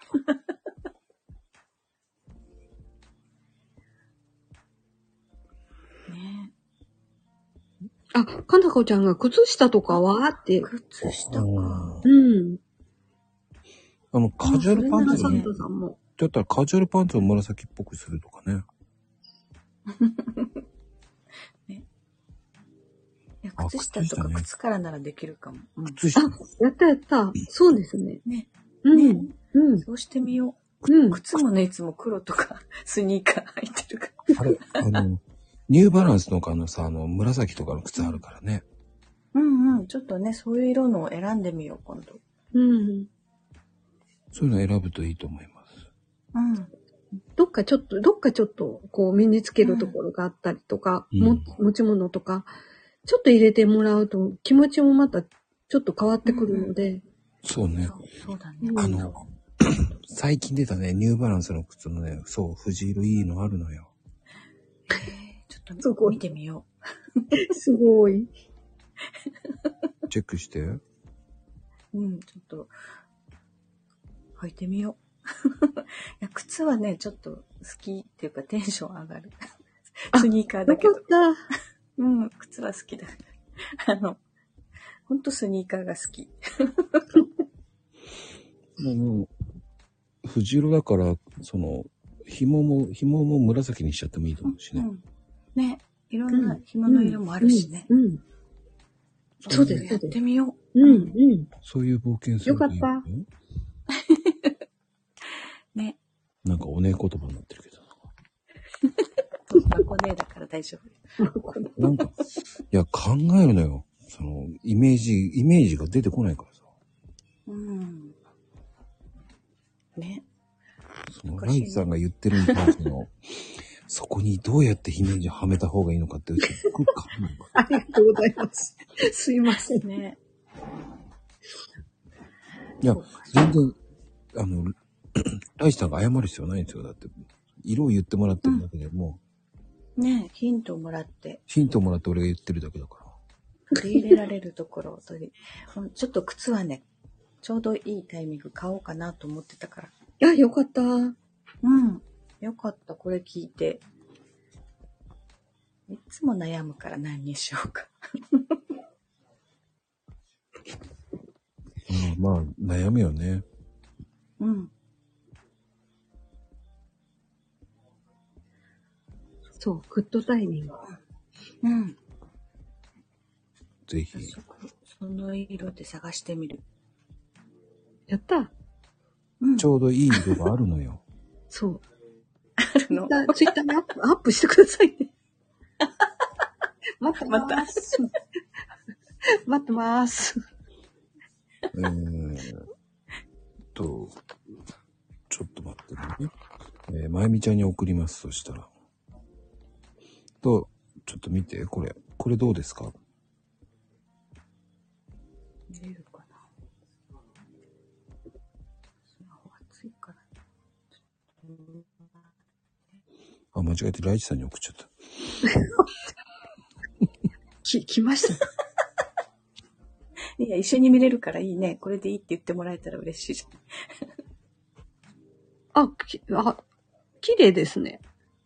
ねあ、かなこちゃんが靴下とかはって。 靴下か。 うん。 あの、カジュアルパンツでねサンタ、さんも。 だったらカジュアルパンツを紫っぽくするとかね。 ね。いや、靴下とか靴からならできるかも。うん、 靴下。 あ、やったやった。そうですね。 ね。 うん。 ねうん。 そうしてみようん。 う。靴もね、いつも黒とかスニーカー履いてるから。 あれ、あの、ニューバランスとかのさ、あの、紫とかの靴あるからね。 うんうん。ちょっとね、そういう色のを選んでみよう、今度。 うん。 そういうの選ぶといいと思います。 うん。 どっかちょっと、どっかちょっと、こう、身につけるところがあったりとか、 うんも持ち物とか、ちょっと入れてもらうと、気持ちもまた、ちょっと変わってくるので。 そうね。 そうそうだね。 うんあの、最近出たね、ニューバランスの靴のね、そう、藤色いいのあるのよ。 えー、ちょっすごいと見てみよすごい。 チェックして。 う。うん、ちょっと、履いてみよう。いや、靴はね、ちょっと好きっていうかテンション上がる。スニーカーだけどよか。った。 うん、靴は好きだ。あの、ほんとスニーカーが好き。 もう、藤色だから、その、紐も、紐も紫にしちゃってもいいと思うしね。 うん。ね、いろんな紐の色もあるしね。 うん。うんそうですやってみようん。うん。 そういう冒険するといいよかっよ。 う。ね。 なんかおねえ言葉になってるけど。 マコネーだから大丈夫。 なんか、いや、考えるのよ。その、イメージ、イメージが出てこないからさ。 うん。ね。 その、ライチさんが言ってるに関しての、そこにどうやってイメージはめた方がいいのかって、すっごい考える。 ありがとうございます。すいません。 ね。 いや、全然、あの、ライチさんが謝る必要ないんですよ。だって、色を言ってもらってるだけでもう、 ね、ヒントをもらって、 ヒントもらって俺が言ってるだけだから。 取り入れられるところを取り、うんちょっと靴はね、ちょうどいいタイミング買おうかなと思ってたから。 いや、よかった。 うん。よかった、これ聞いて。いつも悩むから何にしようか。 うん、まあ、悩むよね。 うん。 そう、グッドタイミング。 うん。 ぜひ。 そこ、その色で探してみる。 やったうん。 ちょうどいい色があるのよ。 そう。 あるの。 ツイッターにアップ、アップしてくださいね。待ってまます。待ってます。 えーっと、ちょっと待ってね。えー、まゆみちゃんに送ります。そしたら。と、ちょっと見て、これ。これどうですか？ あ、間違えてライチさんに送っちゃった。 き、来ました。 いや、一緒に見れるからいいね。これでいいって言ってもらえたら嬉しいじゃん。あ、き、あ、綺麗ですね。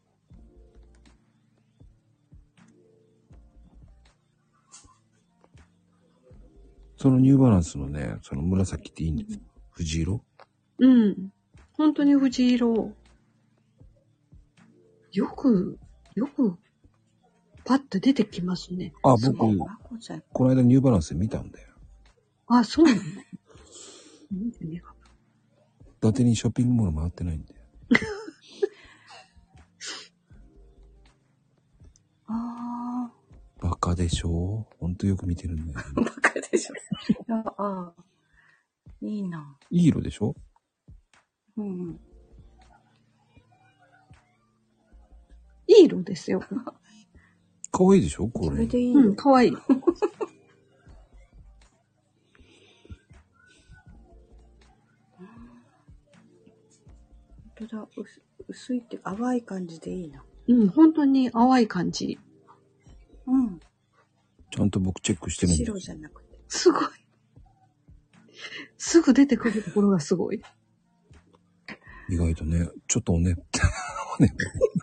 そのニューバランスのね、その紫っていいんですか？藤色？ うん。本当に藤色。よく、よく、パッと出てきますね。 あ、僕、この間ニューバランスで見たんだよ。 あ、そうなの？見てね。 伊達にショッピングモール回ってないんだよ。 ああ。バカでしょ？ほんとよく見てるんだよ、 ね。バカでしょ。ああ。いいな。 いい色でしょ？ うんうん。 いい色ですよ。 かわいいでしょこれ。 それでいい。 うん、かわいい。 本当だ、薄、薄いっていうか淡い感じでいいな。 うん、本当に淡い感じ。 うん。 ちゃんと僕チェックしてるんで。 白じゃなくて。 すごい。すぐ出てくるところがすごい。 意外とね、ちょっとおね、おね。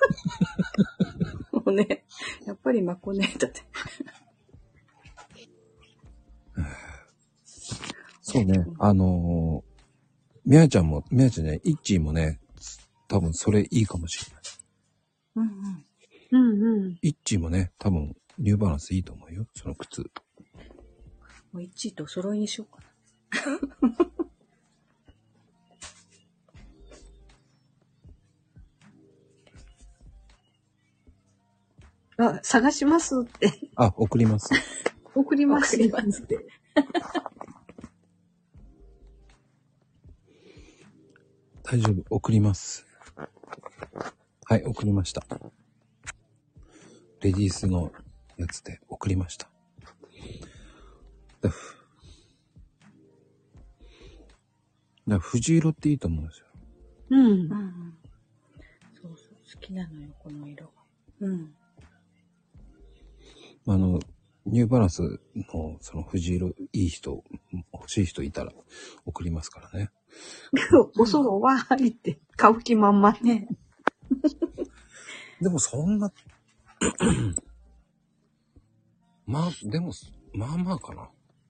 おね、やっぱりマコネだって。 そうね、あのー、みやちゃんも、みやちゃんね、いっちーもね、多分それいいかもしれない。 うんうん。 うんうん。 いっちーもね、多分ニューバランスいいと思うよ、その靴。 もういちいとお揃いにしようかな。 あ、探しますって。 あ、送ります。 送ります。 送りますって。 大丈夫、送ります。はい、送りました。レディースのやつで送りました。だだ藤色っていいと思うんですよ。 うん。うんうんうん。そうそう、好きなのよ、この色が。うん。 あの、ニューバランスのその藤色いい人、欲しい人いたら送りますからね。 おそろは入って買う気満々ね。 でもそんな、まあ、でも、まあまあかな。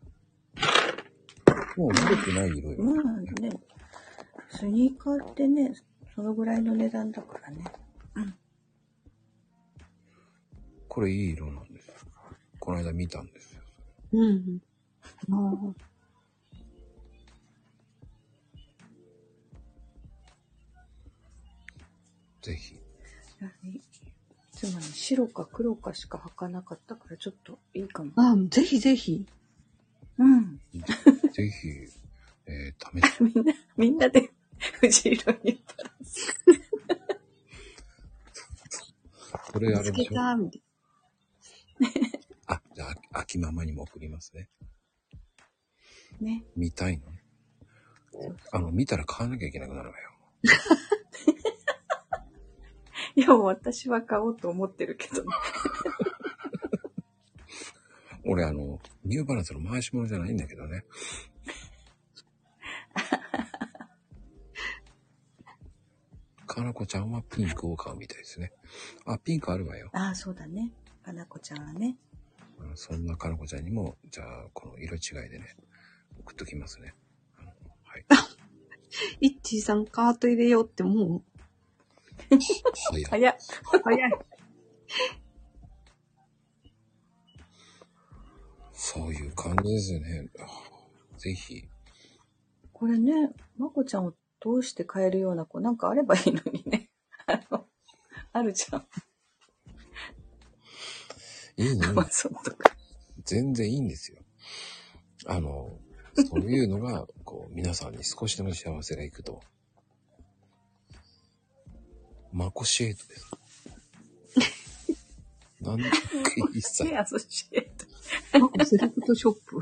もう悪くない色よ。 まあね、スニーカーってね、そのぐらいの値段だからね。うん。 これいい色なんですよ。この間見たんですよ。 うん。あぜひ。 いつもね、白か黒かしか履かなかったからちょっといいかも。 あ、ぜひぜひ。 うん。 ぜひ、えー、試しみんな、みんなで藤色に言ったら。 これあれでしょ。あ、じゃあ、秋ママにも送りますね。 ね。 見たいの？あの、見たら買わなきゃいけなくなるわよ。 いや、もう私は買おうと思ってるけどね。 俺、あの、ニューバランスの回し物じゃないんだけどね。かなこちゃんはピンクを買うみたいですね。あ、ピンクあるわよ。 ああ、そうだね。かなこちゃんはね。 そんなかなこちゃんにも、じゃあ、この色違いでね、送っときますね。あのはい。 いっちーさんカート入れようってもう。 早い。 早い。 早い。 そういう感じですよね。ぜひ。 これね、まこちゃんを通して買えるような子なんかあればいいのにね。あの、あるじゃん。 いいね。全然いいんですよ。あの、そういうのが、こう、皆さんに少しでも幸せがいくと。マコシエイトです。なんで一切。 アソシエイト。 マコセレクトショップ。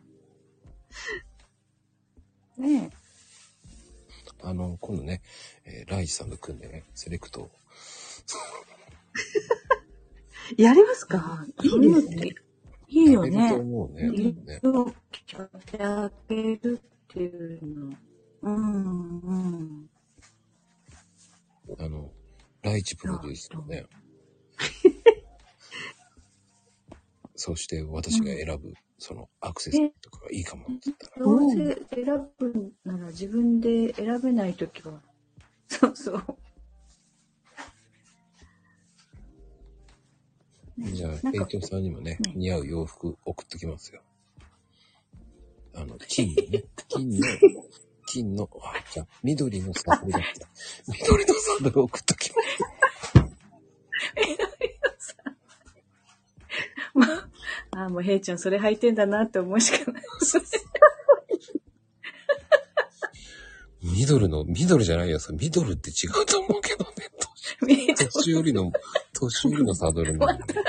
ねえ。 あの、今度ね、えー、ライジさんと組んでね、セレクトやりますか？いいですね。 いいよやれるとね。 思うね。ね色を着てあげるっていうの。うんうん。 あの、ライチプロデュースのね。そして私が選ぶ、そのアクセスとかがいいかもって言ったら。 どうせ選ぶなら自分で選べないときは。そうそう。 じゃあ、 なんかエイトさんにもね、 ね似合う洋服送っときますよ。あの、金のね、金の、金の、あ、じゃあ、緑のサドルだった。緑のサドル送っときます。 ああ、もうヘイちゃんそれ履いてんだなって思うしかない。 緑の、緑じゃないやつ、緑って違うと思うけどね。年寄りの、年寄りのサドルなんだね。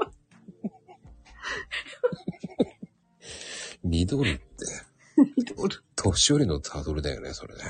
緑って、年寄りのサドルだよね、それね。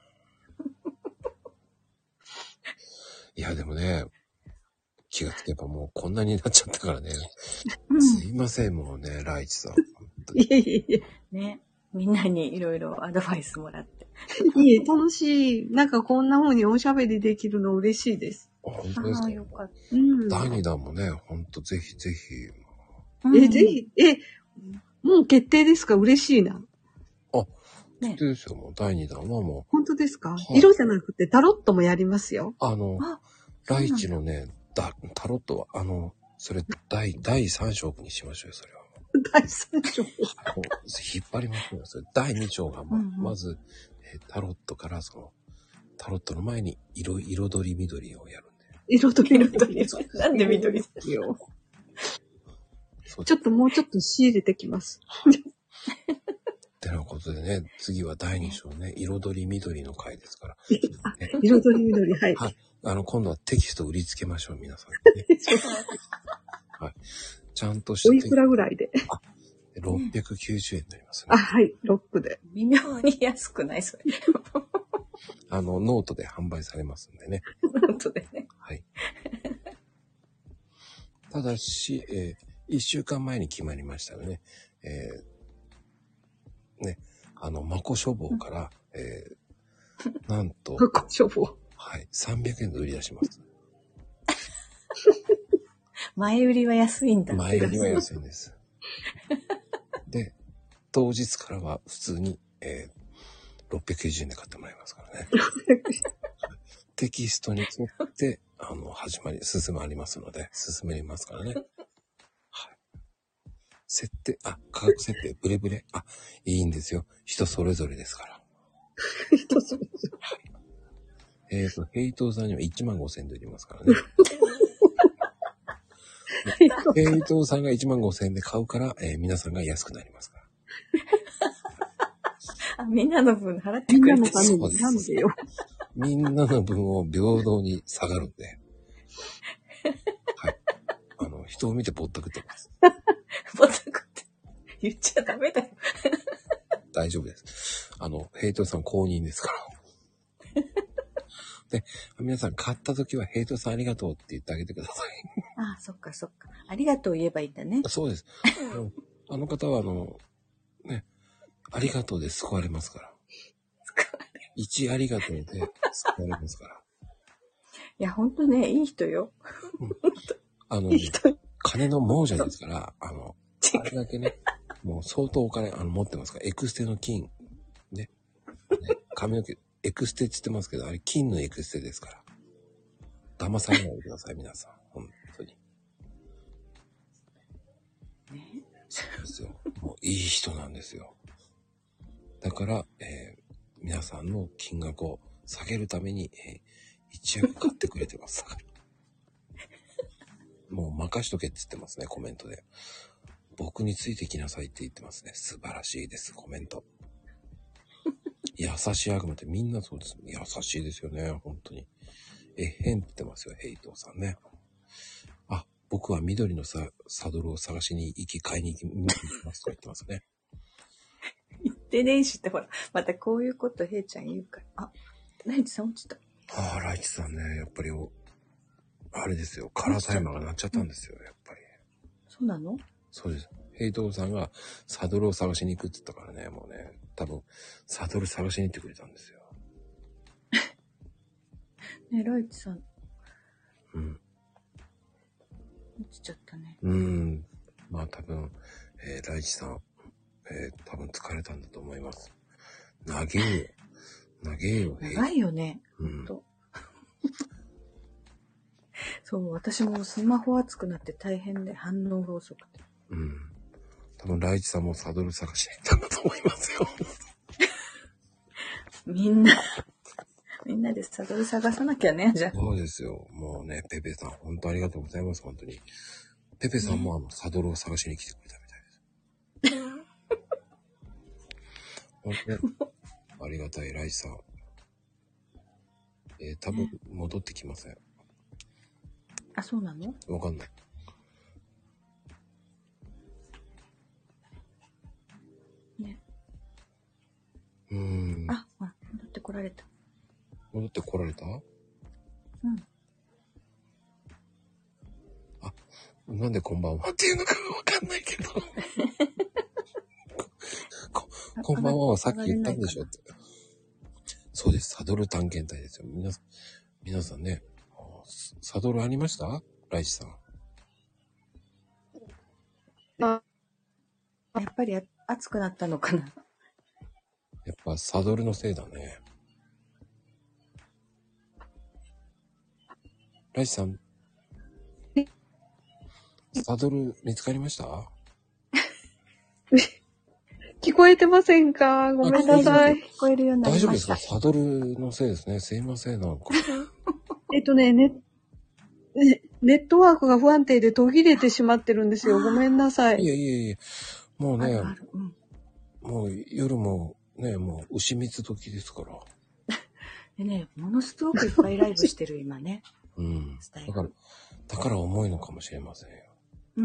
いや、でもね、気がつけばもうこんなになっちゃったからね。 うん、 すいません、もうね、ライチさん。 いえいえいえ。 ね。みんなにいろいろアドバイスもらって。 いえ、楽しい。なんかこんな風におしゃべりできるの嬉しいです。 本当ですか？ ああ、よかった。 うん。 だいにだんもね、ほんとぜひぜひ。 え、ぜひ、え、もう決定ですか？嬉しいな。 あ、決定ですよ、もうだいにだんはもう。 本当ですか？ はい、 色じゃなくてタロットもやりますよ。 あの、 あライチのね、だタロットは、あの、それ、第、第三章にしましょうよ、それは。 第三章。 引っ張りましょうよ、それ。だいに章が、ま、 うんうん、 まず、えー、タロットから、その、タロットの前に色、彩り緑をやるんで。 彩り緑。 なんで緑ですよ。ちょっともうちょっと仕入れてきます。 ってなことでね、次はだいに章ね、彩り緑の回ですから。 ね、彩り緑、はい。 はい。あの、今度はテキスト売りつけましょう、皆さん、ね。はい。ちゃんとして。 おいくらぐらいで？ あ、ろっぴゃくきゅうじゅうえんになりますね。 あ、はい、ロックで。 微妙に安くないそれ。 あの、ノートで販売されますんでね。 ノートでね。 はい。ただし、えー、いっしゅうかんまえに決まりましたよね。えー、ね、あの、マコ書房から、うん、えー、なんと、 マコ書房。 はい、さんびゃくえんで売り出します。 前売りは安いんだ。 前売りは安いんです。で、当日からは普通に、えー、ろっぴゃくきゅうじゅうえんで買ってもらいますからね。テキストに沿って、あの、始まり、進まりますので、進めますからね。はい。設定、あ、価格設定、ブレブレ。あ、いいんですよ。人それぞれですから。 人それぞれ。 はい。えっと、ヘイトーさんにはいちまんごせんえんで売りますからね。ヘイトーさんがいちまんごせんえんで買うから、えー、皆さんが安くなりますから。 あ、みんなの分払ってくれてる。 そうです。なんでよ。 みんなの分を平等に下がるんで。はい。あの、人を見てぼったくってます。 ぼったくって言っちゃダメだよ。 大丈夫です。あの、ヘイトさん公認ですから。で、皆さん買った時はヘイトさんありがとうって言ってあげてください。 ああ、そっかそっか。ありがとう言えばいいんだね。 そうです。あの、あの方はあの、ね、ありがとうで救われますから。一ありがとうで救われますから。 いや、ほんとね、いい人よ。 うん、あの、いい人金の亡者ですから、あの、あれだけね、もう相当お金あの持ってますから、エクステの金、ね、ね髪の毛、エクステって言ってますけど、あれ金のエクステですから。騙されないでください、皆さん。本当に。ね、そうですよ。もういい人なんですよ。だから、えー、皆さんの金額を下げるために、えー、一役買ってくれてます。もう任しとけって言ってますね、コメントで。僕についてきなさいって言ってますね。素晴らしいです、コメント。優しい悪魔ってみんなそうです。優しいですよね、本当に。えへんって言ってますよ、ヘイトーさんね。あ、僕は緑のさサドルを探しに行き、買いに行きますとか言ってますね。 言ってねえしってほら、またこういうことヘイちゃん言うから。あ、ライチさん落ちた。 ああ、ライチさんね、やっぱりお、 あれですよ、カラータイマーが鳴っちゃったんですよ、やっぱり。 そうなの？ そうです。ヘイトさんがサドルを探しに行くって言ったからね、もうね、多分、サドル探しに行ってくれたんですよ。 ね、ライチさん。 うん。 落ちちゃったね。 うーん。まあ多分、えー、ライチさん、えー、多分疲れたんだと思います。長えよ。長えよ。 長いよね。 うん。 そう、私もスマホ熱くなって大変で反応が遅くて。 うん。多分、ライチさんもサドル探しに行ったんだと思いますよ。 みんな、みんなでサドル探さなきゃね、じゃあ。 そうですよ。もうね、ペペさん、本当ありがとうございます、本当に。ペペさんもあの、サドルを探しに来てくれたみたいです。本当にありがたい、ライチさん。えー、多分、戻ってきません。 あ、そうなの？ わかんない。 ね。 うーん。 あ、あ、戻ってこられた。 戻ってこられた？うん。あ、なんでこんばんはっていうのかわかんないけど。こ, こんばんははさっき言ったんでしょって。そうです。サドル探検隊ですよ。皆さん、皆さんね。サドルありました？ライチさん。 あ、やっぱり暑くなったのかな。 やっぱサドルのせいだね。ライチさん。サドル見つかりました？ 聞こえてませんか？ごめんなさい。 聞こえるようになりました。 大丈夫ですか？サドルのせいですね。すいません、なんか。 えっとね、ネネットワークが不安定で途切れてしまってるんですよ。ごめんなさい。 いえいえいえ。もうね、 あるある、うん、 もう夜もね、もう牛蜜時ですから。 でね、ものすごくいっぱいライブしてる今ね。 うん。だから、だから重いのかもしれませんよ。 うん。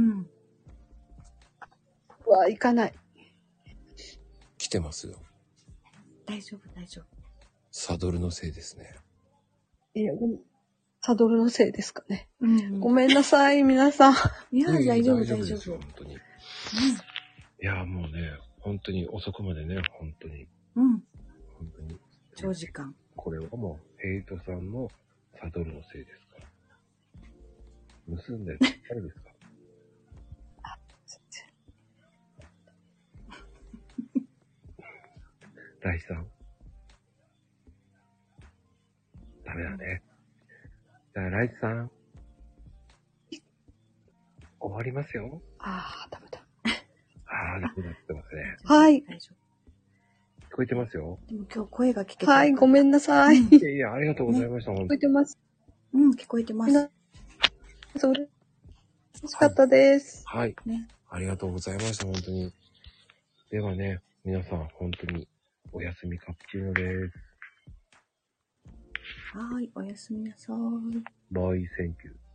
うわ、行かない。 来てますよ。 大丈夫、大丈夫。 サドルのせいですね。 いや、サドルのせいですかね。 うん、 ごめんなさい、皆さん。 いや、大丈夫、大丈夫。 ですよ、本当に。うん、いや、もうね、本当に遅くまでね、本当に。 うん。 本当に。 長時間。 これはもう、ヘイトさんのサドルのせいですから。盗んでる誰ですか？ あ、 ライさん。ダメだね。じゃあ、ライチさん。終わりますよ。 あー、ダメだ。 あー、ダメだってますね。 はい。 大丈夫。 聞こえてますよ。 でも今日声が聞けた。 はい、ごめんなさい。 いやいや、ありがとうございました。ね、 聞こえてます。 うん、聞こえてます。 それ、楽しかったです。 はい。ね。ありがとうございました、本当に。ではね、皆さん、本当に、おやすみカプチーノです。 はい、おやすみなさい。 バイ、センキュー。